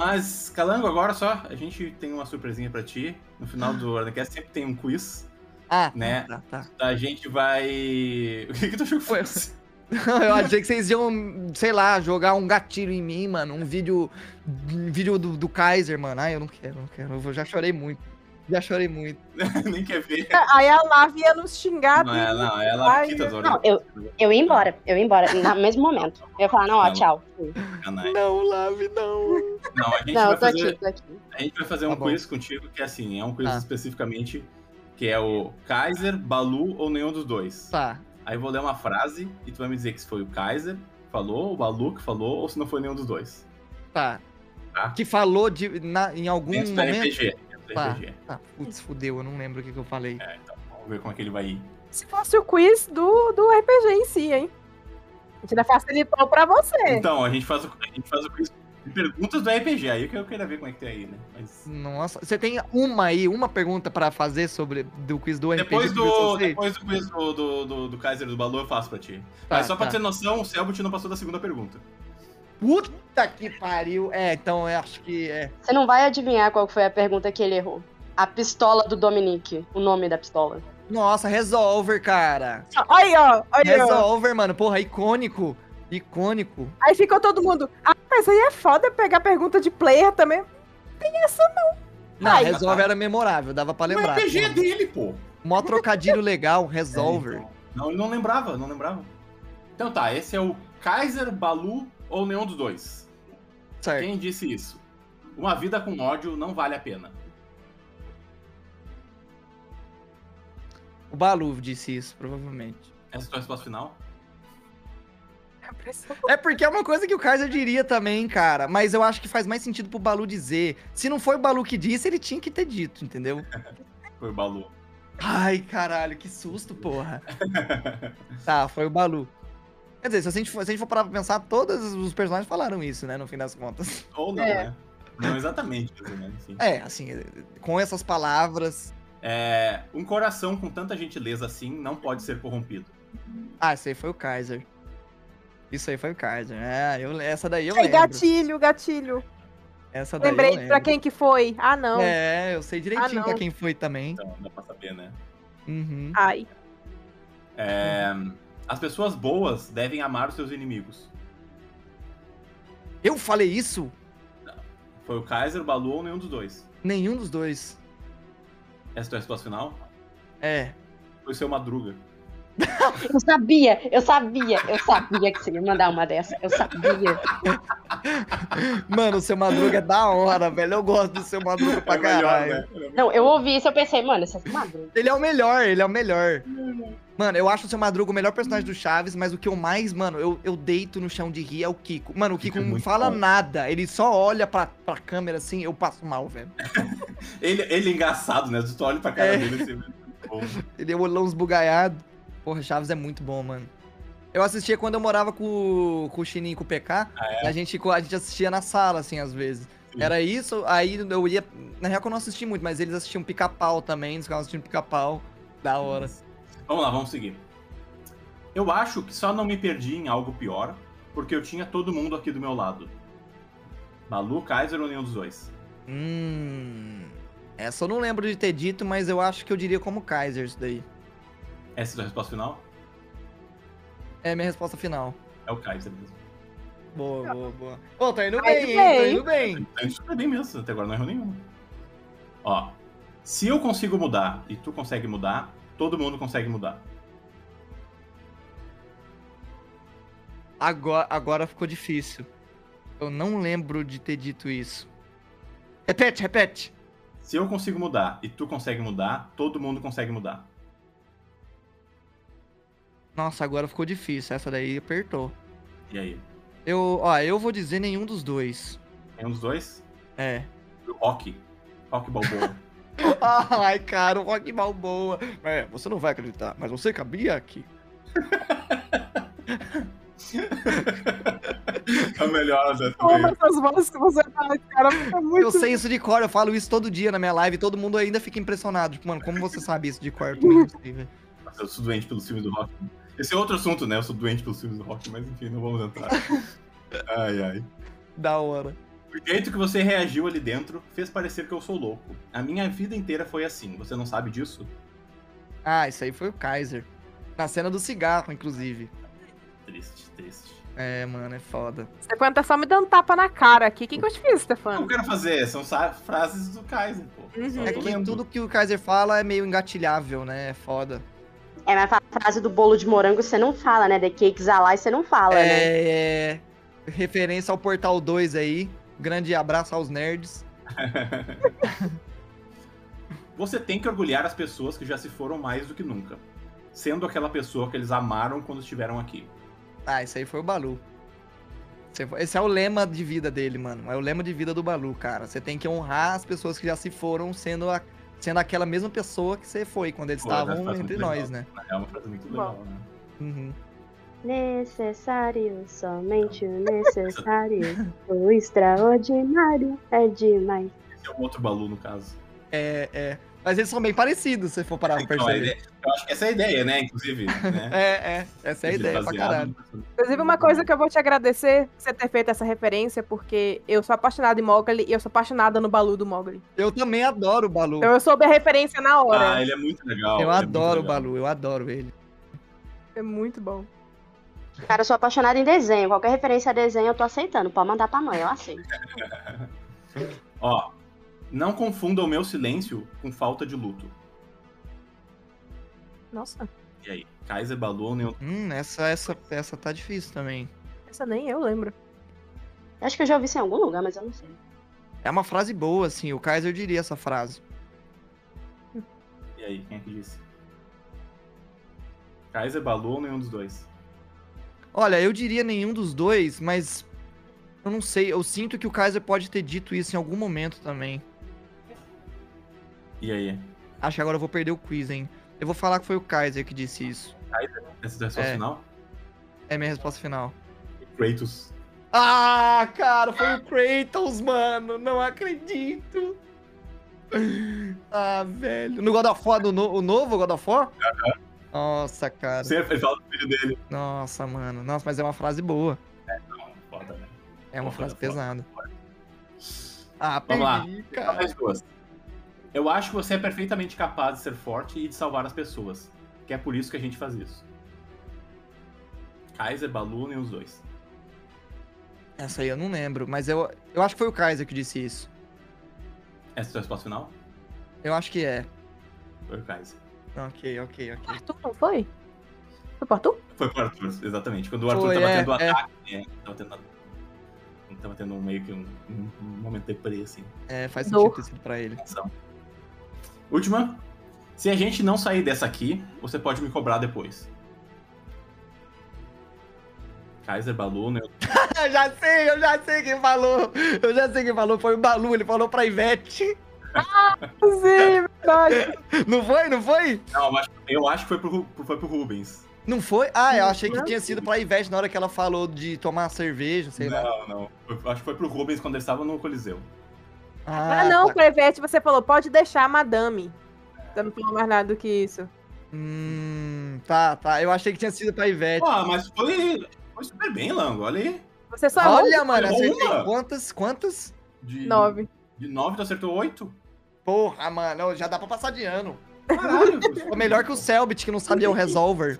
Mas, Calango, agora só, a gente tem uma surpresinha pra ti. No final do Ordemcast sempre tem um quiz, né? Tá. A gente vai... O que tu achou que foi? Eu achei que vocês iam, sei lá, jogar um gatilho em mim, mano. Um vídeo do Kaiser, mano. Ai, eu não quero. Eu já chorei muito. Nem quer ver. Aí a Lava ia nos xingar. Não, é a Laviquita do Não, eu ia embora no mesmo momento. Eu ia falar, não, ó, tchau. Não, Lave, não. Não, a gente Não, vai eu tô fazer... aqui, tô aqui. A gente vai fazer um quiz contigo, que é assim, é um quiz Tá. especificamente, que é o Kaiser, Balu ou nenhum dos dois. Tá. Aí eu vou ler uma frase e tu vai me dizer que se foi o Kaiser que falou, o Balu que falou, ou se não foi nenhum dos dois. Tá. Tá. Que falou em algum Dentro do momento. RPG. Tá. Putz, fudeu, eu não lembro o que eu falei. Então, vamos ver como é que ele vai ir. Se fosse o quiz do RPG em si, hein? A gente ainda facilitou pra você. Então, a gente faz o quiz de perguntas do RPG, aí que eu queria ver como é que tem aí, né? Mas... Nossa, você tem uma pergunta pra fazer do quiz do RPG? Depois do quiz do Kaiser e do Balu eu faço pra ti. Tá, Mas só pra tá. ter noção, o Selbit não passou da segunda pergunta. Puta que pariu. Então eu acho que é. Você não vai adivinhar qual foi a pergunta que ele errou. A pistola do Dominique, o nome da pistola. Nossa, Resolver, cara. Aí, ó. Resolver, mano. Porra, icônico. Aí ficou todo mundo. Ah, mas aí é foda pegar pergunta de player também. Tem essa não. Não, Ai, Resolver era memorável, dava pra O lembrar. RPG é mano. dele, pô. Mó trocadilho legal, Resolver. Então. Não, ele não lembrava. Então tá, esse é o Kaiser, Balu ou nenhum dos dois. Certo. Quem disse isso? Uma vida com ódio não vale a pena. O Balu disse isso, provavelmente. Essa é a tua resposta final? É porque é uma coisa que o Kaiser diria também, cara. Mas eu acho que faz mais sentido pro Balu dizer. Se não foi o Balu que disse, ele tinha que ter dito, entendeu? Foi o Balu. Ai, caralho, que susto, porra. Tá, foi o Balu. Quer dizer, se a gente for parar pra pensar, todos os personagens falaram isso, né, no fim das contas. Ou não, né? Não exatamente, né? Enfim. Assim, com essas palavras... Um coração com tanta gentileza assim não pode ser corrompido. Ah, esse aí foi o Kaiser. Isso aí foi o Kaiser. Essa daí eu Ai, lembro. gatilho. Essa daí eu Lembrei lembro. pra quem que foi. Ah, não. Eu sei direitinho não. pra quem foi também. Então, dá pra saber, né? Uhum. Ai. As pessoas boas devem amar os seus inimigos. Eu falei isso? Foi o Kaiser, o Balu ou nenhum dos dois? Nenhum dos dois. Essa é a tua resposta final? É. Foi o seu Madruga. Eu sabia que você ia mandar uma dessa. Eu sabia. Mano, o seu Madruga é da hora, velho. Eu gosto do seu Madruga pra caralho. Né? Não, eu ouvi isso e eu pensei, mano, esse é o Madruga. Ele é o melhor. Mano, eu acho o seu Madruga o melhor personagem do Chaves, mas o que eu mais, mano, eu deito no chão de rir é o Kiko. Mano, o Kiko não fala nada. Ele só olha pra câmera assim, eu passo mal, velho. ele é engraçado, né? Tu olha pra cara dele assim. Ele é olhão esbugaiado. Porra, Chaves é muito bom, mano. Eu assistia quando eu morava com o Chininho e com o PK. A gente assistia na sala, assim, às vezes. Sim. Era isso, aí eu ia... Na real, eu não assisti muito, mas eles assistiam Pica-Pau também. Eles ficavam assistindo Pica-Pau. Da hora. Vamos lá, vamos seguir. Eu acho que só não me perdi em algo pior, porque eu tinha todo mundo aqui do meu lado. Balu, Kaiser ou nenhum dos dois? Essa eu não lembro de ter dito, mas eu acho que eu diria como Kaiser isso daí. Essa é a tua resposta final? É a minha resposta final. É o Kaiser mesmo. Boa. Pô, tá indo Vai bem, bem. hein? Tá indo bem. Tá indo super bem mesmo, até agora não errou nenhuma. Ó, se eu consigo mudar e tu consegue mudar, todo mundo consegue mudar. Agora ficou difícil. Eu não lembro de ter dito isso. Repete. Se eu consigo mudar e tu consegue mudar, todo mundo consegue mudar. Nossa, agora ficou difícil. Essa daí apertou. E aí? Eu vou dizer nenhum dos dois. Nenhum dos dois? É. O Rock Balboa. Ai, cara, o Rock Balboa. Você não vai acreditar, mas você cabia aqui. É melhor, Zé. Como essas vozes que você faz, cara, fica muito... Eu sei isso de cor, eu falo isso todo dia na minha live e todo mundo ainda fica impressionado. Tipo, mano, como você sabe isso de cor? Eu também não sei, velho. Eu sou doente pelos filmes do Rock. Esse é outro assunto, né? Eu sou doente pelos filmes do Rock, mas enfim, não vamos entrar. Ai. Da hora. O jeito que você reagiu ali dentro fez parecer que eu sou louco. A minha vida inteira foi assim. Você não sabe disso? Ah, isso aí foi o Kaiser. Na cena do cigarro, inclusive. Triste, triste. É, mano, é foda. Stefano tá só me dando tapa na cara aqui. O que eu te fiz, O que Stefano? eu quero fazer? São frases do Kaiser, pô. Só É tô que lendo. tudo que o Kaiser fala é meio engatilhável, né? É foda. É, mas a frase do bolo de morango você não fala, né? The cakes alive você não fala, né? É. Referência ao Portal 2 aí. Grande abraço aos nerds. Você tem que orgulhar as pessoas que já se foram mais do que nunca. Sendo aquela pessoa que eles amaram quando estiveram aqui. Ah, isso aí foi o Balu. Esse é o lema de vida dele, mano. É o lema de vida do Balu, cara. Você tem que honrar as pessoas que já se foram, sendo aquela mesma pessoa que você foi quando eles Pô, essa estavam frase é entre muito nós, legal. né? Na real, é uma frase muito legal, né? Uhum. Necessário, somente o necessário. O extraordinário é demais. Esse é o outro Balu, no caso. É. Mas eles são bem parecidos, se for parar pra Então, perceber. eu acho que essa é a ideia, né? Inclusive, né? Essa é a ideia pra caralho. Inclusive, uma coisa que eu vou te agradecer você ter feito essa referência, porque eu sou apaixonada em Mowgli e eu sou apaixonada no Balu do Mowgli. Eu também adoro o Balu. Então eu soube a referência na hora. Ah, ele é muito legal. Eu ele é adoro o muito legal. Balu, eu adoro ele. É muito bom. Cara, eu sou apaixonada em desenho. Qualquer referência a desenho eu tô aceitando. Pode mandar pra mãe, eu aceito. Ó, não confunda o meu silêncio com falta de luto. Nossa, E aí? Kaiser, Balu ou nenhum? Essa tá difícil também. essa nem eu lembro. Acho que eu já ouvi isso em algum lugar, mas eu não sei. É uma frase boa, assim. O Kaiser diria essa frase. E aí, quem é que disse? Kaiser, Balu ou nenhum dos dois? Olha, eu diria nenhum dos dois, mas eu não sei. Eu sinto que o Kaiser pode ter dito isso em algum momento também. E aí? Acho que agora eu vou perder o quiz, hein? Eu vou falar que foi o Kaiser que disse isso. Essa é a resposta final? É minha resposta final. Kratos. Ah, cara, foi o Kratos, mano. Não acredito. Ah, velho. No God of War, o novo God of War? Nossa, cara. Sempre ele fala do filho dele. Nossa, mano. Nossa, mas é uma frase boa. Foda, né? É uma Foda, frase foda. pesada. Ah, Vamos lá. perdi, cara. Mais duas. Eu acho que você é perfeitamente capaz de ser forte e de salvar as pessoas. Que é por isso que a gente faz isso. Kaiser, Balu, nem os dois. Essa aí eu não lembro, mas eu acho que foi o Kaiser que disse isso. Essa é a sua resposta final? Eu acho que é. Foi o Kaiser. Ok. Arthur, não foi? Foi pro Arthur? Foi pro Arthur, exatamente. Quando o Arthur Foi, tava é, tendo é. ataque, né? Tava tendo meio que um momento deprê, assim. É, faz Dor. sentido ter sido pra ele. Tensão. Última. Se a gente não sair dessa aqui, você pode me cobrar depois. Kaiser, Balu, né? Eu já sei quem falou. Eu já sei quem falou. Foi o Balu, ele falou pra Ivete. Sim, verdade. Não foi? Não, eu acho que foi pro Rubens. Não foi? Ah, eu achei que tinha sido pra Ivete na hora que ela falou de tomar cerveja, sei lá. Não. Acho que foi pro Rubens quando eles estavam no Coliseu. Ah, não, tá. pra Ivete você falou, pode deixar a madame. Você não falou mais nada do que isso. Tá. Eu achei que tinha sido pra Ivete. Pô, mas foi super bem, Lango. Olha aí. Você só Olha, mano, errou acertei uma. quantas? De 9. De 9, tu acertou 8? Porra, mano, já dá pra passar de ano. Caralho. Foi melhor que o Selbit, que não sabia o Resolver.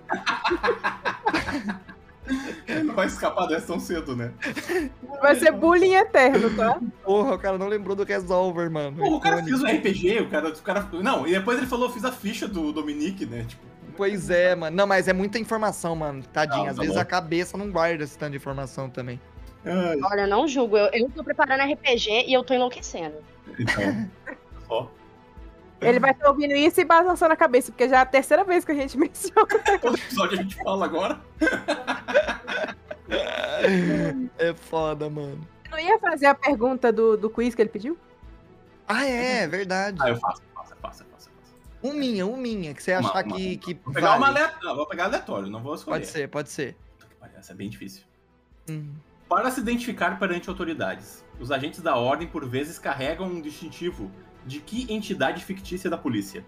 Não vai escapar dessa tão cedo, né? Vai ser bullying eterno, tá? Porra, o cara não lembrou do Resolver, mano. Pô, o cara Icônico. fez um RPG, o cara... Não, e depois ele falou, fiz a ficha do Dominique, né? Tipo, Pois é, mano. Não, mas é muita informação, mano. Tadinho. Não, Às tá vezes bom. a cabeça não guarda esse tanto de informação também. ai, Olha, eu não julgo. Eu tô preparando RPG e eu tô enlouquecendo. então... Só. Ele vai estar ouvindo isso e balançando a cabeça, porque já é a terceira vez que a gente menciona. Todo episódio a gente fala agora. É foda, mano. Você não ia fazer a pergunta do quiz que ele pediu? Ah, é verdade. Ah, eu faço. Uminha, que você achar Uma. que Vou pegar uma vale. aleatória. Não, vou pegar aleatório, não vou escolher. Pode ser. Puta que pariu, essa é bem difícil. Hum. Para se identificar perante autoridades, os agentes da ordem por vezes carregam um distintivo de que entidade fictícia da polícia?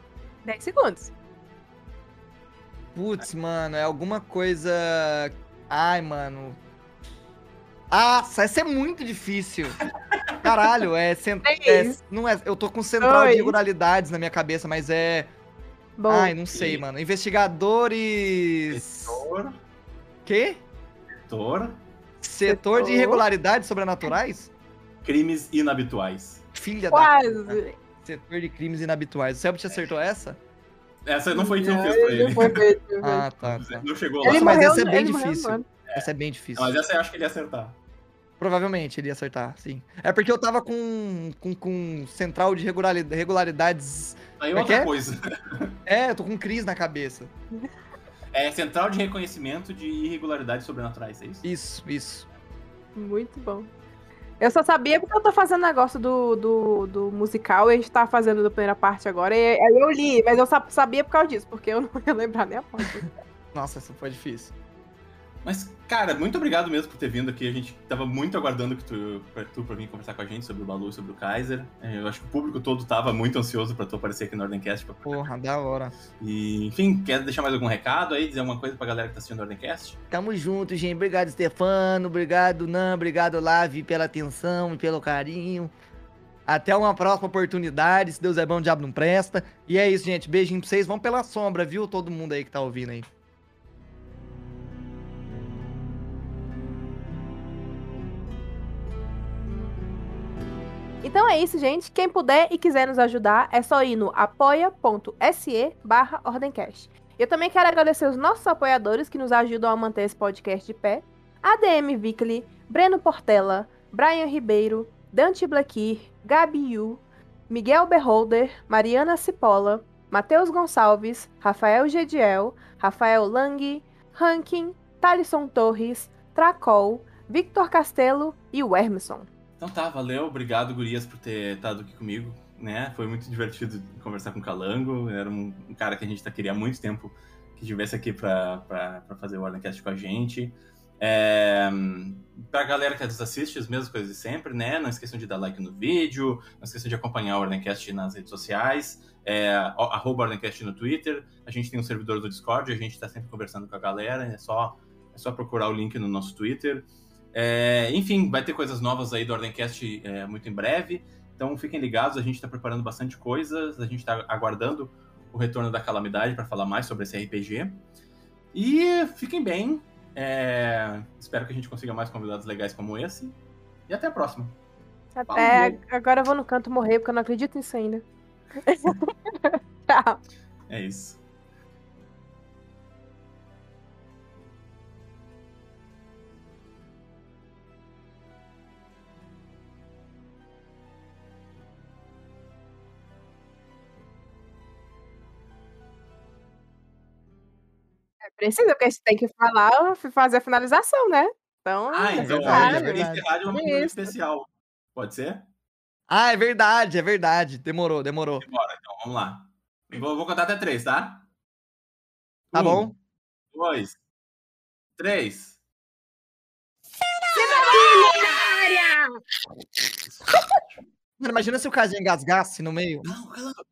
10 segundos. Putz, mano, é alguma coisa... Ai, mano. Nossa, essa é muito difícil. Caralho, não é, eu tô com central de irregularidades na minha cabeça, mas é... Bom, Ai, não sei, mano. Investigadores... Setor. Quê? Setor. De irregularidades sobrenaturais? Crimes inabituais. Filha da... quase. Setor de crimes inabituais. O Selbit acertou essa? Essa não foi que eu fiz pra ele. Não foi feito. Ah, tá. Não chegou lá. Ele Nossa, mas morreu, essa é bem ele morreu, difícil. mano. Essa é bem difícil. Mas essa eu acho que ele ia acertar. Provavelmente ele ia acertar, sim. É porque eu tava com central de regularidades... Aí Como é que outra é? coisa. Eu tô com Cris na cabeça. É Central de Reconhecimento de Irregularidades Sobrenaturais, é isso? Isso. Muito bom. Eu só sabia porque eu tô fazendo negócio do musical e a gente tá fazendo da primeira parte agora. E aí eu li, mas eu sabia por causa disso, porque eu não ia lembrar nem a parte. Nossa, essa foi difícil. Mas, cara, muito obrigado mesmo por ter vindo aqui. A gente tava muito aguardando que tu pra vir conversar com a gente sobre o Balu e sobre o Kaiser. Eu acho que o público todo tava muito ansioso pra tu aparecer aqui no Ordencast. Porra, da hora. E, enfim, quer deixar mais algum recado aí? Dizer alguma coisa pra galera que tá assistindo o Ordencast? Tamo junto, gente. Obrigado, Stefano. Obrigado, Nan. Obrigado, Lavi, pela atenção e pelo carinho. Até uma próxima oportunidade. Se Deus é bom, o diabo não presta. E é isso, gente. Beijinho pra vocês. Vão pela sombra, viu? Todo mundo aí que tá ouvindo aí. Então é isso, gente. Quem puder e quiser nos ajudar, é só ir no apoia.se/Ordencast. Eu também quero agradecer os nossos apoiadores que nos ajudam a manter esse podcast de pé. ADM Vickley, Breno Portela, Brian Ribeiro, Dante Blaquir, Gabi Yu, Miguel Beholder, Mariana Cipolla, Matheus Gonçalves, Rafael Gediel, Rafael Lang, Rankin, Thalisson Torres, Tracol, Victor Castelo e o Hermeson. Então tá, valeu. Obrigado, gurias, por ter estado aqui comigo, né? Foi muito divertido conversar com o Calango. Era um cara que a gente queria há muito tempo que estivesse aqui pra fazer o Ordencast com a gente. Pra galera que nos assiste, as mesmas coisas de sempre, né? Não esqueçam de dar like no vídeo, não esqueçam de acompanhar o Ordencast nas redes sociais, @Ordencast no Twitter. A gente tem um servidor do Discord, a gente tá sempre conversando com a galera, é só procurar o link no nosso Twitter. Enfim, vai ter coisas novas aí do Ordencast muito em breve, então fiquem ligados, a gente tá preparando bastante coisas, a gente tá aguardando o retorno da Calamidade para falar mais sobre esse RPG. E fiquem bem, espero que a gente consiga mais convidados legais como esse, e até a próxima. Agora eu vou no canto morrer, porque eu não acredito nisso ainda. Tchau. É isso. Precisa, porque a gente tem que falar, fazer a finalização, né? Então, Então verdade, vai encerrar de uma maneira especial. Pode ser? É verdade. Demorou. Bora, então, vamos lá. Vou contar até 3, tá? Tá bom? 2, 3. Mano, imagina se o caso engasgasse no meio. Calango.